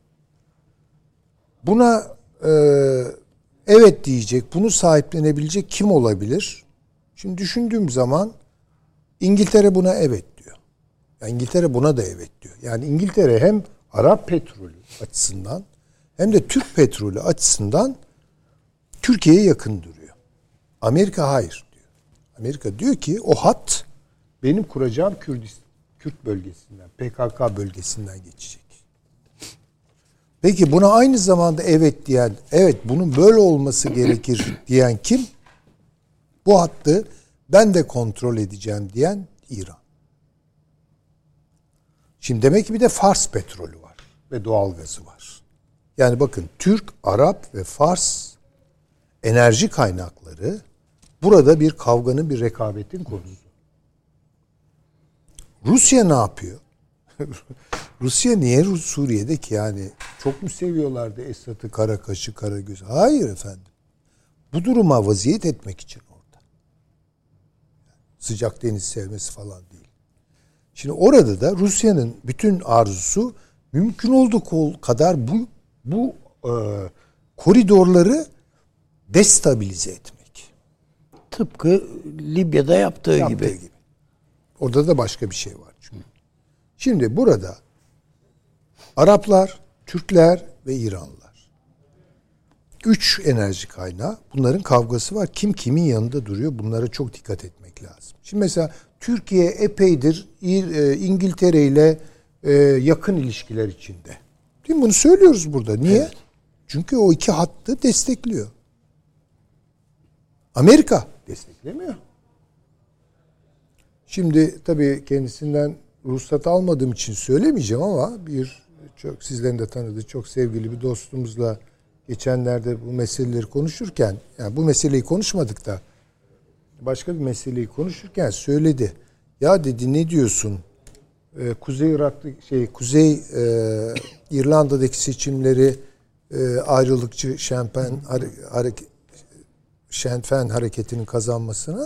buna evet diyecek, bunu sahiplenebilecek kim olabilir? Şimdi düşündüğüm zaman İngiltere buna evet diyor. Yani İngiltere buna da evet diyor. Yani İngiltere hem Arap petrolü açısından hem de Türk petrolü açısından Türkiye'ye yakın duruyor. Amerika hayır diyor. Amerika diyor ki o hat benim kuracağım Kürt bölgesinden, PKK bölgesinden geçecek. Peki buna aynı zamanda evet diyen, evet bunun böyle olması gerekir diyen kim? Bu hattı ben de kontrol edeceğim diyen İran. Şimdi demek ki bir de Fars petrolü var ve doğalgazı var. Yani bakın Türk, Arap ve Fars enerji kaynakları burada bir kavganın, bir rekabetin konusu. Rusya ne yapıyor? Rusya niye Suriye'de ki yani çok mu seviyorlardı Esad'ı, Karakaş'ı, Karagöz'ü? Hayır efendim. Bu duruma vaziyet etmek için orada. Sıcak deniz sevmesi falan değil. Şimdi orada da Rusya'nın bütün arzusu mümkün olduğu kadar bu koridorları destabilize etmek. Tıpkı Libya'da yaptığı gibi. Orada da başka bir şey var çünkü. Şimdi burada Araplar, Türkler ve İranlılar. 3 enerji kaynağı. Bunların kavgası var. Kim kimin yanında duruyor? Bunlara çok dikkat etmek lazım. Şimdi mesela Türkiye epeydir İngiltere ile yakın ilişkiler içinde. Değil mi? Bunu söylüyoruz burada. Niye? Evet. Çünkü o iki hattı destekliyor. Amerika desteklemiyor. Şimdi tabii kendisinden ruhsat almadığım için söylemeyeceğim ama çok sizlerin de tanıdığı çok sevgili bir dostumuzla geçenlerde bu meseleleri konuşurken, yani bu meseleyi konuşmadık da başka bir meseleyi konuşurken söyledi. Ya dedi ne diyorsun? Kuzey İrlanda'daki seçimleri ayrılıkçı Sinn Féin hareketinin kazanmasına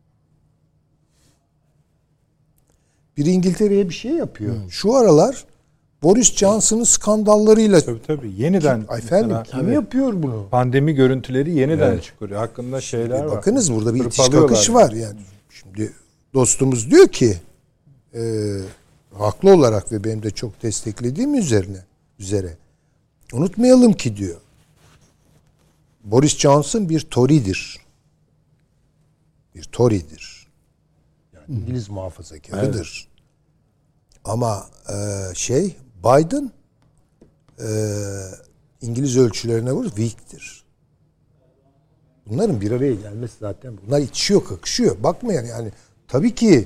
bir İngiltere'ye bir şey yapıyor. Şu aralar Boris Johnson'ın skandallarıyla tabii yeniden kim yapıyor bunu? Pandemi görüntüleri yeniden çıkıyor. Hakkında şeyler var. Bakınız burada bir itiş kakış var yani. Şimdi dostumuz diyor ki haklı olarak ve benim de çok desteklediğim üzere unutmayalım ki diyor. Boris Johnson bir Tory'dir. Bir Tory'dir. Yani İngiliz muhafazakarıdır. Evet. Ama Biden İngiliz ölçülerine vurur, weak'tir. Bunların bir araya gelmesi zaten, bunlar içiyor, kakışıyor. Bakmayın yani, tabii ki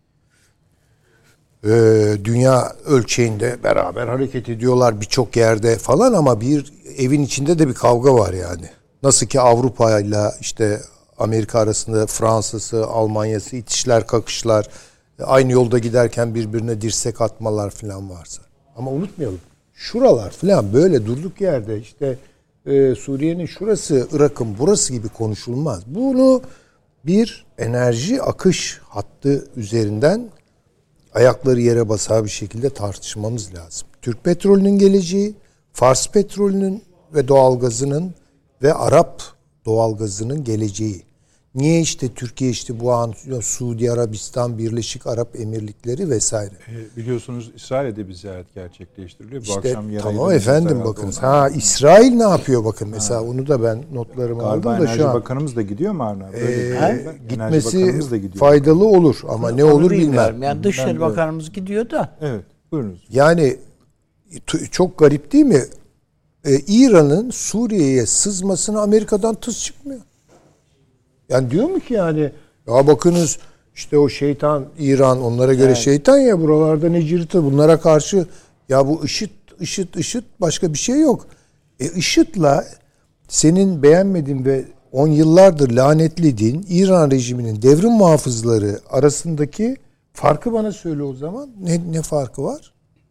dünya ölçeğinde beraber hareket ediyorlar birçok yerde falan, ama bir evin içinde de bir kavga var yani. Nasıl ki Avrupa ile işte Amerika arasında Fransa'sı, Almanya'sı itişler, kakışlar, aynı yolda giderken birbirine dirsek atmalar falan varsa. Ama unutmayalım, şuralar falan böyle durduk yerde işte Suriye'nin şurası, Irak'ın burası gibi konuşulmaz. Bunu bir enerji akış hattı üzerinden ayakları yere basar bir şekilde tartışmamız lazım. Türk petrolünün geleceği, Fars petrolünün ve doğalgazının ve Arap doğalgazının geleceği. Niye işte Türkiye işte bu an Suudi Arabistan, Birleşik Arap Emirlikleri vesaire. Biliyorsunuz İsrail'de bir ziyaret gerçekleştiriliyor. Bu İşte akşam tamam efendim, bakın. İsrail ne yapıyor bakın mesela, onu da ben notlarımı aldım da Enerji şu an. Bakanımız da gidiyor mu Arna? Gitmesi faydalı olur ama ne olur bilmem. Yani Dışişleri Bakanımız gidiyor da. Evet, buyurunuz. Yani çok garip değil mi? İran'ın Suriye'ye sızmasına Amerika'dan tıs çıkmıyor. Yani diyor mu ki yani ya bakınız işte o şeytan İran, onlara göre şeytan ya, buralarda Necir'te bunlara karşı ya bu IŞİD başka bir şey yok. IŞİD'le senin beğenmediğin ve 10 yıllardır lanetlediğin İran rejiminin devrim muhafızları arasındaki farkı bana söyle o zaman. Ne farkı var?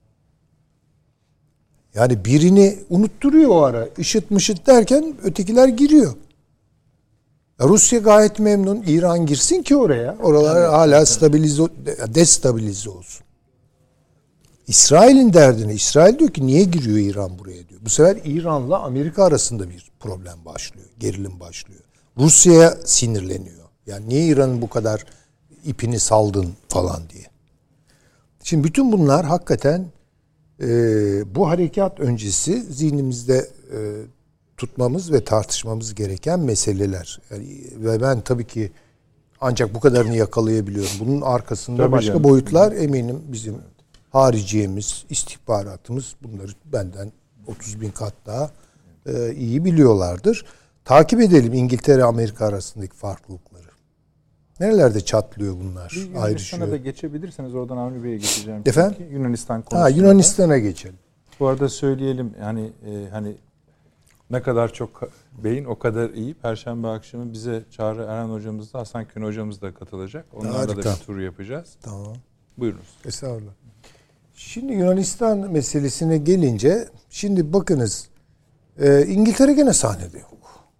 Yani birini unutturuyor o ara. IŞİD derken ötekiler giriyor. Rusya gayet memnun. İran girsin ki oraya. Oralar hala destabilize olsun. İsrail'in derdine. İsrail diyor ki niye giriyor İran buraya diyor. Bu sefer İran'la Amerika arasında bir problem başlıyor. Gerilim başlıyor. Rusya'ya sinirleniyor. Yani niye İran'ın bu kadar ipini saldın falan diye. Şimdi bütün bunlar hakikaten bu harekat öncesi zihnimizde tutmamız ve tartışmamız gereken meseleler. Yani, ve ben tabii ki ancak bu kadarını yakalayabiliyorum. Bunun arkasında tabii başka canım. boyutlar eminim bizim hariciyemiz, istihbaratımız bunları benden 30 bin kat daha iyi biliyorlardır. Takip edelim İngiltere-Amerika arasındaki farklılıkları. Nerelerde çatlıyor bunlar? Yunanistan'a da geçebilirseniz oradan Avni Bey'e geçeceğim. Efendim? Çünkü Yunanistan konusunda. Yunanistan'a geçelim. Bu arada söyleyelim hani ne kadar çok beyin o kadar iyi. Perşembe akşamı bize Çağrı Eren hocamız da Hasan Kün hocamız da katılacak. Onlarla da bir tur yapacağız. Tamam. Buyurunuz. Estağfurullah. Şimdi Yunanistan meselesine gelince, şimdi bakınız İngiltere gene sahnede yok.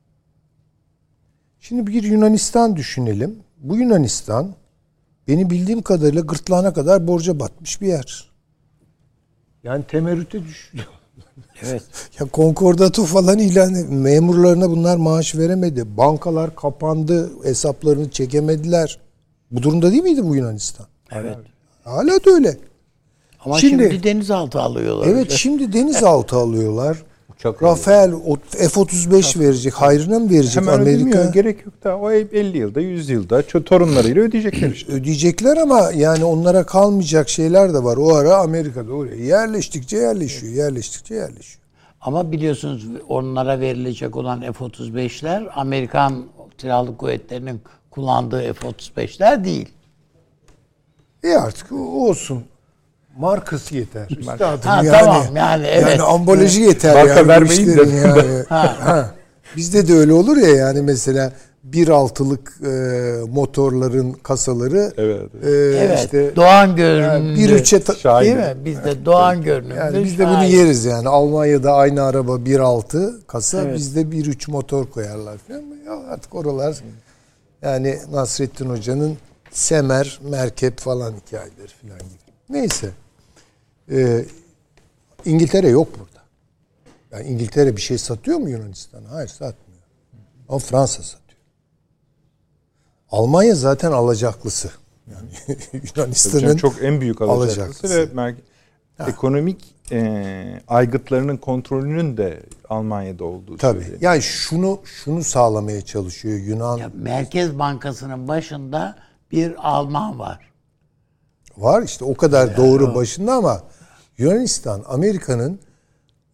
Şimdi bir Yunanistan düşünelim. Bu Yunanistan benim bildiğim kadarıyla gırtlağına kadar borca batmış bir yer. Yani temerrüte düşüyor. Evet. Ya konkordato falan memurlarına bunlar maaş veremedi. Bankalar kapandı. Hesaplarını çekemediler. Bu durumda değil miydi bu Yunanistan? Evet. Hala da öyle. Ama şimdi denizaltı alıyorlar. Evet, şimdi denizaltı alıyorlar. Uçak Rafael F-35 verecek. Hayrına mı verecek Hemen Amerika? ödemiyor. Gerek yok da o 50 yılda 100 yılda torunlarıyla ödeyecekler işte. Ödeyecekler ama yani onlara kalmayacak şeyler de var. O ara Amerika'da oraya yerleştikçe yerleşiyor. Ama biliyorsunuz onlara verilecek olan F-35'ler Amerikan Silahlı Kuvvetleri'nin kullandığı F-35'ler değil. Artık olsun. Markası yeter. Üstadım Tamam yani evet. Yani ambalajı yeter. Marka yani vermeyin de. Yani. Bizde de öyle olur ya yani mesela 1.6'lık motorların kasaları Evet. işte Doğan görünümlü. 1.3'e değil mi? Bizde Doğan görünümlü. yani biz de bunu yeriz yani. Almanya'da aynı araba 1.6 kasa, Evet. bizde 1.3 motor koyarlar falan. Ya artık oralar yani Nasrettin Hoca'nın Semer, Merkep falan hikayeleri falan gibi. Neyse. İngiltere yok burada. Yani İngiltere bir şey satıyor mu Yunanistan'a? Hayır, satmıyor. Ama Fransa satıyor. Almanya zaten alacaklısı. Yani Yunanistan'ın çok en büyük alacaklısı ve ekonomik aygıtlarının kontrolünün de Almanya'da olduğu söyleniyor. Yani şunu sağlamaya çalışıyor Yunan. Ya, Merkez Bankası'nın başında bir Alman var. Var işte o kadar doğru başında ama Yunanistan Amerika'nın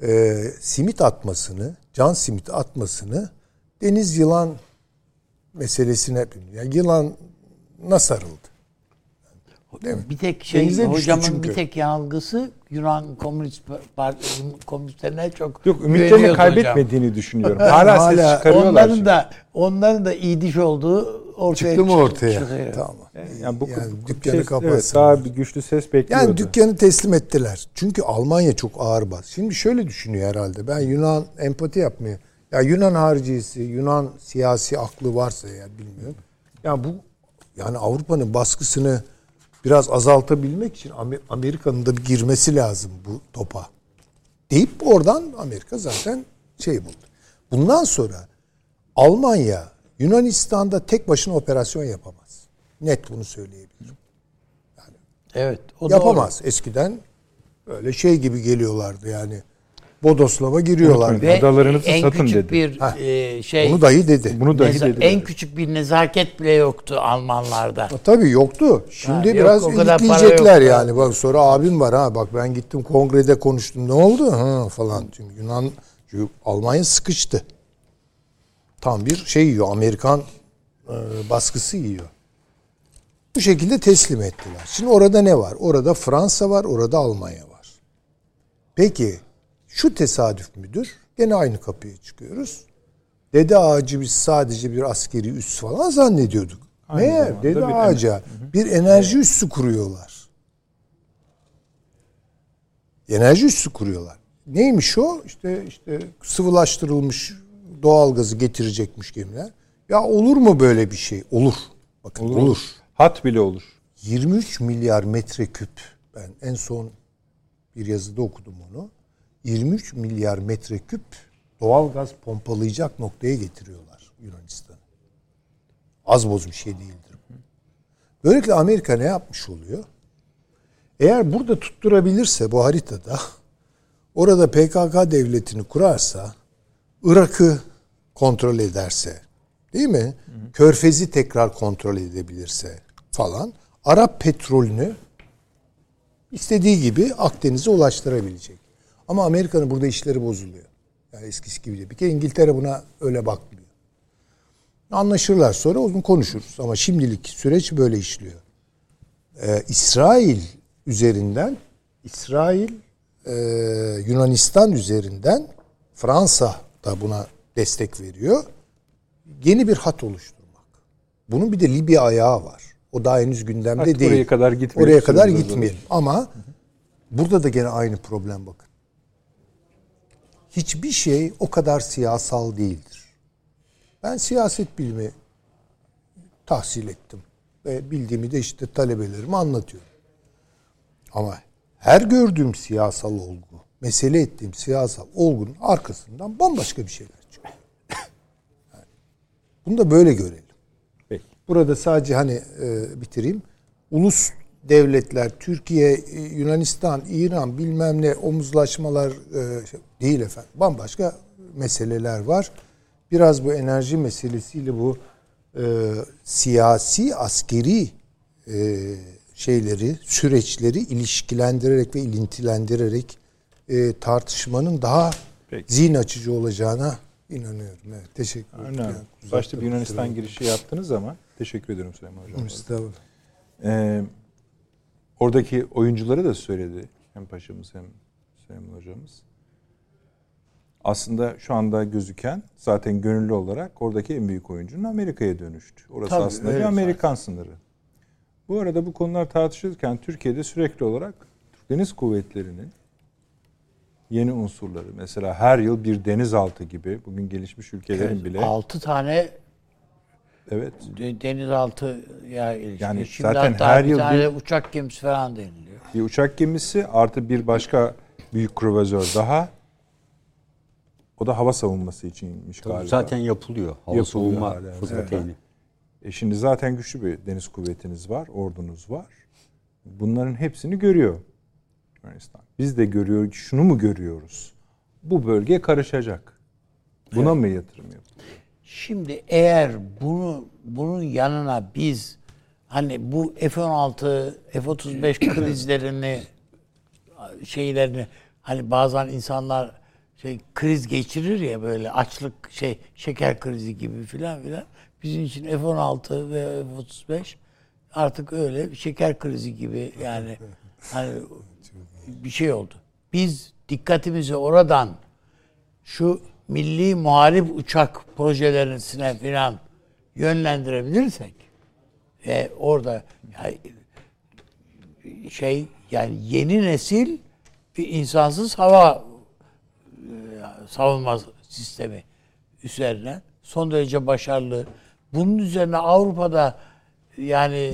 simit atmasını, can simit atmasını deniz yılan meselesine, yani yılana sarıldı. Değil mi? Bir tek Denize düştü hocamın çünkü. bir tek yanılgısı Yunan komünistlerine çok Yok, ümitlerini güveniyordu kaybetmediğini hocam. düşünüyorum. Hala ses çıkarıyorlar. Onların da iyi diş olduğu ortaya Çıktı mı ortaya? çıkıyor. Tamam. Yani bu dükkanı evet, kapatsın. daha bir güçlü ses bekliyordu. Yani dükkanı teslim ettiler. Çünkü Almanya çok ağır bas. Şimdi şöyle düşünüyor herhalde. Ben Yunan empati yapmıyor. Ya Yunan haricisi, Yunan siyasi aklı varsa eğer bilmiyorum. Ya bu yani Avrupa'nın baskısını biraz azaltabilmek için Amerika'nın da bir girmesi lazım bu topa. Deyip oradan Amerika zaten buldu. Bundan sonra Almanya Yunanistan'da tek başına operasyon yapamaz. Net bunu söyleyebilirim. Evet. O Yapamaz. Doğru. Eskiden böyle gibi geliyorlardı yani. Bodoslav'a giriyorlardı. Ve adalarınızı en satın küçük dedi. bir Bunu dahi dedi. Bunu dahi dedi. En küçük bir nezaket bile yoktu Almanlarda. Tabii yoktu. Şimdi yok, biraz o kadar para ilikleyecekler yok. yani. Bak sonra abim var bak ben gittim kongrede konuştum. Ne oldu? Falan. Çünkü Almanya sıkıştı. Tam bir yiyor. Amerikan baskısı yiyor. Bu şekilde teslim ettiler. Şimdi orada ne var? Orada Fransa var, orada Almanya var. Peki şu tesadüf müdür? Gene aynı kapıya çıkıyoruz. Dede Ağacı biz sadece bir askeri üs falan zannediyorduk. Meğer Dede Ağaca bir enerji üssü kuruyorlar. Enerji üssü kuruyorlar. Neymiş o? İşte sıvılaştırılmış doğalgazı getirecekmiş gemiler. Ya olur mu böyle bir şey? Olur. Bakın olur. Hat bile olur. 23 milyar metreküp, ben en son bir yazıda okudum onu. 23 milyar metreküp doğalgaz pompalayacak noktaya getiriyorlar Yunanistan'ı. Az boz bir şey değildir. Böylelikle Amerika ne yapmış oluyor? Eğer burada tutturabilirse bu haritada, orada PKK devletini kurarsa, Irak'ı kontrol ederse, değil mi? Körfez'i tekrar kontrol edebilirse falan, Arap petrolünü istediği gibi Akdeniz'e ulaştırabilecek. Ama Amerika'nın burada işleri bozuluyor. Yani eskisi gibi değil. Bir kere İngiltere buna öyle bakmıyor. Anlaşırlar sonra onu konuşuruz. Ama şimdilik süreç böyle işliyor. İsrail üzerinden, Yunanistan üzerinden Fransa da buna destek veriyor. Yeni bir hat oluşturmak. Bunun bir de Libya ayağı var. O daha henüz gündemde Artık değil. Oraya kadar gitmeyelim. Ama burada da gene aynı problem bakın. Hiçbir şey o kadar siyasal değildir. Ben siyaset bilimi tahsil ettim. Ve bildiğimi de talebelerime anlatıyorum. Ama her gördüğüm siyasal olgu, mesele ettiğim siyasal olgunun arkasından bambaşka bir şeyler çıkıyor. Yani bunu da böyle görelim. Peki. Burada sadece bitireyim. Ulus devletler, Türkiye, Yunanistan, İran bilmem ne omuzlaşmalar değil efendim. Bambaşka meseleler var. Biraz bu enerji meselesiyle bu siyasi, askeri süreçleri ilişkilendirerek ve ilintilendirerek tartışmanın daha zihin açıcı olacağına inanıyorum. Evet, teşekkür ederim. Başta bir Yunanistan girişi yaptınız ama teşekkür ediyorum Süleyman Hocam. Estağfurullah. Oradaki oyuncuları da söyledi. Hem paşamız hem Süleyman Hocamız. Aslında şu anda gözüken zaten gönüllü olarak oradaki en büyük oyuncunun Amerika'ya dönüştü. Orası tabii, aslında bir Amerikan sınırı. Bu arada bu konular tartışılırken Türkiye'de sürekli olarak Türk Deniz Kuvvetleri'nin yeni unsurları, mesela her yıl bir denizaltı gibi, bugün gelişmiş ülkelerin bile 6 tane denizaltı yani şimdi zaten hatta her bir yıl tane uçak gemisi falan deniliyor. Bir uçak gemisi artı bir başka büyük kruvazör daha. O da hava savunması içinmiş galiba. Zaten yapılıyor. Hava savunma fırkateyni. Şimdi zaten güçlü bir deniz kuvvetiniz var, ordunuz var. Bunların hepsini görüyor Yunanistan. Biz de görüyoruz. Şunu mu görüyoruz? Bu bölge karışacak. Buna mı yatırım yapılıyor? Şimdi eğer bunun yanına biz bu F-16, F-35 krizlerini bazen insanlar kriz geçirir ya, böyle açlık, şeker krizi gibi filan. Bizim için F-16 ve F-35 artık öyle bir şeker krizi gibi, yani hani bir şey oldu. Biz dikkatimizi oradan şu milli muharip uçak projelerine filan yönlendirebilirsek ve orada yani yeni nesil bir insansız hava savunma sistemi üzerine son derece başarılı. Bunun üzerine Avrupa'da yani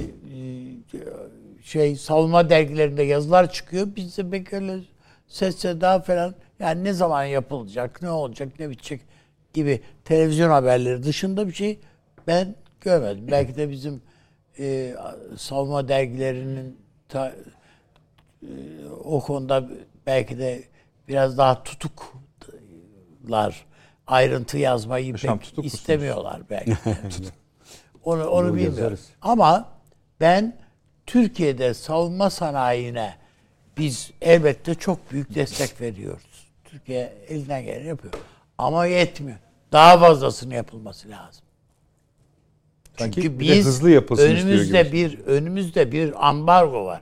savunma dergilerinde yazılar çıkıyor. Bizde pek öyle ses seda falan, yani ne zaman yapılacak, ne olacak, ne bitecek gibi televizyon haberleri dışında bir şey ben görmedim. Belki de bizim savunma dergilerinin o konuda belki de biraz daha tutuklar. Ayrıntı yazmayı pek istemiyorlar belki. Onu bilmiyorum. Ama ben Türkiye'de savunma sanayine biz elbette çok büyük destek veriyoruz. Türkiye elinden geleni yapıyor. Ama yetmiyor. Daha fazlasının yapılması lazım. Çünkü biz hızlı yapılsın önümüzde bir ambargo var.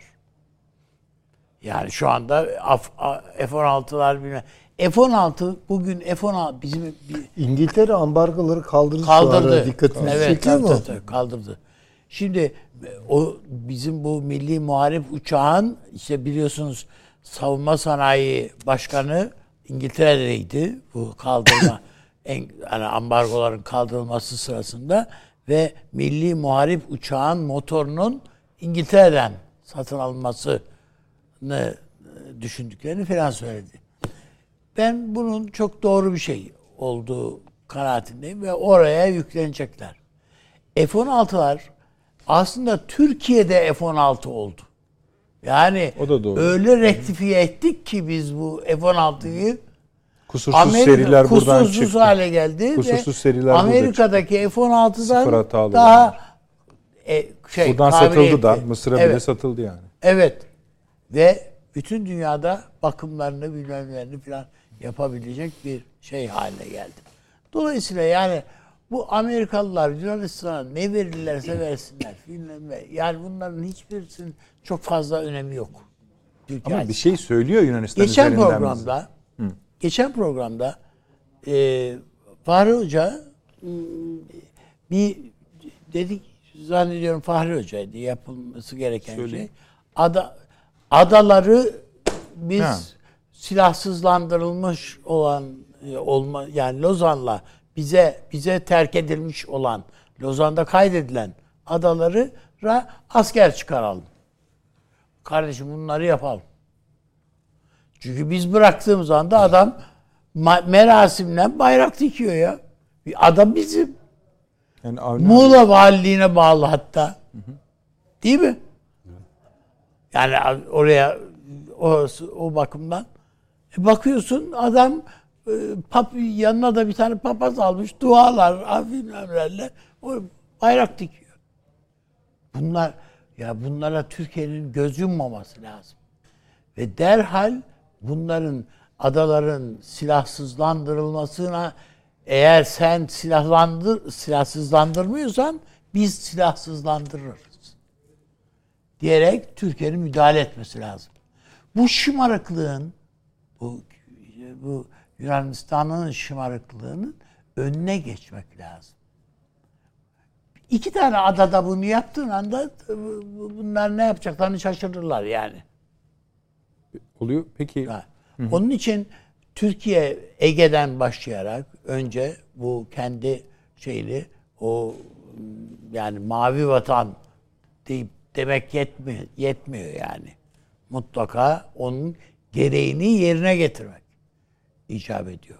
Yani şu anda F-16'lar bilmem. F-16 bugün F-16 bizim İngiltere ambargoları kaldırdı. Dikkatinizi çekiyor mu? Kaldırdı. Şimdi o bizim bu milli muharip uçağın işte biliyorsunuz savunma sanayi başkanı İngiltere'deydi. Bu kaldırma yani ambargoların kaldırılması sırasında ve milli muharip uçağın motorunun İngiltere'den satın alınmasını düşündüklerini falan söyledi. Ben bunun çok doğru bir şey olduğu kanaatindeyim ve oraya yüklenecekler. F-16'lar aslında Türkiye'de F-16 oldu. Yani öyle rektifiye ettik ki biz bu F-16'yı kusursuz seriler buradan çıktı. Kusursuz hale geldi. Kusursuz seriler Amerika'daki F-16'dan daha buradan satıldı da Mısır'a bile satıldı yani. Evet. Ve bütün dünyada bakımlarını bilmemlerini falan yapabilecek bir şey haline geldi. Dolayısıyla yani bu Amerikalılar Yunanistan'a ne verirlerse versinler. Yani bunların hiçbirisinin çok fazla önemi yok. Türkiye ama bir şey söylüyor Yunanistan üzerinden. Geçen programda Fahri Hoca bir dedik, zannediyorum Fahri Hoca'ydı, yapılması gereken şey. Adaları biz silahsızlandırılmış olan yani Lozan'la bize terk edilmiş olan, Lozan'da kaydedilen adaları asker çıkaralım. Kardeşim bunları yapalım. Çünkü biz bıraktığımız anda adam merasimle bayrak dikiyor ya. Adam bizim. Yani Muğla valiliğine bağlı hatta. Değil mi? Yani oraya o bakımdan bakıyorsun adam yanına da bir tane papaz almış, dualar, bilmemlerle o bayrak dikiyor. Bunlara Türkiye'nin göz yummaması lazım. Ve derhal bunların adaların silahsızlandırılmasına, eğer sen silahsızlandırmıyorsan biz silahsızlandırırız diyerek Türkiye'nin müdahale etmesi lazım. Bu şımarıklığın, bu Yunanistan'ın şımarıklığının önüne geçmek lazım. 2 tane adada bunu yaptığın anda bunlar ne yapacaklarını şaşırırlar yani. Oluyor. Peki. Onun için Türkiye Ege'den başlayarak önce bu kendi şeyini yani mavi vatan demek yetmiyor yani. Mutlaka onun gereğini yerine getirmek icap ediyor.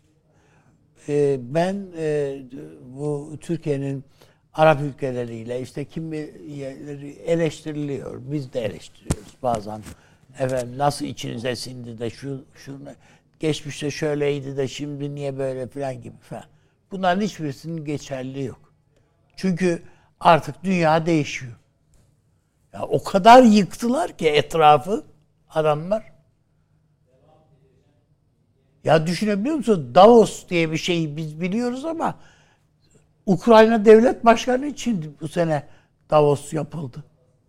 Ben bu Türkiye'nin Arap ülkeleriyle işte kimileri eleştiriliyor. Biz de eleştiriyoruz bazen. Efendim nasıl içinize sindi de şunu geçmişte şöyleydi de şimdi niye böyle falan gibi falan. Bunların hiçbirisinin geçerliliği yok. Çünkü artık dünya değişiyor. Ya o kadar yıktılar ki etrafı adamlar. Ya düşünebiliyor musun? Davos diye bir şeyi biz biliyoruz ama Ukrayna devlet başkanı için bu sene Davos yapıldı.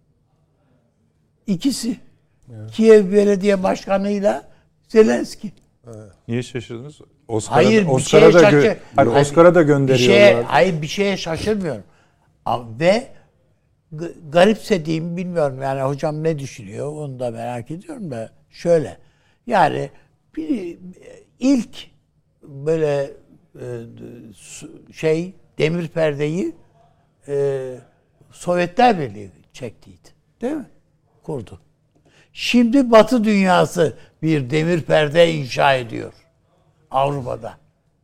İkisi. Evet. Kiev Belediye Başkanı'yla Zelenski. Evet. Niye şaşırdınız? Oscar'a da gönderiyorlar. Bir şeye şaşırmıyorum. Ve garipsediğim bilmiyorum yani hocam ne düşünüyor onu da merak ediyorum da şöyle. Yani ilk böyle demir perdeyi Sovyetler Birliği çektiydi. Değil mi? Kurdu. Şimdi Batı dünyası bir demir perde inşa ediyor. Avrupa'da.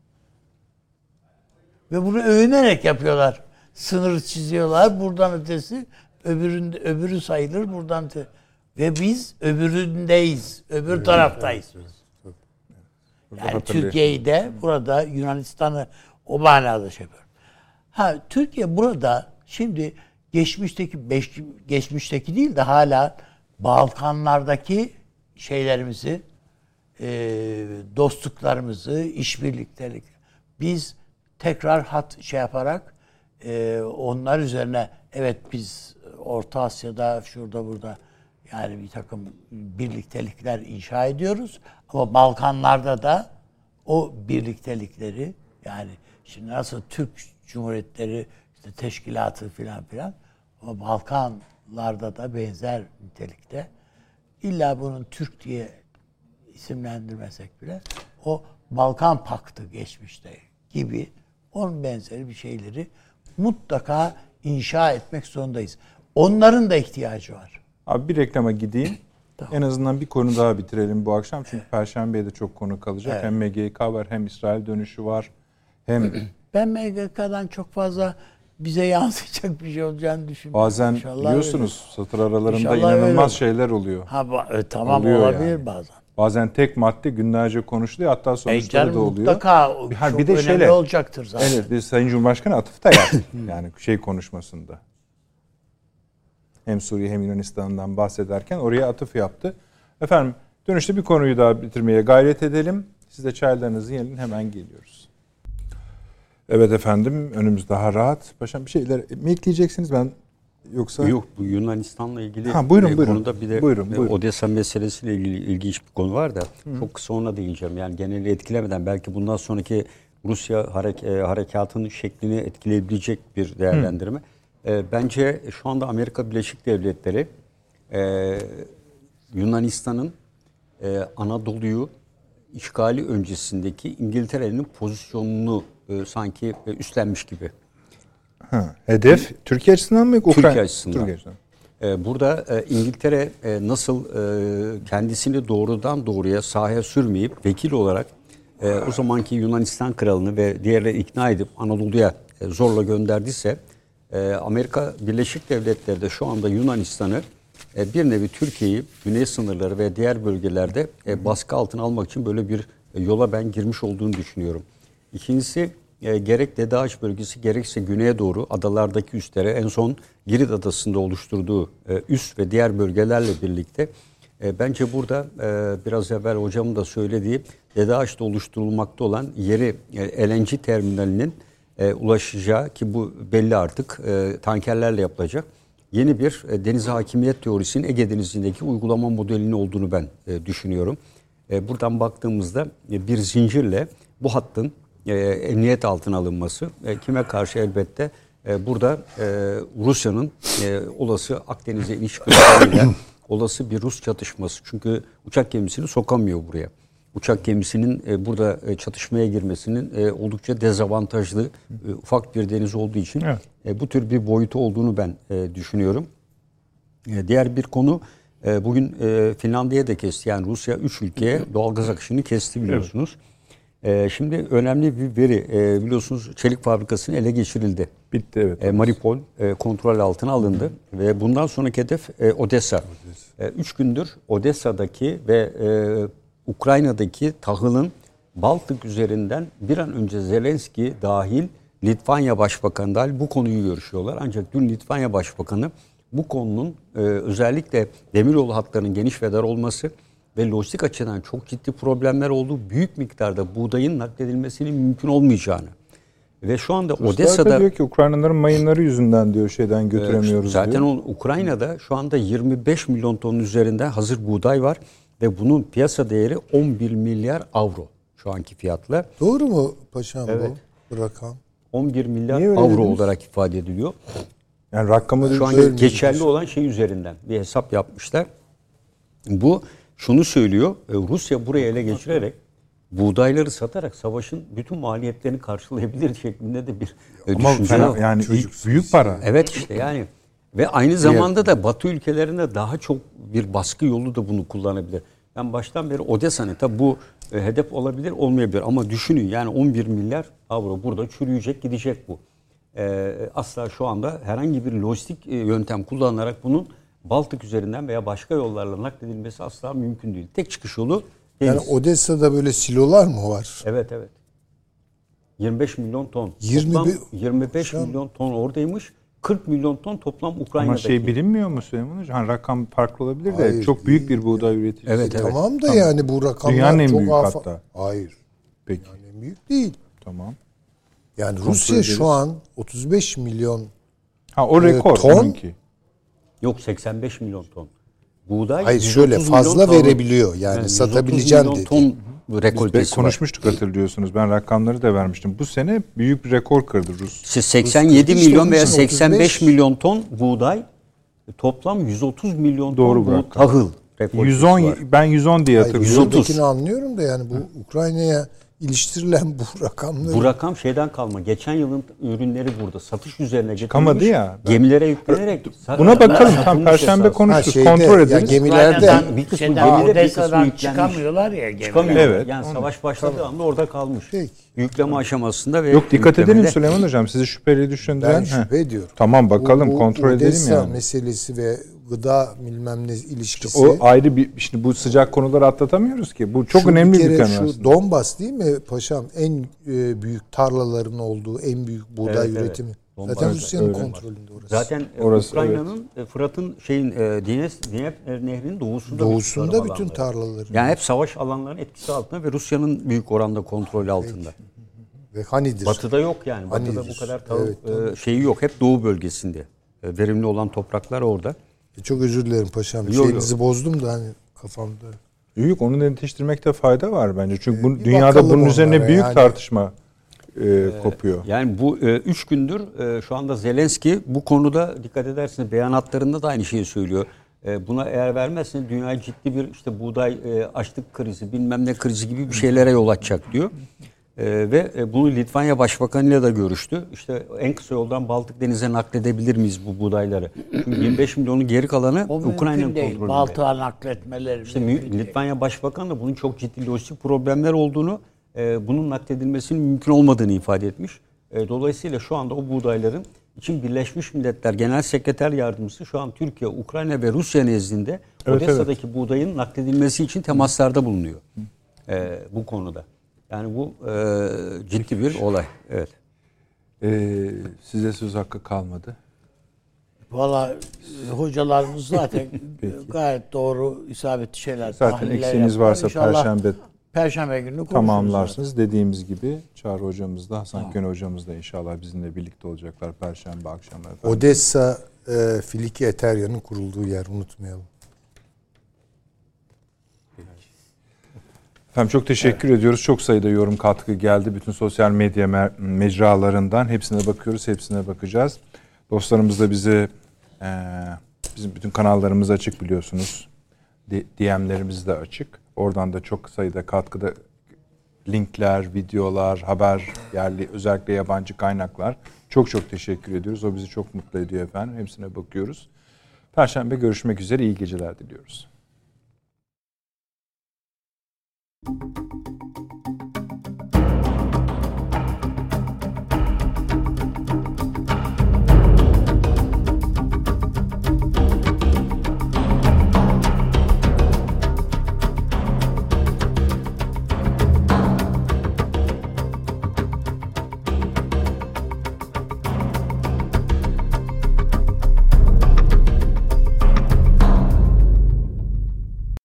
Ve bunu övünerek yapıyorlar. Sınır çiziyorlar. Buradan ötesi öbürü sayılır. Buradan ötesi. Ve biz öbüründeyiz. Öbür taraftayız. Yani Türkiye'yi de burada Yunanistan'ı o manada şey yapıyor. Türkiye burada şimdi geçmişteki değil de hala Balkanlardaki şeylerimizi, dostluklarımızı, işbirliktelik biz tekrar yaparak onlar üzerine evet biz Orta Asya'da şurada burada yani bir takım birliktelikler inşa ediyoruz ama Balkanlarda da o birliktelikleri yani şimdi nasıl Türk Cumhuriyetleri işte teşkilatı filan ama Balkanlarda da benzer nitelikte illa bunun Türk diye isimlendirmesek bile o Balkan Paktı geçmişte gibi onun benzeri bir şeyleri mutlaka inşa etmek zorundayız. Onların da ihtiyacı var. Abi bir reklama gideyim. Tamam. En azından bir konu daha bitirelim bu akşam. Çünkü Perşembe'ye de çok konu kalacak. Evet. Hem MGK var hem İsrail dönüşü var. Hem ben MGK'dan çok fazla bize yansıyacak bir şey olacağını düşünmüyorum. Bazen İnşallah biliyorsunuz öyle. Satır aralarında İnşallah inanılmaz şeyler oluyor. Tamam oluyor olabilir yani. Bazen tek madde günlerce konuşuluyor hatta sonuçları da oluyor. Mutlaka çok bir de önemli olacaktır zaten. Evet, bir Sayın Cumhurbaşkanı atıf da yaptı. Yani konuşmasında. Hem Suriye hem Yunanistan'dan bahsederken oraya atıf yaptı. Efendim dönüşte bir konuyu daha bitirmeye gayret edelim. Siz de çaylarınızı yiyin, hemen geliyoruz. Evet efendim, önümüz daha rahat. Paşam bir şeyler mi ekleyeceksiniz ben yoksa? Yok, bu Yunanistan'la ilgili buyurun. konuda bir de buyurun. Odessa meselesiyle ilgili ilginç bir konu var da çok kısa ona değineceğim. Yani geneli etkilemeden belki bundan sonraki Rusya harekatının şeklini etkileyebilecek bir değerlendirme. Bence şu anda Amerika Birleşik Devletleri Yunanistan'ın Anadolu'yu işgali öncesindeki İngiltere'nin pozisyonunu sanki üstlenmiş gibi. Hedef Türkiye açısından mı? Türkiye açısından. Burada İngiltere nasıl kendisini doğrudan doğruya sahaya sürmeyip vekil olarak o zamanki Yunanistan kralını ve diğerleri ikna edip Anadolu'ya zorla gönderdiyse Amerika Birleşik Devletleri de şu anda Yunanistan'ı bir nevi Türkiye'yi güney sınırları ve diğer bölgelerde baskı altına almak için böyle bir yola ben girmiş olduğunu düşünüyorum. İkincisi gerek Dede Ağaç bölgesi gerekse güneye doğru adalardaki üslere en son Girit Adası'nda oluşturduğu üs ve diğer bölgelerle birlikte bence burada biraz evvel hocamın da söylediği Dede Ağaç'ta oluşturulmakta olan yeri LNG terminalinin ulaşacağı ki bu belli artık tankerlerle yapılacak yeni bir deniz hakimiyet teorisinin Ege Denizi'ndeki uygulama modelinin olduğunu ben düşünüyorum. Buradan baktığımızda bir zincirle bu hattın emniyet altına alınması kime karşı elbette burada Rusya'nın olası Akdeniz'e iniş kısmıyla olası bir Rus çatışması. Çünkü uçak gemisini sokamıyor buraya. Uçak gemisinin burada çatışmaya girmesinin oldukça dezavantajlı ufak bir deniz olduğu için bu tür bir boyutu olduğunu ben düşünüyorum. Diğer bir konu bugün Finlandiya'da da kesti. Yani Rusya 3 ülkeye doğalgaz akışını kesti biliyorsunuz. Şimdi önemli bir veri biliyorsunuz çelik fabrikasının ele geçirildi. Bitti evet. Mariupol kontrol altına alındı ve bundan sonraki hedef Odessa. 3 gündür Odessa'daki ve Ukrayna'daki tahılın Baltık üzerinden bir an önce Zelenski dahil Litvanya Başbakanı dahil bu konuyu görüşüyorlar. Ancak dün Litvanya Başbakanı bu konunun özellikle demiryolu hatlarının geniş ve dar olması ve lojistik açıdan çok ciddi problemler olduğu, büyük miktarda buğdayın nakledilmesinin mümkün olmayacağını ve şu anda Ruslar Odessa'da da diyor ki Ukraynalıların mayınları yüzünden diyor şeyden götüremiyoruz zaten diyor. Ukrayna'da şu anda 25 milyon tonun üzerinde hazır buğday var ve bunun piyasa değeri 11 milyar avro şu anki fiyatla. Doğru mu paşam Evet. bu rakam? 11 milyar Niye öyle avro dediniz? olarak ifade ediliyor. Yani rakamı Şu an geçerli olan şey üzerinden bir hesap yapmışlar. Bu şunu söylüyor. Rusya buraya ele geçirerek buğdayları satarak savaşın bütün maliyetlerini karşılayabilir şeklinde de bir düşünce var. yani büyük para. Evet işte yani ve aynı zamanda da Batı ülkelerine daha çok bir baskı yolu da bunu kullanabilir. Ben baştan beri Odessa'nın tabi bu hedef olabilir olmayabilir ama düşünün yani 11 milyar avro burada çürüyecek gidecek bu. Asla şu anda herhangi bir lojistik yöntem kullanılarak bunun Baltık üzerinden veya başka yollarla nakledilmesi asla mümkün değil. Tek çıkış yolu deniz. Yani Odessa'da böyle silolar mı var? Evet. 25 milyon ton. 25 Şu an- milyon ton oradaymış. 40 milyon ton toplam Ama Ukrayna'daki. bilinmiyor mu Süleyman Hocam? Hani rakam farklı olabilir de Hayır, çok büyük bir buğday üreticisi. Evet. Tamam da yani bu rakamlar Dünyanın en çok büyük hatta. Hayır. Peki. Yani en büyük değil. Tamam. Yani Kontrol Rusya ederiz. şu an 35 milyon O rekor ton. onunki. Yok 85 milyon ton. Buğday hayır 130 şöyle milyon fazla ton. verebiliyor. Yani 130 satabileceğim milyon dedi. ton Biz rekoltesi var. konuşmuştuk hatırlıyorsunuz. Ben rakamları da vermiştim. Bu sene büyük bir rekor kırdı Rus. İşte 87 İşte milyon onun veya için 85 35 milyon ton buğday, toplam 130 milyon Doğru ton bu rakam. tahıl rekoltesi 110 var. ben 110 diye Hayır, hatırlıyorum. 130. buradakini anlıyorum da yani bu Ukrayna'ya iliştirilen bu rakamları Bu rakam şeyden kalma. Geçen yılın ürünleri burada satış üzerine Çıkamadı getirilmiş. ya. Gemilere yüklenerek. Buna bakalım. Tam satılmış Perşembe esas. konuştuk. şeyde, Kontrol ya ederiz. gemilerde Ukrayna'dan bir kısmı şeyden, gemide, bir Odessa'dan kısmı yüklenmiş. çıkamıyorlar ya gemiler. Çıkamıyor. Evet. Yani savaş başladığı anda orada kalmış. Peki. Yükleme aşamasında ve Yok dikkat yüklemede. edelim Süleyman Hocam. Sizi şüpheli düşündüren. ben şüphe ediyorum. Tamam bakalım Bu kontrol edelim Odessa yani. meselesi ve gıda bilmem ne ilişkisi. O ayrı bir şimdi bu sıcak konuları atlatamıyoruz ki. Bu çok Şu önemli bir kere konu şu aslında. Donbas değil mi paşam en büyük tarlaların olduğu en büyük buğday Evet, evet. üretimi. Donbas, Zaten Rusya'nın öyle. kontrolünde orası. Zaten Orası, Ukrayna'nın Fırat'ın Dnieper Nehri'nin doğusunda Doğusunda bütün bütün tarım tarlaları. yani hep savaş alanlarının etkisi altında ve Rusya'nın büyük oranda kontrolü altında. Ve Hani'dir. Batı'da yok yani. Batı'da Hani'dir. bu kadar tahıl Evet, şeyi yok. Hep doğu bölgesinde. Verimli olan topraklar orada. Çok özür dilerim paşam. Yok, Şeyinizi bozdum da hani kafamda. Büyük onu netleştirmekte fayda var bence. Çünkü bu Bir dünyada bakalım bunun üzerine onlara büyük yani. tartışma kopuyor. Yani bu 3 gündür şu anda Zelenski bu konuda dikkat edersiniz beyanatlarında da aynı şeyi söylüyor. Buna eğer vermezseniz dünya ciddi bir işte buğday açlık krizi bilmem ne krizi gibi bir şeylere yol açacak diyor. Ve bunu Litvanya Başbakanı'yla da görüştü. İşte en kısa yoldan Baltık Denizi'ne nakledebilir miyiz bu buğdayları? Çünkü 25 milyonun geri kalanı O Ukrayna'nın mümkün değil. kontrolünde. Baltığa nakletmeleri İşte mümkün değil. Litvanya Başbakanı da bunun çok ciddi lojistik problemler olduğunu, bunun nakledilmesinin mümkün olmadığını ifade etmiş. Dolayısıyla şu anda o buğdayların için Birleşmiş Milletler Genel Sekreter Yardımcısı şu an Türkiye, Ukrayna ve Rusya nezdinde Evet, Odessa'daki buğdayın nakledilmesi için temaslarda bulunuyor bu konuda. Yani bu ciddi bir olay. Evet. Size söz hakkı kalmadı. Valla hocalarımız zaten gayet doğru isabetli şeyler. Zaten tahliller eksiğiniz yaptılar. varsa İnşallah Perşembe Perşembe günü konuşuruz tamamlarsınız. Dediğimiz gibi Çağrı hocamız da Hasan Köne hocamız da inşallah bizimle birlikte olacaklar Perşembe akşamları. Odessa Filiki Eterya'nın kurulduğu yer unutmayalım. Efendim çok teşekkür ediyoruz. Çok sayıda yorum katkı geldi. Bütün sosyal medya mecralarından hepsine bakıyoruz, hepsine bakacağız. Dostlarımız da bizi bizim bütün kanallarımız açık biliyorsunuz. DM'lerimiz de açık. Oradan da çok sayıda katkıda linkler, videolar, haber, yerli özellikle yabancı kaynaklar. Çok çok teşekkür ediyoruz. O bizi çok mutlu ediyor efendim. Hepsine bakıyoruz. Perşembe görüşmek üzere. İyi geceler diliyoruz.